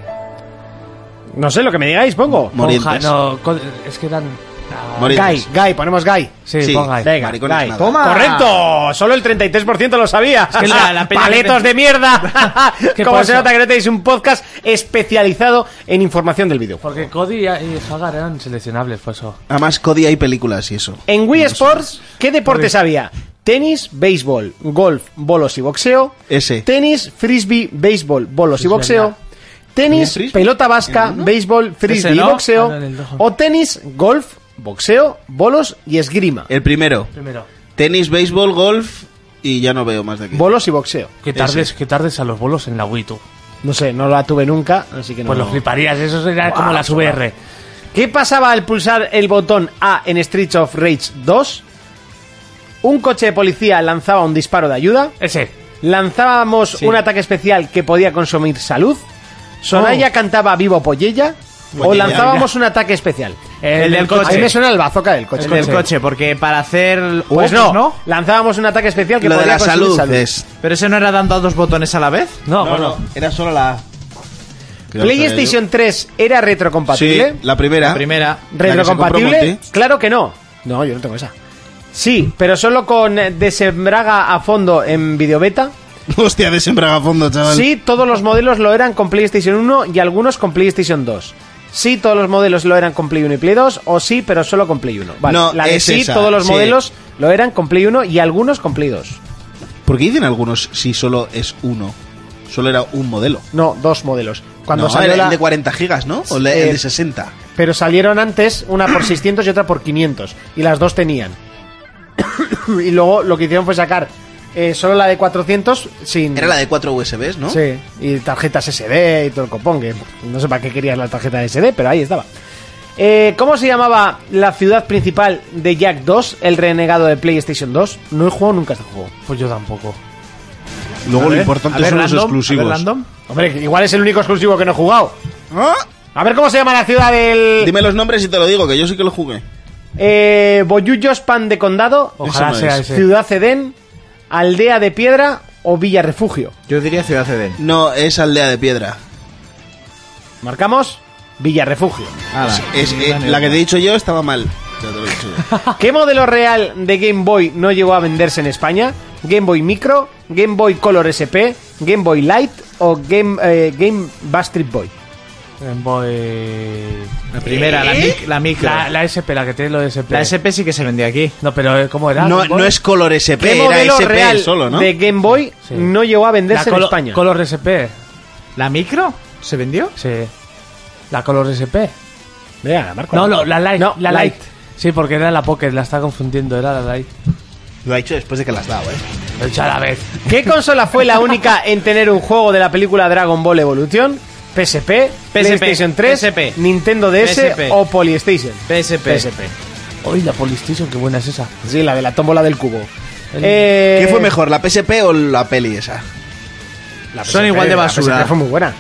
No sé, lo que me digáis, pongo. Morientes. No, es que eran... Morientes. Guy, ponemos Guy. Sí, Sí. pon Guy. Venga, Maricones Guy. nada. ¡Toma! ¡Correcto! Solo el 33% lo sabía. que la peña ¡Paletos que- de mierda! que Como por se eso- nota que no tenéis un podcast especializado en información del videojuego. Porque Cody y Hagar eran seleccionables, por eso. Además, Cody hay películas y eso. En Wii Sports, ¿qué deportes había? Tenis, béisbol, golf, bolos y boxeo. Ese. Tenis, frisbee, béisbol, bolos y boxeo. verdad. Tenis, ¿Frisbee? pelota vasca, ¿En uno? béisbol, frisbee ¿Ese no? y boxeo. Ah, no, en el dos. O tenis, golf, boxeo, bolos y esgrima. El primero. Primero. Tenis, béisbol, golf y ya no veo más de aquí. Bolos y boxeo. Que tardes a los bolos en la Wii, tú. No sé, no la tuve nunca, así que no. Pues lo fliparías, eso sería como las VR. ¿Qué pasaba al pulsar el botón A en Streets of Rage 2? Un coche de policía lanzaba un disparo de ayuda. Ese. Lanzábamos Sí. un ataque especial que podía consumir salud. Soraya cantaba Vivo Pollella. O Pollella. lanzábamos un ataque especial. El del A mí coche. me suena el bazooka del coche. El del coche, porque para hacer... Pues no, lanzábamos un ataque especial que Lo de podía la consumir salud es... Pero ese no era dando a dos botones a la vez. No, No, bueno. no, era solo la... PlayStation 3 era retrocompatible. Sí, la primera. La primera. ¿Retrocompatible? Claro que no. No, yo no tengo esa. Sí, pero solo con desembraga a fondo en videobeta. Hostia, desembraga a fondo, chaval. Sí, todos los modelos lo eran con PlayStation 1 y algunos con PlayStation 2. Sí, todos los modelos lo eran con Play 1 y Play 2, o sí, pero solo con Play 1. Vale, No, la de es sí, esa, todos los sí. modelos lo eran con Play 1 y algunos con Play 2. ¿Por qué dicen algunos si solo es uno? Solo era un modelo. No, dos modelos. Cuando No, salió el la... de 40 gigas, ¿no? O el de 60. Pero salieron antes, una por 600 y otra por 500. Y las dos tenían. Y luego lo que hicieron fue sacar Solo la de 400 sin... Era la de 4 USBs, ¿no? Sí, y tarjetas SD y todo el copón, que no sé para qué querías la tarjeta SD, pero ahí estaba. ¿Cómo se llamaba la ciudad principal de Jack 2, el renegado de PlayStation 2? No he jugado nunca este juego. Pues yo tampoco. Luego lo importante son los exclusivos. Hombre, igual es el único exclusivo que no he jugado. ¿Ah? A ver cómo se llama la ciudad del... Dime los nombres y te lo digo, que yo sí que lo jugué. Boyullos Pan de Condado, Ojalá no sea es. ese. Ciudad Edén, Aldea de Piedra o Villa Refugio. Yo diría Ciudad Edén. No, es Aldea de Piedra. Marcamos Villa Refugio. La que te he dicho yo estaba mal. Ya te lo he dicho yo. ¿Qué modelo real de Game Boy no llegó a venderse en España? ¿Game Boy Micro, Game Boy Color SP, Game Boy Light o Game Bastard Boy? Game Boy... La primera, la micro. La SP, la que tiene lo de SP. La SP sí que se vendía aquí. No, pero ¿cómo era? No, Game Boy? no es Color SP, ¿Qué era modelo SP real solo, ¿no? de Game Boy Sí. no llegó a venderse en España? Color SP. ¿La micro se vendió? Sí. La Color SP. Vea, Marco. No, la Light. No, la Light. Sí, porque era la Pocket, la estaba confundiendo, era la Light. Lo ha hecho después de que la has dado, Lo he hecho a la vez. ¿Qué consola fue la única en tener un juego de la película Dragon Ball Evolution? ¿PSP, PlayStation 3, PSP, Nintendo DS PSP. o Polystation? PSP. Uy, la PlayStation, qué buena es esa. Sí, la de la tómbola del cubo. ¿Qué fue mejor, la PSP o la peli esa? La Son PSP, igual de la basura. PSP fue muy buena.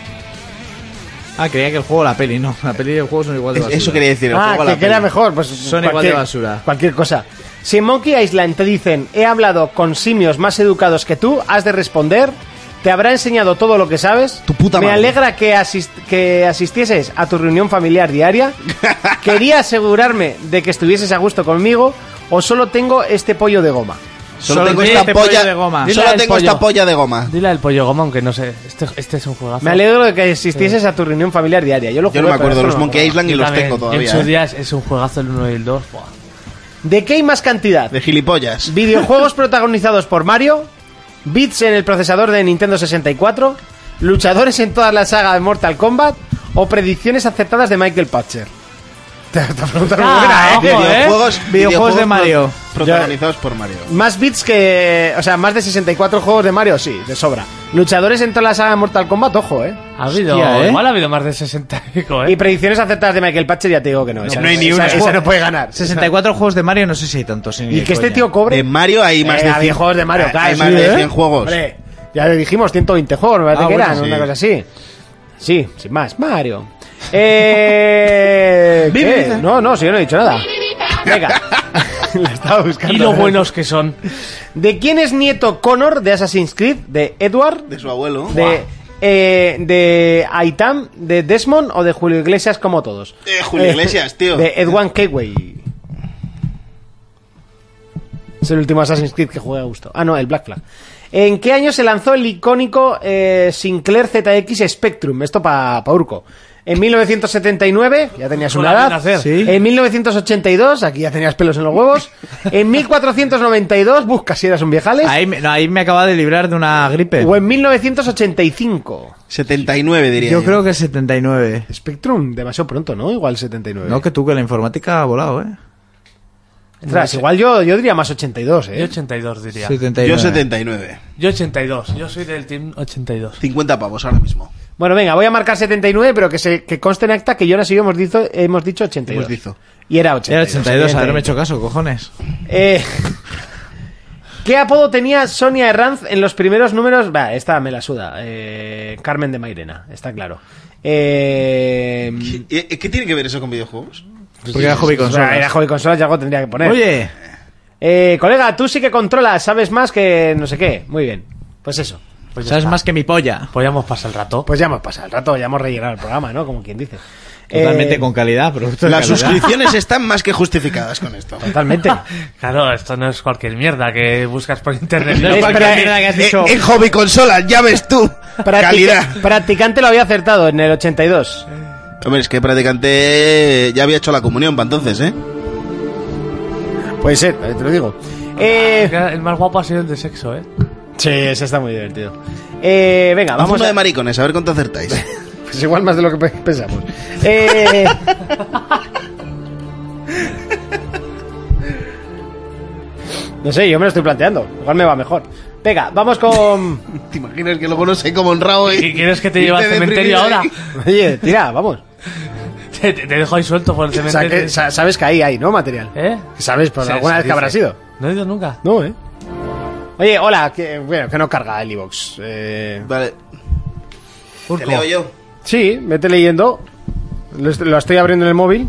Ah, creía que el juego o la peli, no. La peli y el juego son igual de basura. Eso quería decir, el juego a la que era peli. mejor. Pues Son igual de basura. Cualquier cosa. Si en Monkey Island te dicen, he hablado con simios más educados que tú, has de responder, te habrá enseñado todo lo que sabes. Tu puta Me madre. alegra que asistieses a tu reunión familiar diaria. Quería asegurarme de que estuvieses a gusto conmigo, o solo tengo este pollo de goma. Solo tengo tiene esta este pollo polla de goma. Dile Solo al tengo pollo. esta polla de goma. Dile al pollo goma, aunque no sé. Este es un juegazo. Me alegro de que asistieses a tu reunión familiar diaria. Yo lo Yo jugué, no me pero acuerdo esto los no me Monkey acuerdo. Island y Yo los también. tengo todavía. En sus días es un juegazo el 1 y el 2. Buah. ¿De qué hay más cantidad? De gilipollas. Videojuegos protagonizados por Mario, bits en el procesador de Nintendo 64, luchadores en toda la saga de Mortal Kombat o predicciones acertadas de Michael Patcher. Esta pregunta es muy buena, ¿eh? ojo, Videojuegos de Mario. Protagonizados por Mario. Más bits que... O sea, más de 64 juegos de Mario, sí, de sobra. Luchadores en toda la saga de Mortal Kombat, ojo, ¿eh? Ha habido, Hostia, ¿eh? igual ha habido más de 60 y pico, ¿eh? Y predicciones acertadas de Michael Patcher, ya te digo que no. Esa, no hay ni esa- una. esa no puede ganar. 64 juegos de Mario, no sé si hay tantos. Y que este tío cobre... De Mario hay más de 100 juegos de Mario, claro, Hay más sí, de ¿eh? 100 juegos. Hombre, ya le dijimos 120 juegos, me parece Ah, que bueno, eran, sí. una cosa así. Sí, sin más. Mario. ¿Qué? No, si yo no he dicho nada. Venga. La estaba buscando. Y lo buenos que son. ¿De quién es nieto Connor de Assassin's Creed? ¿De Edward? De su abuelo. ¿De Aitam? ¿De Desmond o de Julio Iglesias como todos? Julio Iglesias, tío. De Edwin Keway. Es el último Assassin's Creed que jugué a gusto. Ah, no, el Black Flag. ¿En qué año se lanzó el icónico Sinclair ZX Spectrum? Esto para Urco. En 1979, ya tenías una Suena bien edad. hacer. Sí. En 1982, aquí ya tenías pelos en los huevos. En 1492, busca si eras un viejales. Ahí me acaba de librar de una gripe. O en 1985. 79 diría Yo creo que 79. Spectrum, demasiado pronto, ¿no? Igual 79. No, que tú, que la informática ha volado, ¿eh? Ostras, igual yo diría más 82, Yo ¿eh? 82 diría. 79. Yo 79. Yo 82. Yo soy del team 82. 50 pavos ahora mismo. Bueno, venga, voy a marcar 79, pero que conste en acta que Jonas y yo hemos dicho 82. Hemos dicho. Y era 82. Era 82, haberme evidentemente. hecho caso, cojones. ¿Qué apodo tenía Sonia Herranz en los primeros números? Va, esta me la suda. Carmen de Mairena, está claro. ¿Qué tiene que ver eso con videojuegos? Porque era hobby O sea, consolas. era hobby consolas y algo tendría que poner. Oye, Colega, tú sí que controlas, sabes más que no sé qué. Muy bien. Pues eso. Pues ya sabes está. más que mi polla. Pues ya hemos pasado el rato. Pues ya hemos pasado el rato, ya hemos rellenado el programa, ¿no? Como quien dice. Totalmente con calidad, producto de Las calidad. suscripciones están más que justificadas con esto. Totalmente. Claro, esto no es cualquier mierda que buscas por internet. No es cualquier Espera, mierda que has dicho. En hobby consolas, ya ves tú. Calidad. Practicante lo había acertado en el 82. Hombre, es que practicante ya había hecho la comunión para entonces, ¿eh? Puede ser, te lo digo. El más guapo ha sido el de sexo, ¿eh? Sí, ese está muy divertido. Venga, Vamos vamos de a... maricones, a ver cuánto acertáis. Pues igual más de lo que pensamos. No sé, yo me lo estoy planteando. Igual me va mejor. Venga, vamos con... ¿Te imaginas que luego no sé cómo honrado ¿Y quieres que te lleve al cementerio ahora? Oye, tira, vamos. Te dejo ahí suelto por el O sea, cementerio. que sabes que ahí hay, ¿no? Material. ¿Eh? ¿Sabes por Sí, alguna se vez que habrá dice. sido? No he ido nunca. No, ¿eh? Oye, hola, que no carga el iVoox. Vale, Urco. ¿te leo yo? Sí, vete leyendo. Lo estoy abriendo en el móvil.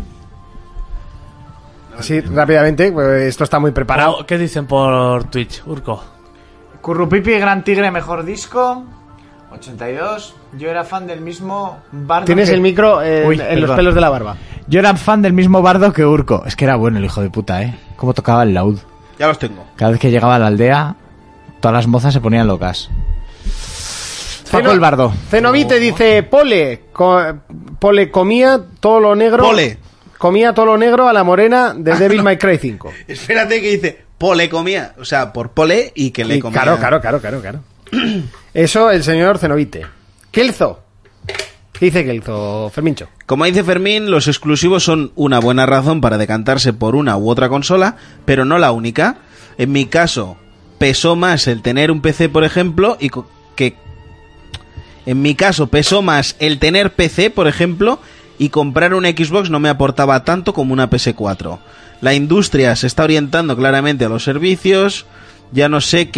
Así, rápidamente, pues esto está muy preparado. ¿Qué dicen por Twitch, Urco? Currupipi, Gran Tigre, mejor disco. 82. Yo era fan del mismo bardo. Tienes que- el micro Uy, en los perdón. pelos de la barba. Yo era fan del mismo bardo que Urco. Es que era bueno el hijo de puta, ¿eh? Cómo tocaba el laúd. Ya los tengo. Cada vez que llegaba a la aldea, todas las mozas se ponían locas. Paco el bardo. Cenobite dice, Pole comía todo lo negro. Pole. Comía todo lo negro a la morena de Devil May Cry 5. Espérate que dice pole comía. O sea, por pole y que le Y comía. Claro. Eso el señor Cenobite. Kelzo. ¿Qué dice Kelzo, Fermincho? Como dice Fermín, los exclusivos son una buena razón para decantarse por una u otra consola, pero no la única. En mi caso, pesó más el tener un PC, por ejemplo, En mi caso, pesó más el tener PC, por ejemplo, y comprar una Xbox no me aportaba tanto como una PS4. La industria se está orientando claramente a los servicios, ya no se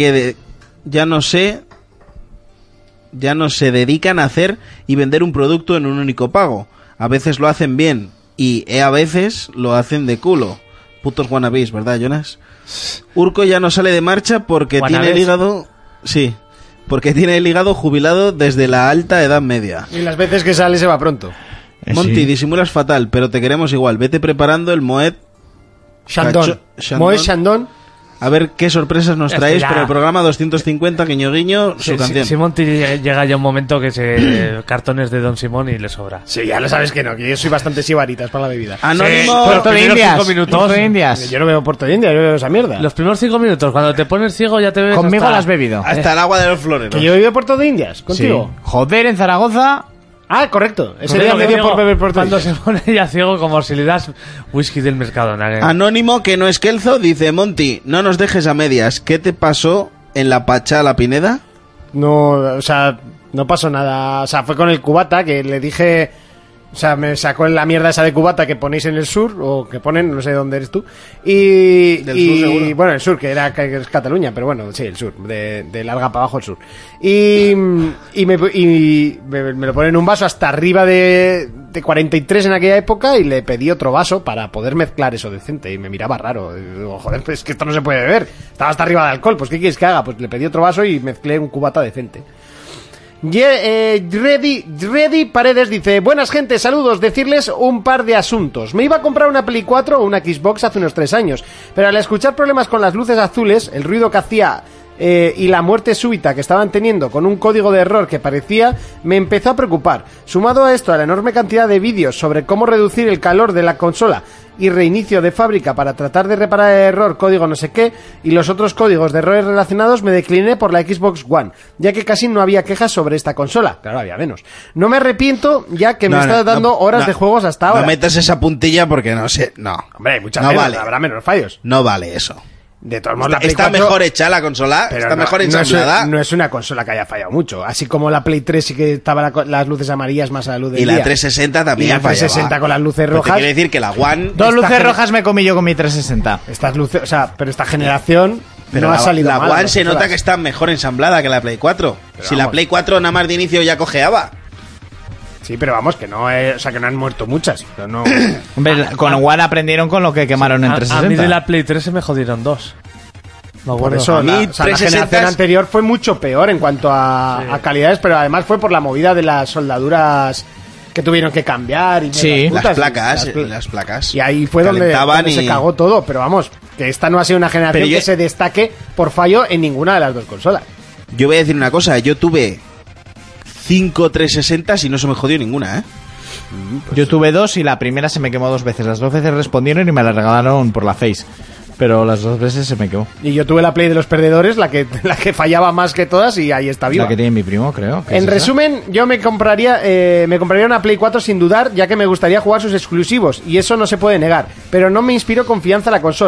dedican a hacer y vender un producto en un único pago. A veces lo hacen bien y a veces lo hacen de culo. Putos wannabes, ¿verdad, Jonas? Urco ya no sale de marcha porque ¿Wannabes? tiene el hígado... Sí, porque tiene el hígado jubilado desde la alta edad media. Y las veces que sale se va pronto. Monty, Sí. disimulas fatal, pero te queremos igual. Vete preparando el Moet. Chandon. Chandon. Moe Chandon. A ver qué sorpresas nos Es que traéis ya- para el programa 250, guiño guiño, su canción. Si Monty llega ya un momento que se cartones de Don Simón y le sobra. Sí, ya lo sabes que no, que yo soy bastante sibaritas para la bebida. Anónimo. Sí, Puerto de primeros Indias. 5 minutos. Puerto de Indias. Yo no veo Puerto de India, yo veo esa mierda. Los primeros 5 minutos, cuando te pones ciego ya te ves Conmigo hasta- la has bebido. Hasta el agua de los floreros. Que yo vivo en Puerto de Indias, contigo. Sí. Joder, en Zaragoza. Ah, correcto. Ese Conmigo, día me dio conmigo, por beber Puerto de Cuando Indias. se pone ya ciego como si le das whisky del Mercadona. Anónimo, que no es Kelzo, dice: Monty, no nos dejes a medias. ¿Qué te pasó en la Pachá La Pineda? No, o sea, no pasó nada. O sea, fue con el cubata que le dije... O sea, me sacó la mierda esa de cubata que ponéis en el sur, o que ponen, no sé dónde eres tú. Del sur, seguro. Bueno, el sur, que es Cataluña, pero bueno, sí, el sur, de larga para abajo el sur. Y me lo pone en un vaso hasta arriba de 43 en aquella época y le pedí otro vaso para poder mezclar eso decente. Y me miraba raro. Y digo, joder, pues es que esto no se puede beber. Estaba hasta arriba de alcohol, pues ¿qué quieres que haga? Pues le pedí otro vaso y mezclé un cubata decente. Ready Paredes dice: buenas gente, saludos, decirles un par de asuntos. Me iba a comprar una Play 4 o una Xbox hace unos 3 años, pero al escuchar problemas con las luces azules, el ruido que hacía y la muerte súbita que estaban teniendo con un código de error que parecía, me empezó a preocupar. Sumado a esto a la enorme cantidad de vídeos sobre cómo reducir el calor de la consola y reinicio de fábrica para tratar de reparar el error, código no sé qué, y los otros códigos de errores relacionados, me decliné por la Xbox One, ya que casi no había quejas sobre esta consola. Claro, había menos. No me arrepiento, ya que me está dando horas de juegos hasta ahora. No metas esa puntilla porque no sé. No. Hombre, hay muchas No menos, vale. habrá menos fallos. No vale eso. De todos modos, la Play Está 4 mejor hecha la consola, pero está no- mejor no es, ensamblada. no es una consola que haya fallado mucho. Así como la Play 3 sí que estaba las luces amarillas más a la luz del Y la día. 360 Y también la fallaba. 360 con las luces Pero te rojas. quiero decir que la One... Dos Esta luces gen- rojas me comí yo con mi 360. Estas luces, o sea, pero esta generación Pero no la, ha salido la mal, One las se nota consolas. que está mejor ensamblada que la Play 4. Si la vamos. Play 4 nada más de inicio ya cojeaba. Sí, pero vamos, que no, o sea, que no han muerto muchas. Pero no... Hombre, con One aprendieron con lo que quemaron en A mí 360. de la Play 3 se me jodieron 2. Me Por acuerdo. eso, A mí, la 360 generación anterior fue mucho peor en cuanto a calidades, pero además fue por la movida de las soldaduras que tuvieron que cambiar. Y Sí. putas, Las placas, las pl- las placas. Y ahí fue donde Calentaban se y- cagó todo. Pero vamos, que esta no ha sido una generación Pero yo- que se destaque por fallo en ninguna de las dos consolas. Yo voy a decir una cosa, yo tuve 5 360 y no se me jodió ninguna, ¿eh? Yo tuve dos y la primera se me quemó 2 veces. Las 2 veces respondieron y me la regalaron por la Face. Pero las 2 veces se me quemó. Y yo tuve la Play de los perdedores, la que fallaba más que todas, y ahí está viva. La que tiene mi primo, creo. ¿Qué En es esa? resumen, yo me compraría una Play 4 sin dudar, ya que me gustaría jugar sus exclusivos, y eso no se puede negar, pero no me inspiró confianza la consola.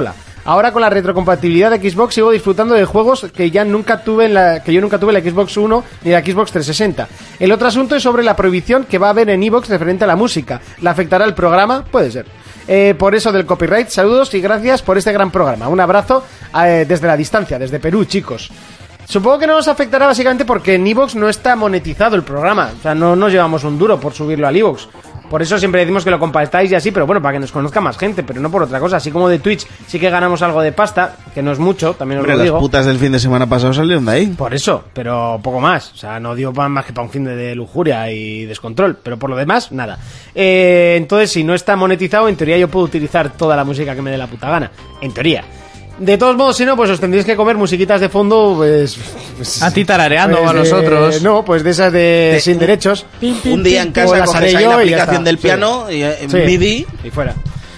Ahora con la retrocompatibilidad de Xbox sigo disfrutando de juegos que yo nunca tuve en la Xbox One ni la Xbox 360. El otro asunto es sobre la prohibición que va a haber en iVoox referente a la música. ¿La afectará el programa? Puede ser. Por eso del copyright, saludos y gracias por este gran programa. Un abrazo desde la distancia, desde Perú, chicos. Supongo que no nos afectará básicamente porque en iVoox no está monetizado el programa. O sea, no nos llevamos un duro por subirlo al iVoox. Por eso siempre decimos que lo compartáis y así, pero bueno, para que nos conozca más gente, pero no por otra cosa. Así como de Twitch sí que ganamos algo de pasta, que no es mucho, también os lo digo. Las putas del fin de semana pasado salieron de ahí. Por eso, pero poco más. O sea, no dio más que para un fin de lujuria y descontrol, pero por lo demás, nada. Entonces, si no está monetizado, en teoría yo puedo utilizar toda la música que me dé la puta gana. En teoría. De todos modos, si no, pues os tendréis que comer musiquitas de fondo, pues a ti tarareando pues, a nosotros. No, pues de esas de sin derechos. Un día en casa coges ahí la aplicación del piano y MIDI y fuera.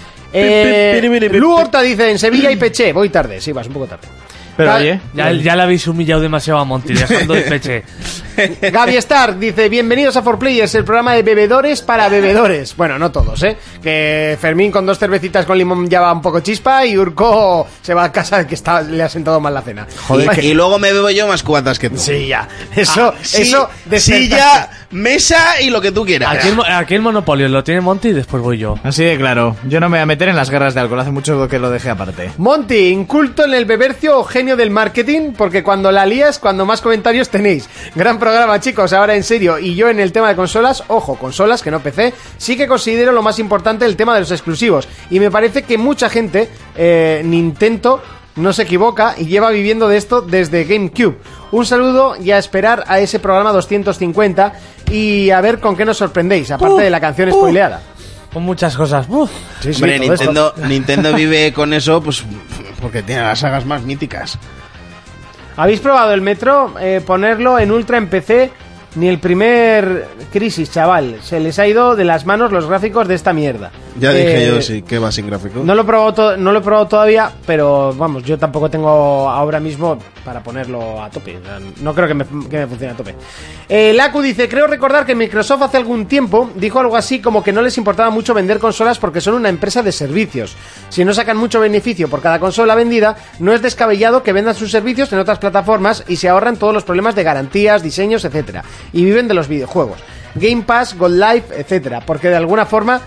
Lu Horta dice, en Sevilla y Peché. Voy tarde, sí, vas un poco tarde. Pero oye, ya le habéis humillado demasiado a Monty, dejando el Peché. Gaby Stark dice, bienvenidos a 4Players, el programa de bebedores para bebedores. Bueno, no todos, que Fermín con 2 cervecitas con limón ya va un poco chispa y Urco se va a casa que le ha sentado mal la cena. Joder, y luego me bebo yo más cubatas que tú. Sí, ya. Eso silla, mesa y lo que tú quieras. Aquí el monopolio lo tiene Monty y después voy yo. Así de claro, yo no me voy a meter en las guerras de alcohol, hace mucho que lo dejé aparte. Monty, inculto en el bebercio o genio del marketing, porque cuando la lías, cuando más comentarios tenéis. Gran programa, chicos, ahora en serio. Y yo en el tema de consolas, ojo, consolas, que no PC, sí que considero lo más importante el tema de los exclusivos. Y me parece que mucha gente, Nintendo, no se equivoca y lleva viviendo de esto desde GameCube. Un saludo y a esperar a ese programa 250 y a ver con qué nos sorprendéis, aparte de la canción spoileada. Con muchas cosas. Sí, hombre, Nintendo vive con eso, pues porque tiene las sagas más míticas. ¿Habéis probado el Metro? Ponerlo en Ultra en PC. Ni el primer Crisis, chaval. Se les ha ido de las manos los gráficos de esta mierda. Ya dije yo, sí, que va sin gráfico. No lo he probado todavía, pero vamos, yo tampoco tengo ahora mismo para ponerlo a tope. No creo que me funcione a tope. Laku dice, creo recordar que Microsoft hace algún tiempo dijo algo así como que no les importaba mucho vender consolas porque son una empresa de servicios. Si no sacan mucho beneficio por cada consola vendida, no es descabellado que vendan sus servicios en otras plataformas y se ahorran todos los problemas de garantías, diseños, etcétera. Y viven de los videojuegos, Game Pass, Gold Life, etcétera, porque de alguna forma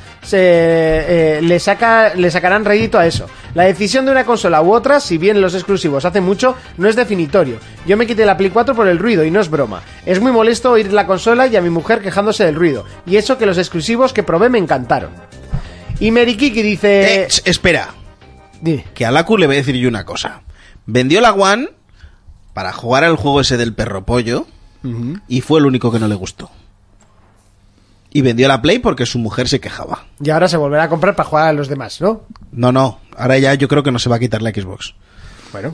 le sacarán rédito a eso. La decisión de una consola u otra, si bien los exclusivos hace mucho, no es definitorio. Yo me quité la Play 4 por el ruido y no es broma. Es muy molesto oír la consola y a mi mujer quejándose del ruido. Y eso que los exclusivos que probé me encantaron. Y Merikiki dice... espera. Que a Laku le voy a decir yo una cosa. Vendió la One para jugar al juego ese del perro pollo. Y fue el único que no le gustó. Y vendió la Play porque su mujer se quejaba. Y ahora se volverá a comprar para jugar a los demás, ¿no? No. Ahora ya yo creo que no se va a quitar la Xbox. Bueno.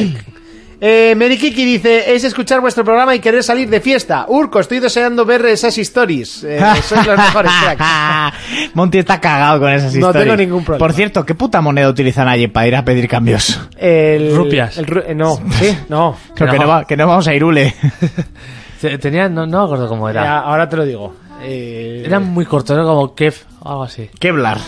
Merikiki dice, es escuchar vuestro programa y querer salir de fiesta. Urco, estoy deseando ver esas stories. Sois los mejores cracks. Monty está cagado con esas stories. No tengo ningún problema. Por cierto, ¿qué puta moneda utilizan allí para ir a pedir cambios? Rupias. No, ¿sí? No. Que no vamos a Irule. Tenía, no me acuerdo cómo era. Ya, ahora te lo digo. Era muy corto, era como Kev, algo así. Kevlar.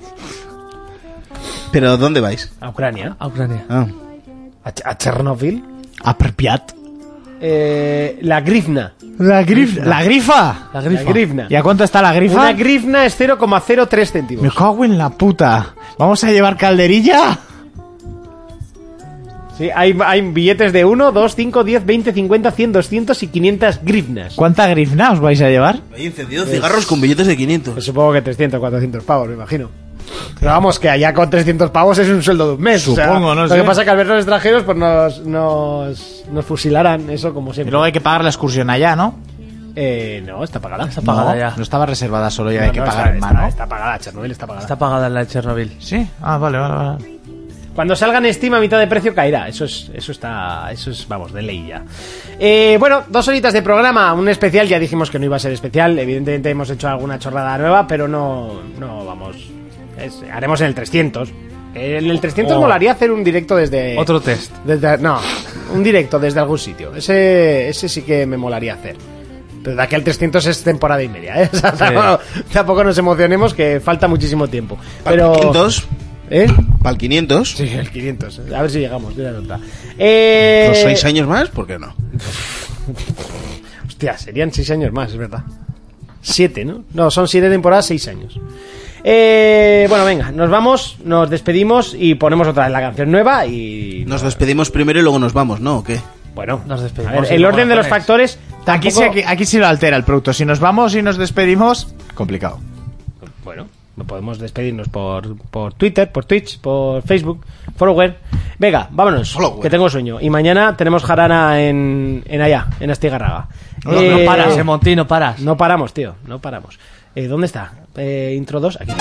¿Pero dónde vais? A Ucrania. A Ucrania. A Chernobyl. A Pripyat. La grifna. La grifa. La grifa. ¿Y a cuánto está la grifa? Una grifna es 0,03 céntimos. Me cago en la puta. ¿Vamos a llevar calderilla? Sí, hay billetes de 1, 2, 5, 10, 20, 50, 100, 200 y 500 grifnas. ¿Cuánta grifna os vais a llevar? Hay encendido cigarros con billetes de 500. Pues supongo que 300, 400 pavos, me imagino. Pero vamos, que allá con 300 pavos es un sueldo de un mes. Supongo, no sé. Lo que pasa es que al ver los extranjeros pues nos fusilarán, eso como siempre. Y luego hay que pagar la excursión allá, ¿no? No, está pagada. Está pagada ya. No estaba reservada solo, ya hay que pagar en mano. Está pagada, Chernobyl está pagada. Está pagada la de Chernobyl. ¿Sí? Ah, vale. Cuando salga en Steam a mitad de precio caerá. Eso es, vamos, de ley ya. Bueno, 2 horitas de programa. Un especial, ya dijimos que no iba a ser especial. Evidentemente hemos hecho alguna chorrada nueva, pero no vamos. Haremos en el 300. En el 300 molaría hacer un directo desde... Otro test. No, un directo desde algún sitio. Ese sí que me molaría hacer. Pero de aquí al 300 es temporada y media, ¿eh? O sea, tampoco nos emocionemos, que falta muchísimo tiempo. Pero... ¿500? ¿Eh? Para el 500. Sí, el 500. A ver si llegamos, de la nota. ¿Los 6 años más? ¿Por qué no? Hostia, serían 6 años más, es verdad. 7, ¿no? No, son 7 temporadas, 6 años. Bueno, venga, nos vamos, nos despedimos y ponemos otra vez la canción nueva y... Nos despedimos primero y luego nos vamos, ¿no? ¿O qué? Bueno, Nos a despedimos. ver, el orden de los factores... Aquí sí lo altera el producto. Si nos vamos y nos despedimos, complicado. Bueno, podemos despedirnos por Twitter, por Twitch, por Facebook, Follower. Venga, vámonos, Follower. que tengo sueño. Y mañana tenemos jarana en allá, en Astigarraga. No paras, Monty, no paras. No paramos, tío, no paramos. ¿Dónde está? Intro 2, aquí.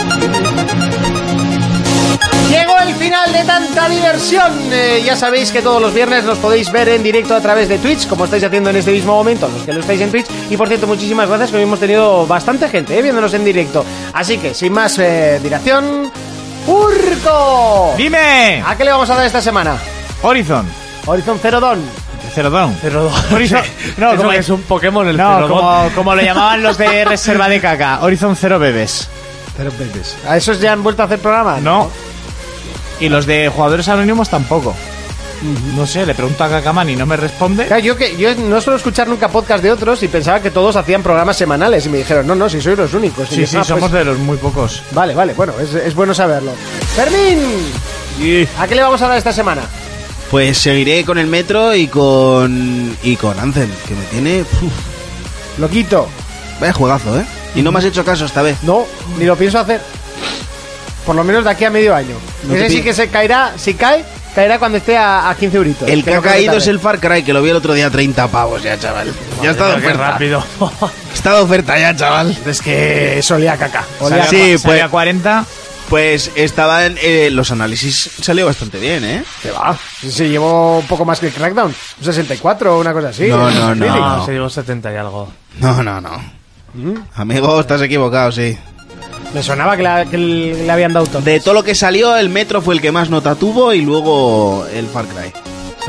Llegó el final de tanta diversión. Ya sabéis que todos los viernes nos podéis ver en directo a través de Twitch, como estáis haciendo en este mismo momento, los que lo estáis en Twitch. Y por cierto, muchísimas gracias, que hoy hemos tenido bastante gente viéndonos en directo. Así que, sin más dilación, ¡Urco! ¡Dime! ¿A qué le vamos a dar esta semana? Horizon. Horizon Zero Dawn. Cerodón. Horizon... No, Eso como que es un Pokémon, el No, Cerodón. como lo llamaban los de Reserva de Caca. Horizon Zero Bebés. Cero Bebés. ¿A esos ya han vuelto a hacer programa? No. Y los de Jugadores Anónimos tampoco. No sé, le pregunto a Cacaman y no me responde. Claro, yo no suelo escuchar nunca podcast de otros y pensaba que todos hacían programas semanales y me dijeron, no, si sois los únicos. Y Sí, yo, sí, pues, somos de los muy pocos. Vale, bueno, es bueno saberlo. ¡Fermín! ¿A qué le vamos a dar esta semana? Pues seguiré con el Metro y con Anthem, que me tiene... Loquito. Vaya juegazo, ¿eh? Y no me has hecho caso esta vez. No, ni lo pienso hacer. Por lo menos de aquí a medio año. No Ese te sí pi- que se caerá, si caerá cuando esté a 15 euritos. El que no ha creo caído tarde. es el Far Cry, que lo vi el otro día a 30 pavos ya, chaval. Ya está de Qué oferta. rápido. Está de oferta ya, chaval. Es que eso olía a caca. Sí, Salió pues, a 40. pues estaba en... los análisis salió bastante bien, ¿eh? ¿Qué va? Sí, llevó un poco más que el Crackdown. Un 64 o una cosa así. No, ¿eh? no, no. Really. No, se llevó 70 y algo. No. Amigo, estás equivocado, sí. Me sonaba que le habían dado todo. De todo lo que salió, el Metro fue el que más nota tuvo y luego el Far Cry. Sí.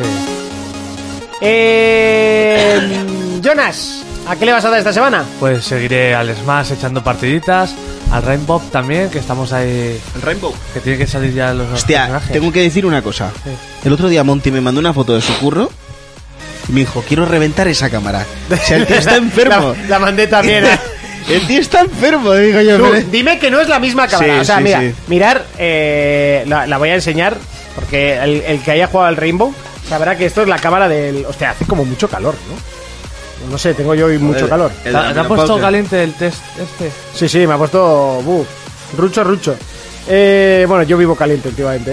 Jonas, ¿a qué le vas a dar esta semana? Pues seguiré al Smash echando partiditas, al Rainbow también, que estamos ahí, El Rainbow. que tiene que salir ya los Hostia, personajes. tengo que decir una cosa. Sí. El otro día Monty me mandó una foto de su curro y me dijo, quiero reventar esa cámara. O sea, el tío está enfermo. La mandé también. El tío está enfermo, digo yo. Tú, pero- dime que no es la misma cámara. Sí, o sea, sí, mira, sí. mirar, la voy a enseñar, porque el que haya jugado al Rainbow sabrá que esto es la cámara del... Hostia, hace como mucho calor, ¿no? No sé, tengo yo hoy mucho calor. El ¿Te de la ha puesto menopausia. caliente el test este? Sí, me ha puesto... rucho. Bueno, yo vivo caliente últimamente.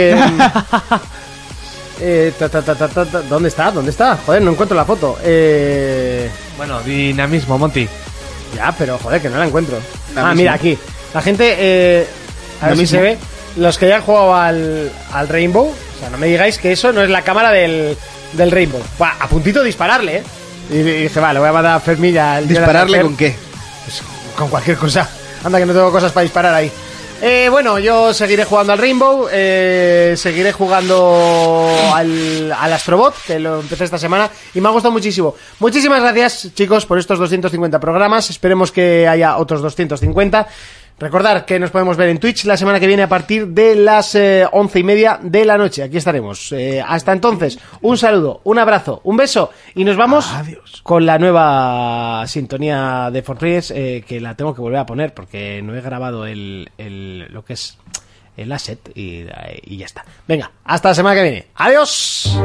¿Dónde está? Joder, no encuentro la foto. Bueno, dinamismo, Monty. Ya, pero joder, que no la encuentro. La misma. Mira, aquí. La gente, a ver si se ve. Los que ya han jugado al Rainbow, o sea, no me digáis que eso no es la cámara del Rainbow. Buah, a puntito de dispararle, ¿eh? Y dije, vale, voy a mandar a Fermín ya. ¿Dispararle con qué? Con cualquier cosa. Anda, que no tengo cosas para disparar ahí. Bueno, yo seguiré jugando al Rainbow, seguiré jugando al Astrobot, que lo empecé esta semana y me ha gustado muchísimo. Muchísimas gracias, chicos, por estos 250 programas. Esperemos que haya otros 250. Recordar que nos podemos ver en Twitch la semana que viene a partir de las 11:30 de la noche. Aquí estaremos. Hasta entonces, un saludo, un abrazo, un beso y nos vamos con la nueva sintonía de Fortnite, que la tengo que volver a poner porque no he grabado lo que es el asset y ya está. Venga, hasta la semana que viene. ¡Adiós!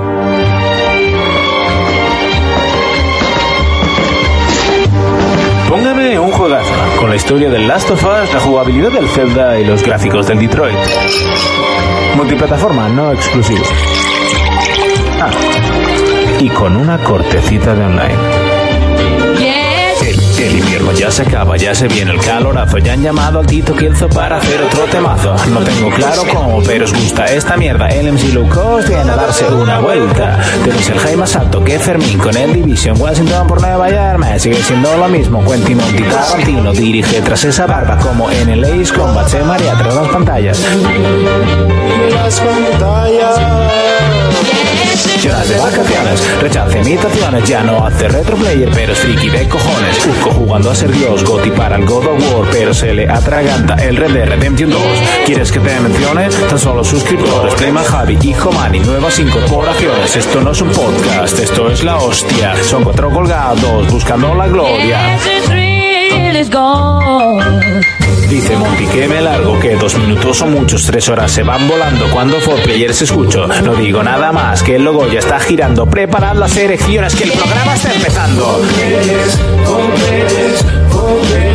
Póngame un juegazo con la historia del Last of Us, la jugabilidad del Zelda y los gráficos del Detroit. Multiplataforma, no exclusivo. Y con una cortecita de online. El invierno ya se acaba, ya se viene el calorazo. Ya han llamado al Tito Kielzo para hacer otro temazo. No tengo claro cómo, pero os gusta esta mierda. El MC Low Cost viene a darse una vuelta. Tenéis el high más alto que Fermín con el Division. Washington por Nueva York, me sigue siendo lo mismo. Quentin Monty Tarantino dirige tras esa barba como en el Ace Combat. Se marea tras las pantallas. Las pantallas. Lloras de vacaciones, rechaza imitaciones, ya no hace retroplayer, pero es friki de cojones. Urco jugando a ser Dios, Goti para el God of War, pero se le atraganta el Red Dead Redemption 2. ¿Quieres que te mencione? Tan solo suscriptores, Playman Javi, Hijo Mani, nuevas incorporaciones. Esto no es un podcast, esto es la hostia. Son 4 colgados buscando la gloria. Dice Monty que me largo, que 2 minutos son muchos, 3 horas se van volando cuando 4players escucho. No digo nada más, que el logo ya está girando. Preparad las erecciones, que el programa está empezando. 4players, 4players, 4players.